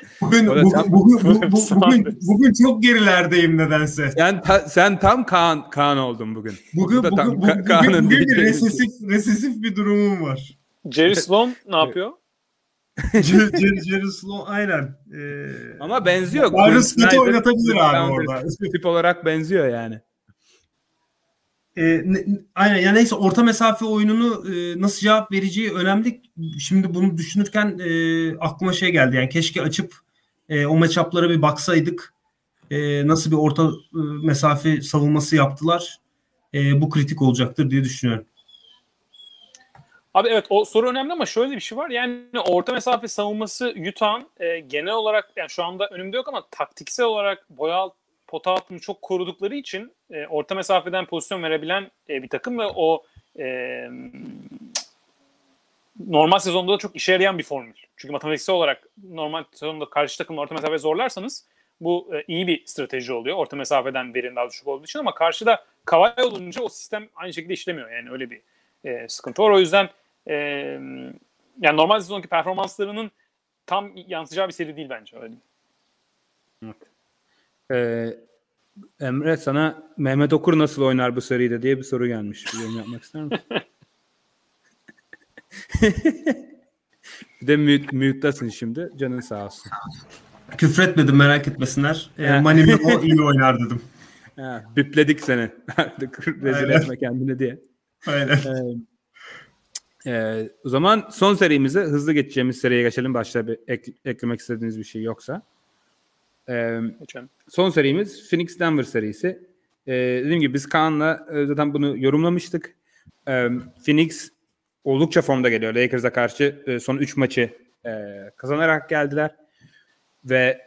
S5: Bugün çok gerilerdeyim nedense.
S4: Sen tam Kaan oldun bugün.
S5: Bugün bir resesif bir durumum var.
S6: Jerry Sloan ne yapıyor?
S5: Jerry Sloan aynen.
S4: Ama benziyor.
S5: Byron Scott'u oynatabilir abi orada.
S4: Tip olarak benziyor yani.
S5: Aynen yani neyse orta mesafe oyununu nasıl cevap vereceği önemli. Şimdi bunu düşünürken aklıma şey geldi. Yani keşke açıp o matchup'lara bir baksaydık. Nasıl bir orta mesafe savunması yaptılar. Bu kritik olacaktır diye düşünüyorum.
S6: Abi evet o soru önemli ama şöyle bir şey var. Yani orta mesafe savunması Utah'ın genel olarak yani şu anda önümde yok ama taktiksel olarak pota altını çok korudukları için orta mesafeden pozisyon verebilen bir takım ve o normal sezonda da çok işe yarayan bir formül. Çünkü matematiksel olarak normal sezonda karşı takımla orta mesafe zorlarsanız bu iyi bir strateji oluyor. Orta mesafeden verin daha düşük olduğu için ama karşıda Kawhi olunca o sistem aynı şekilde işlemiyor. Yani öyle bir sıkıntı var. O yüzden yani normal sezondaki performanslarının tam yansıyacağı bir seri değil bence. Öyle değil.
S4: Evet. Emre sana Mehmet Okur nasıl oynar bu seride diye bir soru gelmiş. Bir yorum yapmak ister misin? Bir de mute'dasın şimdi. Canın sağ olsun.
S5: Küfretmedim merak etmesinler. Mani Memo iyi oynar dedim.
S4: Bipledik seni. Artık rezil etme kendini diye.
S5: Aynen.
S4: O zaman son serimize hızlı geçeceğimiz seriye geçelim. Başta bir eklemek istediğiniz bir şey yoksa. Son serimiz Phoenix Denver serisi. Dediğim gibi biz Kaan'la zaten bunu yorumlamıştık. Phoenix oldukça formda geliyor. Lakers'a karşı son 3 maçı kazanarak geldiler. Ve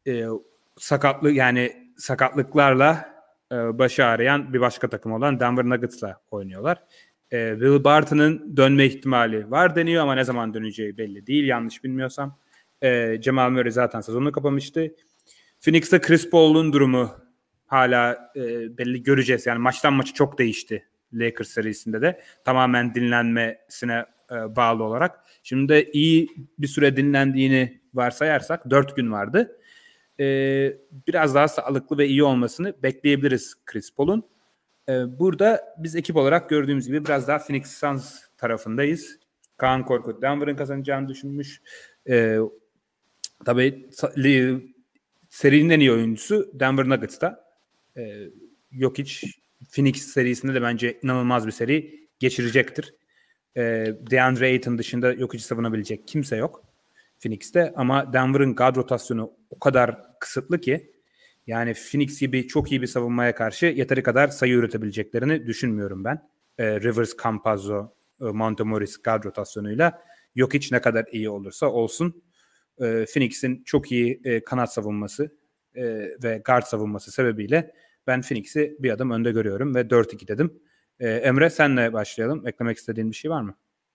S4: sakatlıklarla başı ağrıyan bir başka takım olan Denver Nuggets'la oynuyorlar. Will Barton'ın dönme ihtimali var deniyor ama ne zaman döneceği belli değil yanlış bilmiyorsam. Jamal Murray zaten sezonu kapamıştı. Phoenix'te Chris Paul'un durumu hala belli göreceğiz. Yani maçtan maça çok değişti Lakers serisinde de. Tamamen dinlenmesine bağlı olarak. Şimdi de iyi bir süre dinlendiğini varsayarsak 4 gün vardı. Biraz daha sağlıklı ve iyi olmasını bekleyebiliriz Chris Paul'un. Burada biz ekip olarak gördüğümüz gibi biraz daha Phoenix Suns tarafındayız. Kaan Korkut Denver'ın kazanacağını düşünmüş. Tabii serinin en iyi oyuncusu Denver Nuggets'ta. Jokic Phoenix serisinde de bence inanılmaz bir seri geçirecektir. DeAndre Ayton dışında Jokic'i savunabilecek kimse yok Phoenix'te ama Denver'ın guard rotasyonu o kadar kısıtlı ki yani Phoenix gibi çok iyi bir savunmaya karşı yeteri kadar sayı üretebileceklerini düşünmüyorum ben. Rivers, Campazzo, Monte-Morris guard rotasyonuyla Jokic ne kadar iyi olursa olsun Phoenix'in çok iyi kanat savunması ve guard savunması sebebiyle ben Phoenix'i bir adım önde görüyorum ve 4-2 dedim. Emre senle başlayalım. Eklemek istediğin bir şey var mı?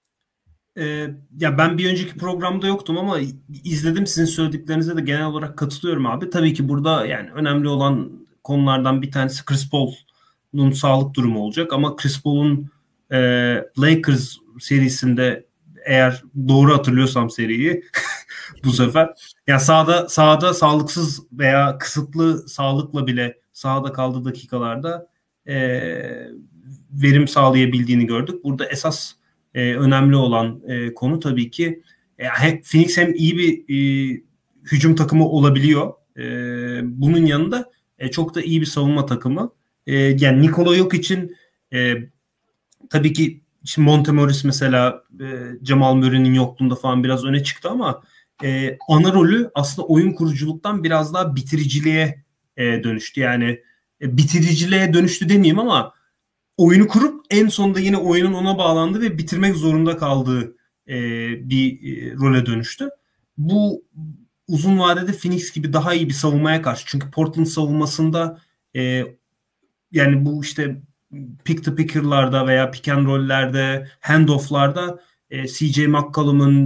S5: Ya ben bir önceki programda yoktum ama izledim sizin söylediklerinize de genel olarak katılıyorum abi. Tabii ki burada yani önemli olan konulardan bir tanesi Chris Paul'un sağlık durumu olacak ama Chris Paul'un Lakers serisinde eğer doğru hatırlıyorsam seriyi bu sefer ya sahada sağlıksız veya kısıtlı sağlıkla bile sahada kaldığı dakikalarda verim sağlayabildiğini gördük. Burada esas önemli olan konu tabii ki Phoenix hem iyi bir hücum takımı olabiliyor. Bunun yanında çok da iyi bir savunma takımı. Yani Nikola Jokic'in tabii ki şimdi Monte-Morris mesela Jamal Murray'nin yokluğunda falan biraz öne çıktı ama ana rolü aslında oyun kuruculuktan biraz daha bitiriciliğe dönüştü. Yani bitiriciliğe dönüştü demeyeyim ama oyunu kurup en sonunda yine oyunun ona bağlandığı ve bitirmek zorunda kaldığı bir role dönüştü. Bu uzun vadede Phoenix gibi daha iyi bir savunmaya karşı. Çünkü Portland savunmasında yani bu işte pick to picker'larda veya pick and roll'lerde, handoff'larda CJ McCollum'un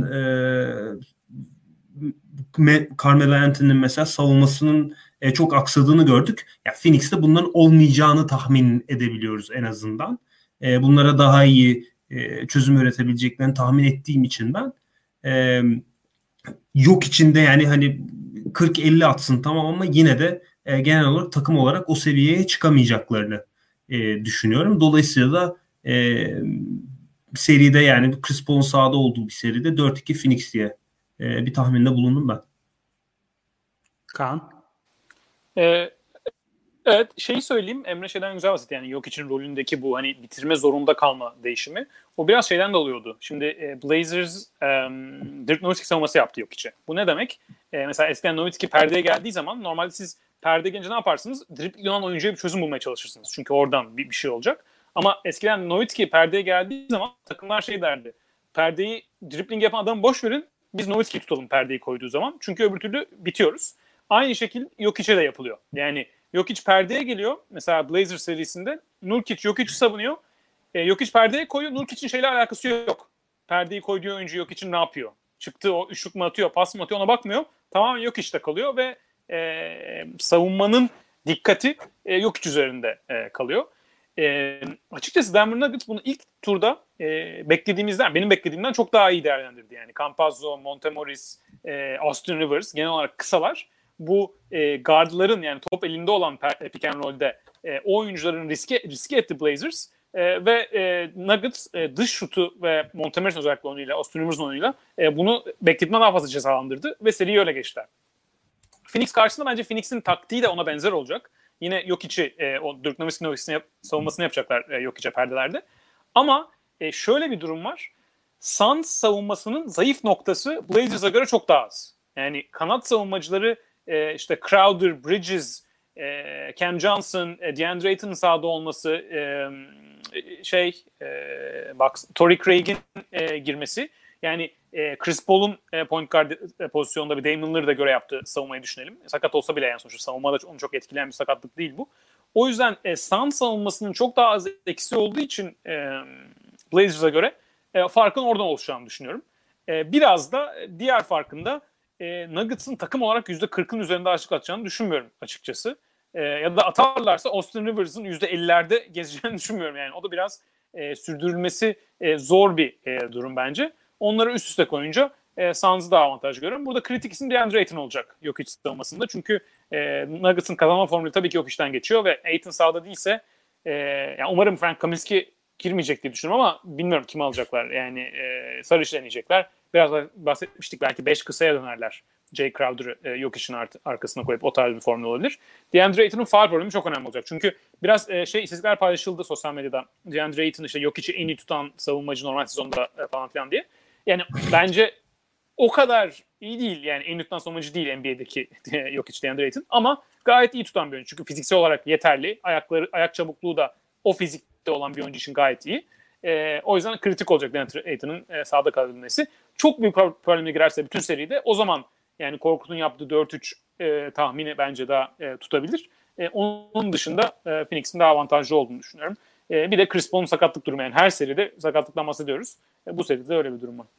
S5: Carmelo Anthony'nin mesela savunmasının çok aksadığını gördük. Ya Phoenix'te bunların olmayacağını tahmin edebiliyoruz en azından. Bunlara daha iyi çözüm üretebileceklerini tahmin ettiğim için ben yok içinde yani hani 40-50 atsın tamam ama yine de genel olarak takım olarak o seviyeye çıkamayacaklarını düşünüyorum. Dolayısıyla da seride yani Chris Paul'un sahada olduğu bir seride 4-2 Phoenix diye bir tahminde bulundum ben.
S4: Kaan?
S6: Evet, şeyi söyleyeyim. Emre şeyden güzel bahsetti. Yani Jokic'in rolündeki bu hani bitirme zorunda kalma değişimi. O biraz şeyden de oluyordu. Şimdi Blazers Dirk Nowitzki savunması yaptı Jokic'e. Bu ne demek? Mesela eskiden Nowitzki perdeye geldiği zaman normalde siz perde gelince ne yaparsınız? Dribbling olan oyuncuya bir çözüm bulmaya çalışırsınız. Çünkü oradan bir şey olacak. Ama eskiden Nowitzki perdeye geldiği zaman takımlar şey derdi. Perdeyi dribbling yapan adamı boş verin. Biz Nowitzki'yi tutalım perdeyi koyduğu zaman. Çünkü öbür türlü bitiyoruz. Aynı şekilde Jokic'e de yapılıyor. Yani Jokic perdeye geliyor. Mesela Blazers serisinde Nurkic Jokic'i savunuyor. Jokic perdeye koyuyor. Nurkic'in şeyle alakası yok. Perdeyi koyduğu oyuncu Jokic'in ne yapıyor? Çıktığı o üçlük mü atıyor, pas mı atıyor ona bakmıyor. Tamamen Jokic'te kalıyor ve savunmanın dikkati Jokic üzerinde kalıyor. Açıkçası Denver Nuggets bunu ilk turda benim beklediğimden çok daha iyi değerlendirdi. Yani Campazzo, Montemoris, Austin Rivers genel olarak kısalar. Bu guardların yani top elinde olan pick and roll'de o oyuncuların riske etti Blazers ve Nuggets dış şutu ve Montemoris özellikle oyunuyla, Austin Rivers'ın oyunuyla bunu beklediğimden daha fazla cezalandırdı ve seriyi öyle geçtiler. Phoenix karşısında bence Phoenix'in taktiği de ona benzer olacak. Yine Jokic'i, o Dirk Nowitzki'nin savunmasını yapacaklar Jokic'e perdelerde. Ama şöyle bir durum var. Suns savunmasının zayıf noktası Blazers'a göre çok daha az. Yani kanat savunmacıları işte Crowder, Bridges, Cam Johnson, DeAndre Ayton'un sahada olması, Torrey Craig'in girmesi. Yani Chris Paul'un point guard pozisyonunda bir Damian Lillard'a göre yaptığı savunmayı düşünelim. Sakat olsa bile yani sonuçta savunmada onu çok etkileyen bir sakatlık değil bu. O yüzden Suns savunmasının çok daha az eksi olduğu için Blazers'a göre farkın oradan oluşacağını düşünüyorum. Biraz da diğer farkında Nuggets'ın takım olarak %40'ın üzerinde açık atacağını düşünmüyorum açıkçası. Ya da atarlarsa Austin Rivers'ın %50'lerde gezeceğini düşünmüyorum. Yani o da biraz sürdürülmesi zor bir durum bence. Onları üst üste koyunca Suns'ı daha avantaj görüyorum. Burada kritik isim DeAndre Ayton olacak Jokic savunmasında. Çünkü Nuggets'ın kazanma formülü tabii ki Jokic'ten geçiyor ve Ayton sahada değilse yani umarım Frank Kaminsky girmeyecek diye düşünüyorum ama bilmiyorum kim alacaklar. Yani Sarıç deneyecekler. Biraz da bahsetmiştik belki 5 kısaya dönerler. Jay Crowder'ı Jokic'in arkasına koyup o tarz bir formül olabilir. DeAndre Ayton'un faul problemi çok önemli olacak. Çünkü biraz istatistikler paylaşıldı sosyal medyada. DeAndre Ayton işte Jokic'i en iyi tutan savunmacı normal sezonda falan filan diye. Yani bence o kadar iyi değil. Yani en iyi tutan savunmacı değil NBA'deki Jokic, DeAndre Ayton. Ama gayet iyi tutan bir oyuncu. Çünkü fiziksel olarak yeterli. Ayak çabukluğu da o fizikte olan bir oyuncu için gayet iyi. O yüzden kritik olacak DeAndre Ayton'un sahada kalabilmesi. Çok büyük probleme girerse bütün seride o zaman yani Korkut'un yaptığı 4-3 tahmini bence daha tutabilir. Onun dışında Phoenix'in daha avantajlı olduğunu düşünüyorum. Bir de Chris Paul'un sakatlık durumu. Yani her seride sakatlıktan bahsediyoruz. Bu seride öyle bir durum var.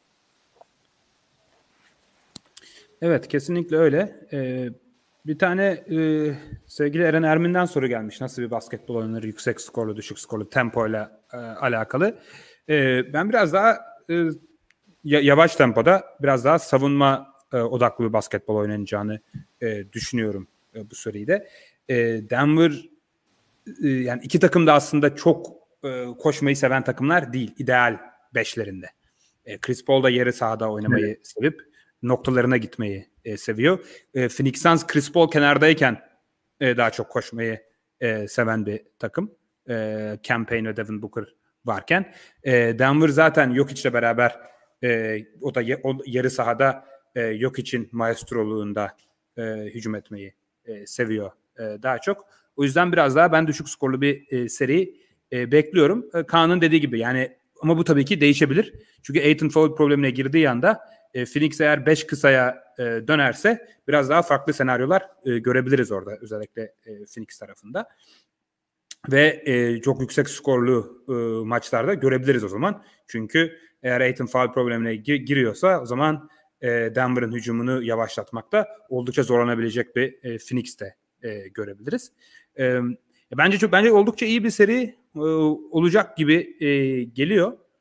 S4: Evet, kesinlikle öyle. Bir tane sevgili Eren Ermin'den soru gelmiş. Nasıl bir basketbol oynanır? Yüksek skorlu, düşük skorlu, tempoyla alakalı. Ben biraz daha yavaş tempoda, biraz daha savunma odaklı bir basketbol oynanacağını düşünüyorum bu seride. Denver yani iki takım da aslında çok koşmayı seven takımlar değil. İdeal beşlerinde. Chris Paul da yarı sahada oynamayı sevip noktalarına gitmeyi seviyor. Phoenix Suns Chris Paul kenardayken daha çok koşmayı seven bir takım. Cam Payne ve Devin Booker varken. Denver zaten Jokic'le beraber o da yarı sahada Jokic'in maestroluğunda hücum etmeyi seviyor daha çok. O yüzden biraz daha ben düşük skorlu bir seri bekliyorum. Kaan'ın dediği gibi yani ama bu tabii ki değişebilir. Çünkü Ayton foul problemine girdiği anda Phoenix eğer 5 kısaya dönerse biraz daha farklı senaryolar görebiliriz orada özellikle Phoenix tarafında. Ve çok yüksek skorlu maçlarda görebiliriz o zaman. Çünkü eğer Ayton foul problemine giriyorsa o zaman Denver'ın hücumunu yavaşlatmakta oldukça zorlanabilecek bir Phoenix'te görebiliriz. Bence oldukça iyi bir seri olacak gibi geliyor.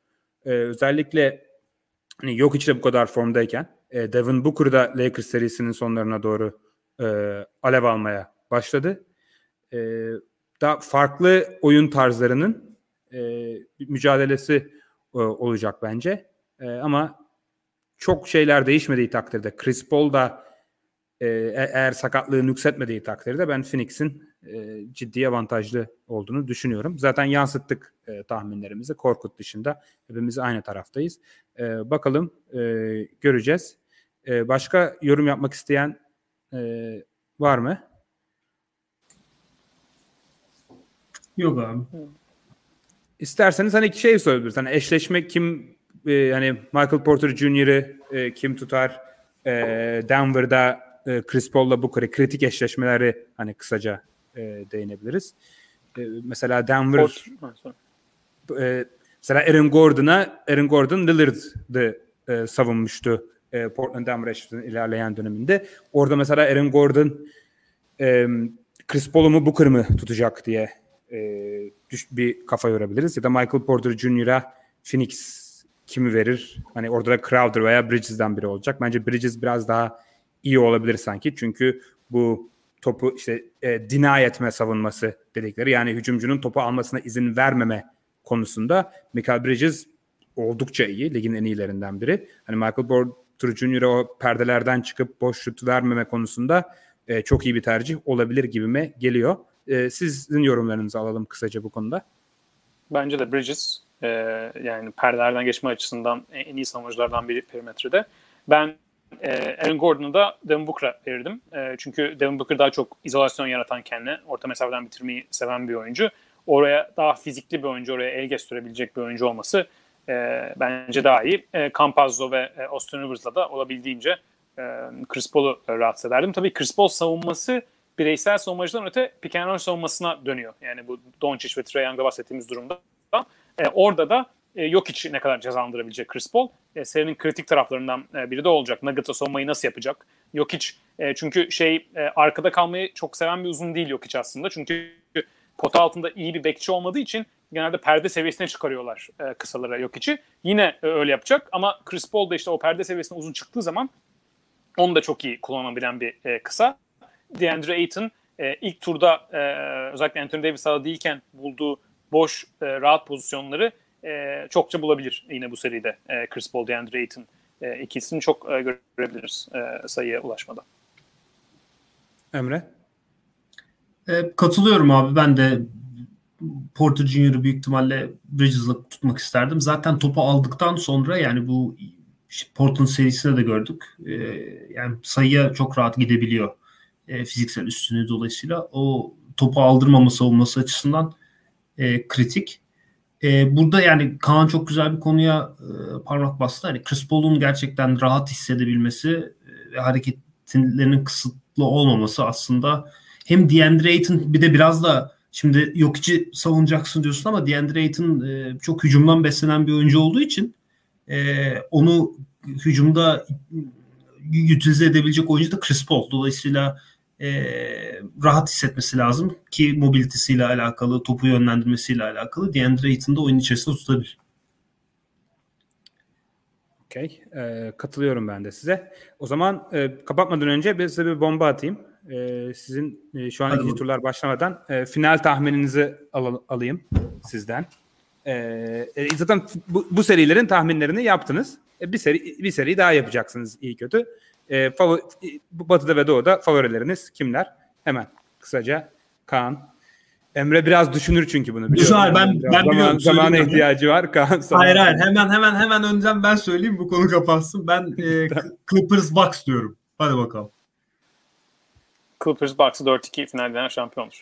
S4: Özellikle hani yok içle bu kadar formdayken Devin Booker da Lakers serisinin sonlarına doğru alev almaya başladı. Daha farklı oyun tarzlarının mücadelesi olacak bence. Ama çok şeyler değişmediği takdirde, Chris Paul da eğer sakatlığı nüksetmediği takdirde ben Phoenix'in ciddi avantajlı olduğunu düşünüyorum. Zaten yansıttık tahminlerimizi. Korkut dışında hepimiz aynı taraftayız. Bakalım, göreceğiz. Başka yorum yapmak isteyen var mı?
S5: Yok abi.
S4: İsterseniz hani iki şey sorabiliriz. Hani eşleşme kim, hani Michael Porter Jr.'ı kim tutar? Denver'da Chris Paul'la Booker'ı, kritik eşleşmeleri hani kısaca değinebiliriz. Mesela Denver mesela Aaron Gordon Lillard'ı savunmuştu Portland Denver eşleşmesinin ilerleyen döneminde. Orada mesela Aaron Gordon Chris Paul'u mu Booker mı tutacak diye bir kafa yorabiliriz. Ya da Michael Porter Jr.'a Phoenix kimi verir? Hani orada da Crowder veya Bridges'den biri olacak. Bence Bridges biraz daha iyi olabilir sanki. Çünkü bu topu işte deny etme savunması dedikleri, yani hücumcunun topu almasına izin vermeme konusunda Michael Bridges oldukça iyi. Ligin en iyilerinden biri. Hani Michael Porter Jr. o perdelerden çıkıp boş şut vermeme konusunda çok iyi bir tercih olabilir gibime geliyor. Sizin yorumlarınızı alalım kısaca bu konuda.
S6: Bence de Bridges yani perdelerden geçme açısından en iyi savunuculardan biri perimetrede. Ben Aaron Gordon'u da Devin Booker'a verirdim. Çünkü Devin Booker daha çok izolasyon yaratan, kendine orta mesafeden bitirmeyi seven bir oyuncu. Oraya daha fizikli bir oyuncu, oraya el gösterebilecek bir oyuncu olması bence daha iyi. Campazzo ve Austin Rivers'la da olabildiğince Chris Paul'u rahatsız ederdim. Tabii Chris Paul savunması bireysel savunmacıdan öte pick and roll savunmasına dönüyor. Yani bu Doncic ve Trae Young'da bahsettiğimiz durumda. Orada da Jokic'i ne kadar cezalandırabilecek Chris Paul. Serinin kritik taraflarından biri de olacak. Nuggets'a savunmayı nasıl yapacak? Jokic çünkü arkada kalmayı çok seven bir uzun değil Jokic aslında. Çünkü pota altında iyi bir bekçi olmadığı için genelde perde seviyesine çıkarıyorlar kısalara Jokic'i. Yine öyle yapacak ama Chris Paul da işte o perde seviyesine uzun çıktığı zaman onu da çok iyi kullanabilen bir kısa. DeAndre Ayton ilk turda özellikle Anthony Davis sahada değilken bulduğu boş rahat pozisyonları çokça bulabilir yine bu seride. Chris Paul, DeAndre Ayton ikisini çok görebiliriz sayıya ulaşmada.
S4: Emre?
S5: Katılıyorum abi. Ben de Porter Jr.'ı büyük ihtimalle Bridges'la tutmak isterdim. Zaten topu aldıktan sonra, yani bu Portland serisinde de gördük. Yani sayıya çok rahat gidebiliyor. Fiziksel üstünlüğü dolayısıyla o topu aldırmama savunması açısından kritik. Burada yani Kaan çok güzel bir konuya parmak bastı. Yani Chris Paul'un gerçekten rahat hissedebilmesi ve hareketlerinin kısıtlı olmaması aslında hem DeAndre Ayton, bir de biraz da şimdi Jokic'i savunacaksın diyorsun ama DeAndre Ayton çok hücumdan beslenen bir oyuncu olduğu için onu hücumda utilize edebilecek oyuncu da Chris Paul. Dolayısıyla rahat hissetmesi lazım ki mobilitesiyle alakalı, topu yönlendirmesiyle alakalı DeAndre Ayton'da oyun içerisinde tutabilir.
S4: Okay. Katılıyorum ben de size. O zaman kapatmadan önce size bir bomba atayım. Sizin şu an ikinci turlar başlamadan final tahmininizi alayım sizden. Zaten bu serilerin tahminlerini yaptınız. Bir seri daha yapacaksınız iyi kötü. Batı'da ve Doğu'da favorileriniz kimler? Hemen kısaca Kaan. Emre biraz düşünür çünkü bunu.
S5: Güzel, ben biliyorum.
S4: Zamana ihtiyacı var. Kaan sana.
S5: Hayır. Hemen önden ben söyleyeyim, bu konu kapansın. Ben Clippers Bucks diyorum. Hadi bakalım.
S6: Clippers Bucks'ı 4-2 finalden şampiyon olur.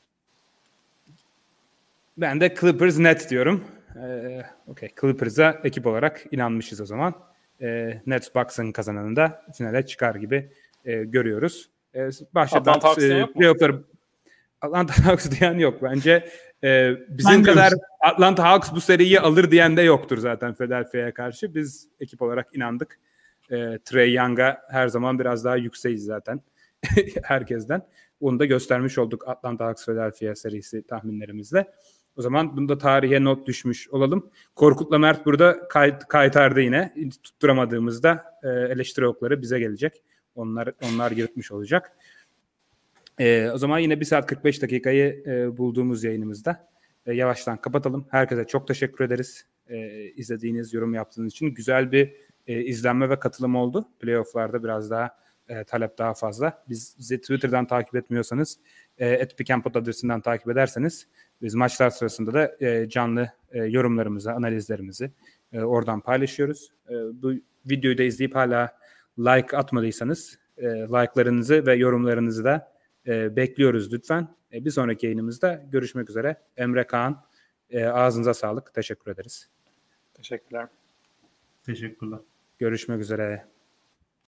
S4: Ben de Clippers net diyorum. Okay. Clippers'a ekip olarak inanmışız o zaman. Nets Bucks'ın kazananında finale çıkar gibi görüyoruz.
S6: Atlanta Hawks diyen yok mu?
S4: Atlanta Hawks diyen yok. Bence bizim kadar Atlanta Hawks bu seriyi alır diyen de yoktur zaten Philadelphia'ya karşı. Biz ekip olarak inandık. Trae Young'a her zaman biraz daha yükseğiz zaten herkesten. Onu da göstermiş olduk Atlanta Hawks Philadelphia serisi tahminlerimizle. O zaman bunu da tarihe not düşmüş olalım. Korkut'la Mert burada kaytardı yine. Tutturamadığımızda eleştiri okları bize gelecek. Onlar yırtmış olacak. O zaman yine 1 saat 45 dakikayı bulduğumuz yayınımızda yavaştan kapatalım. Herkese çok teşekkür ederiz. İzlediğiniz, yorum yaptığınız için. Güzel bir izlenme ve katılım oldu. Playoff'larda biraz daha talep daha fazla. Bizi Twitter'dan takip etmiyorsanız @pickandpot adresinden takip ederseniz biz maçlar sırasında da canlı yorumlarımızı, analizlerimizi oradan paylaşıyoruz. Bu videoyu da izleyip hala like atmadıysanız like'larınızı ve yorumlarınızı da bekliyoruz lütfen. Bir sonraki yayınımızda görüşmek üzere. Emre, Kaan, ağzınıza sağlık. Teşekkür ederiz.
S6: Teşekkürler.
S5: Teşekkürler.
S4: Görüşmek üzere.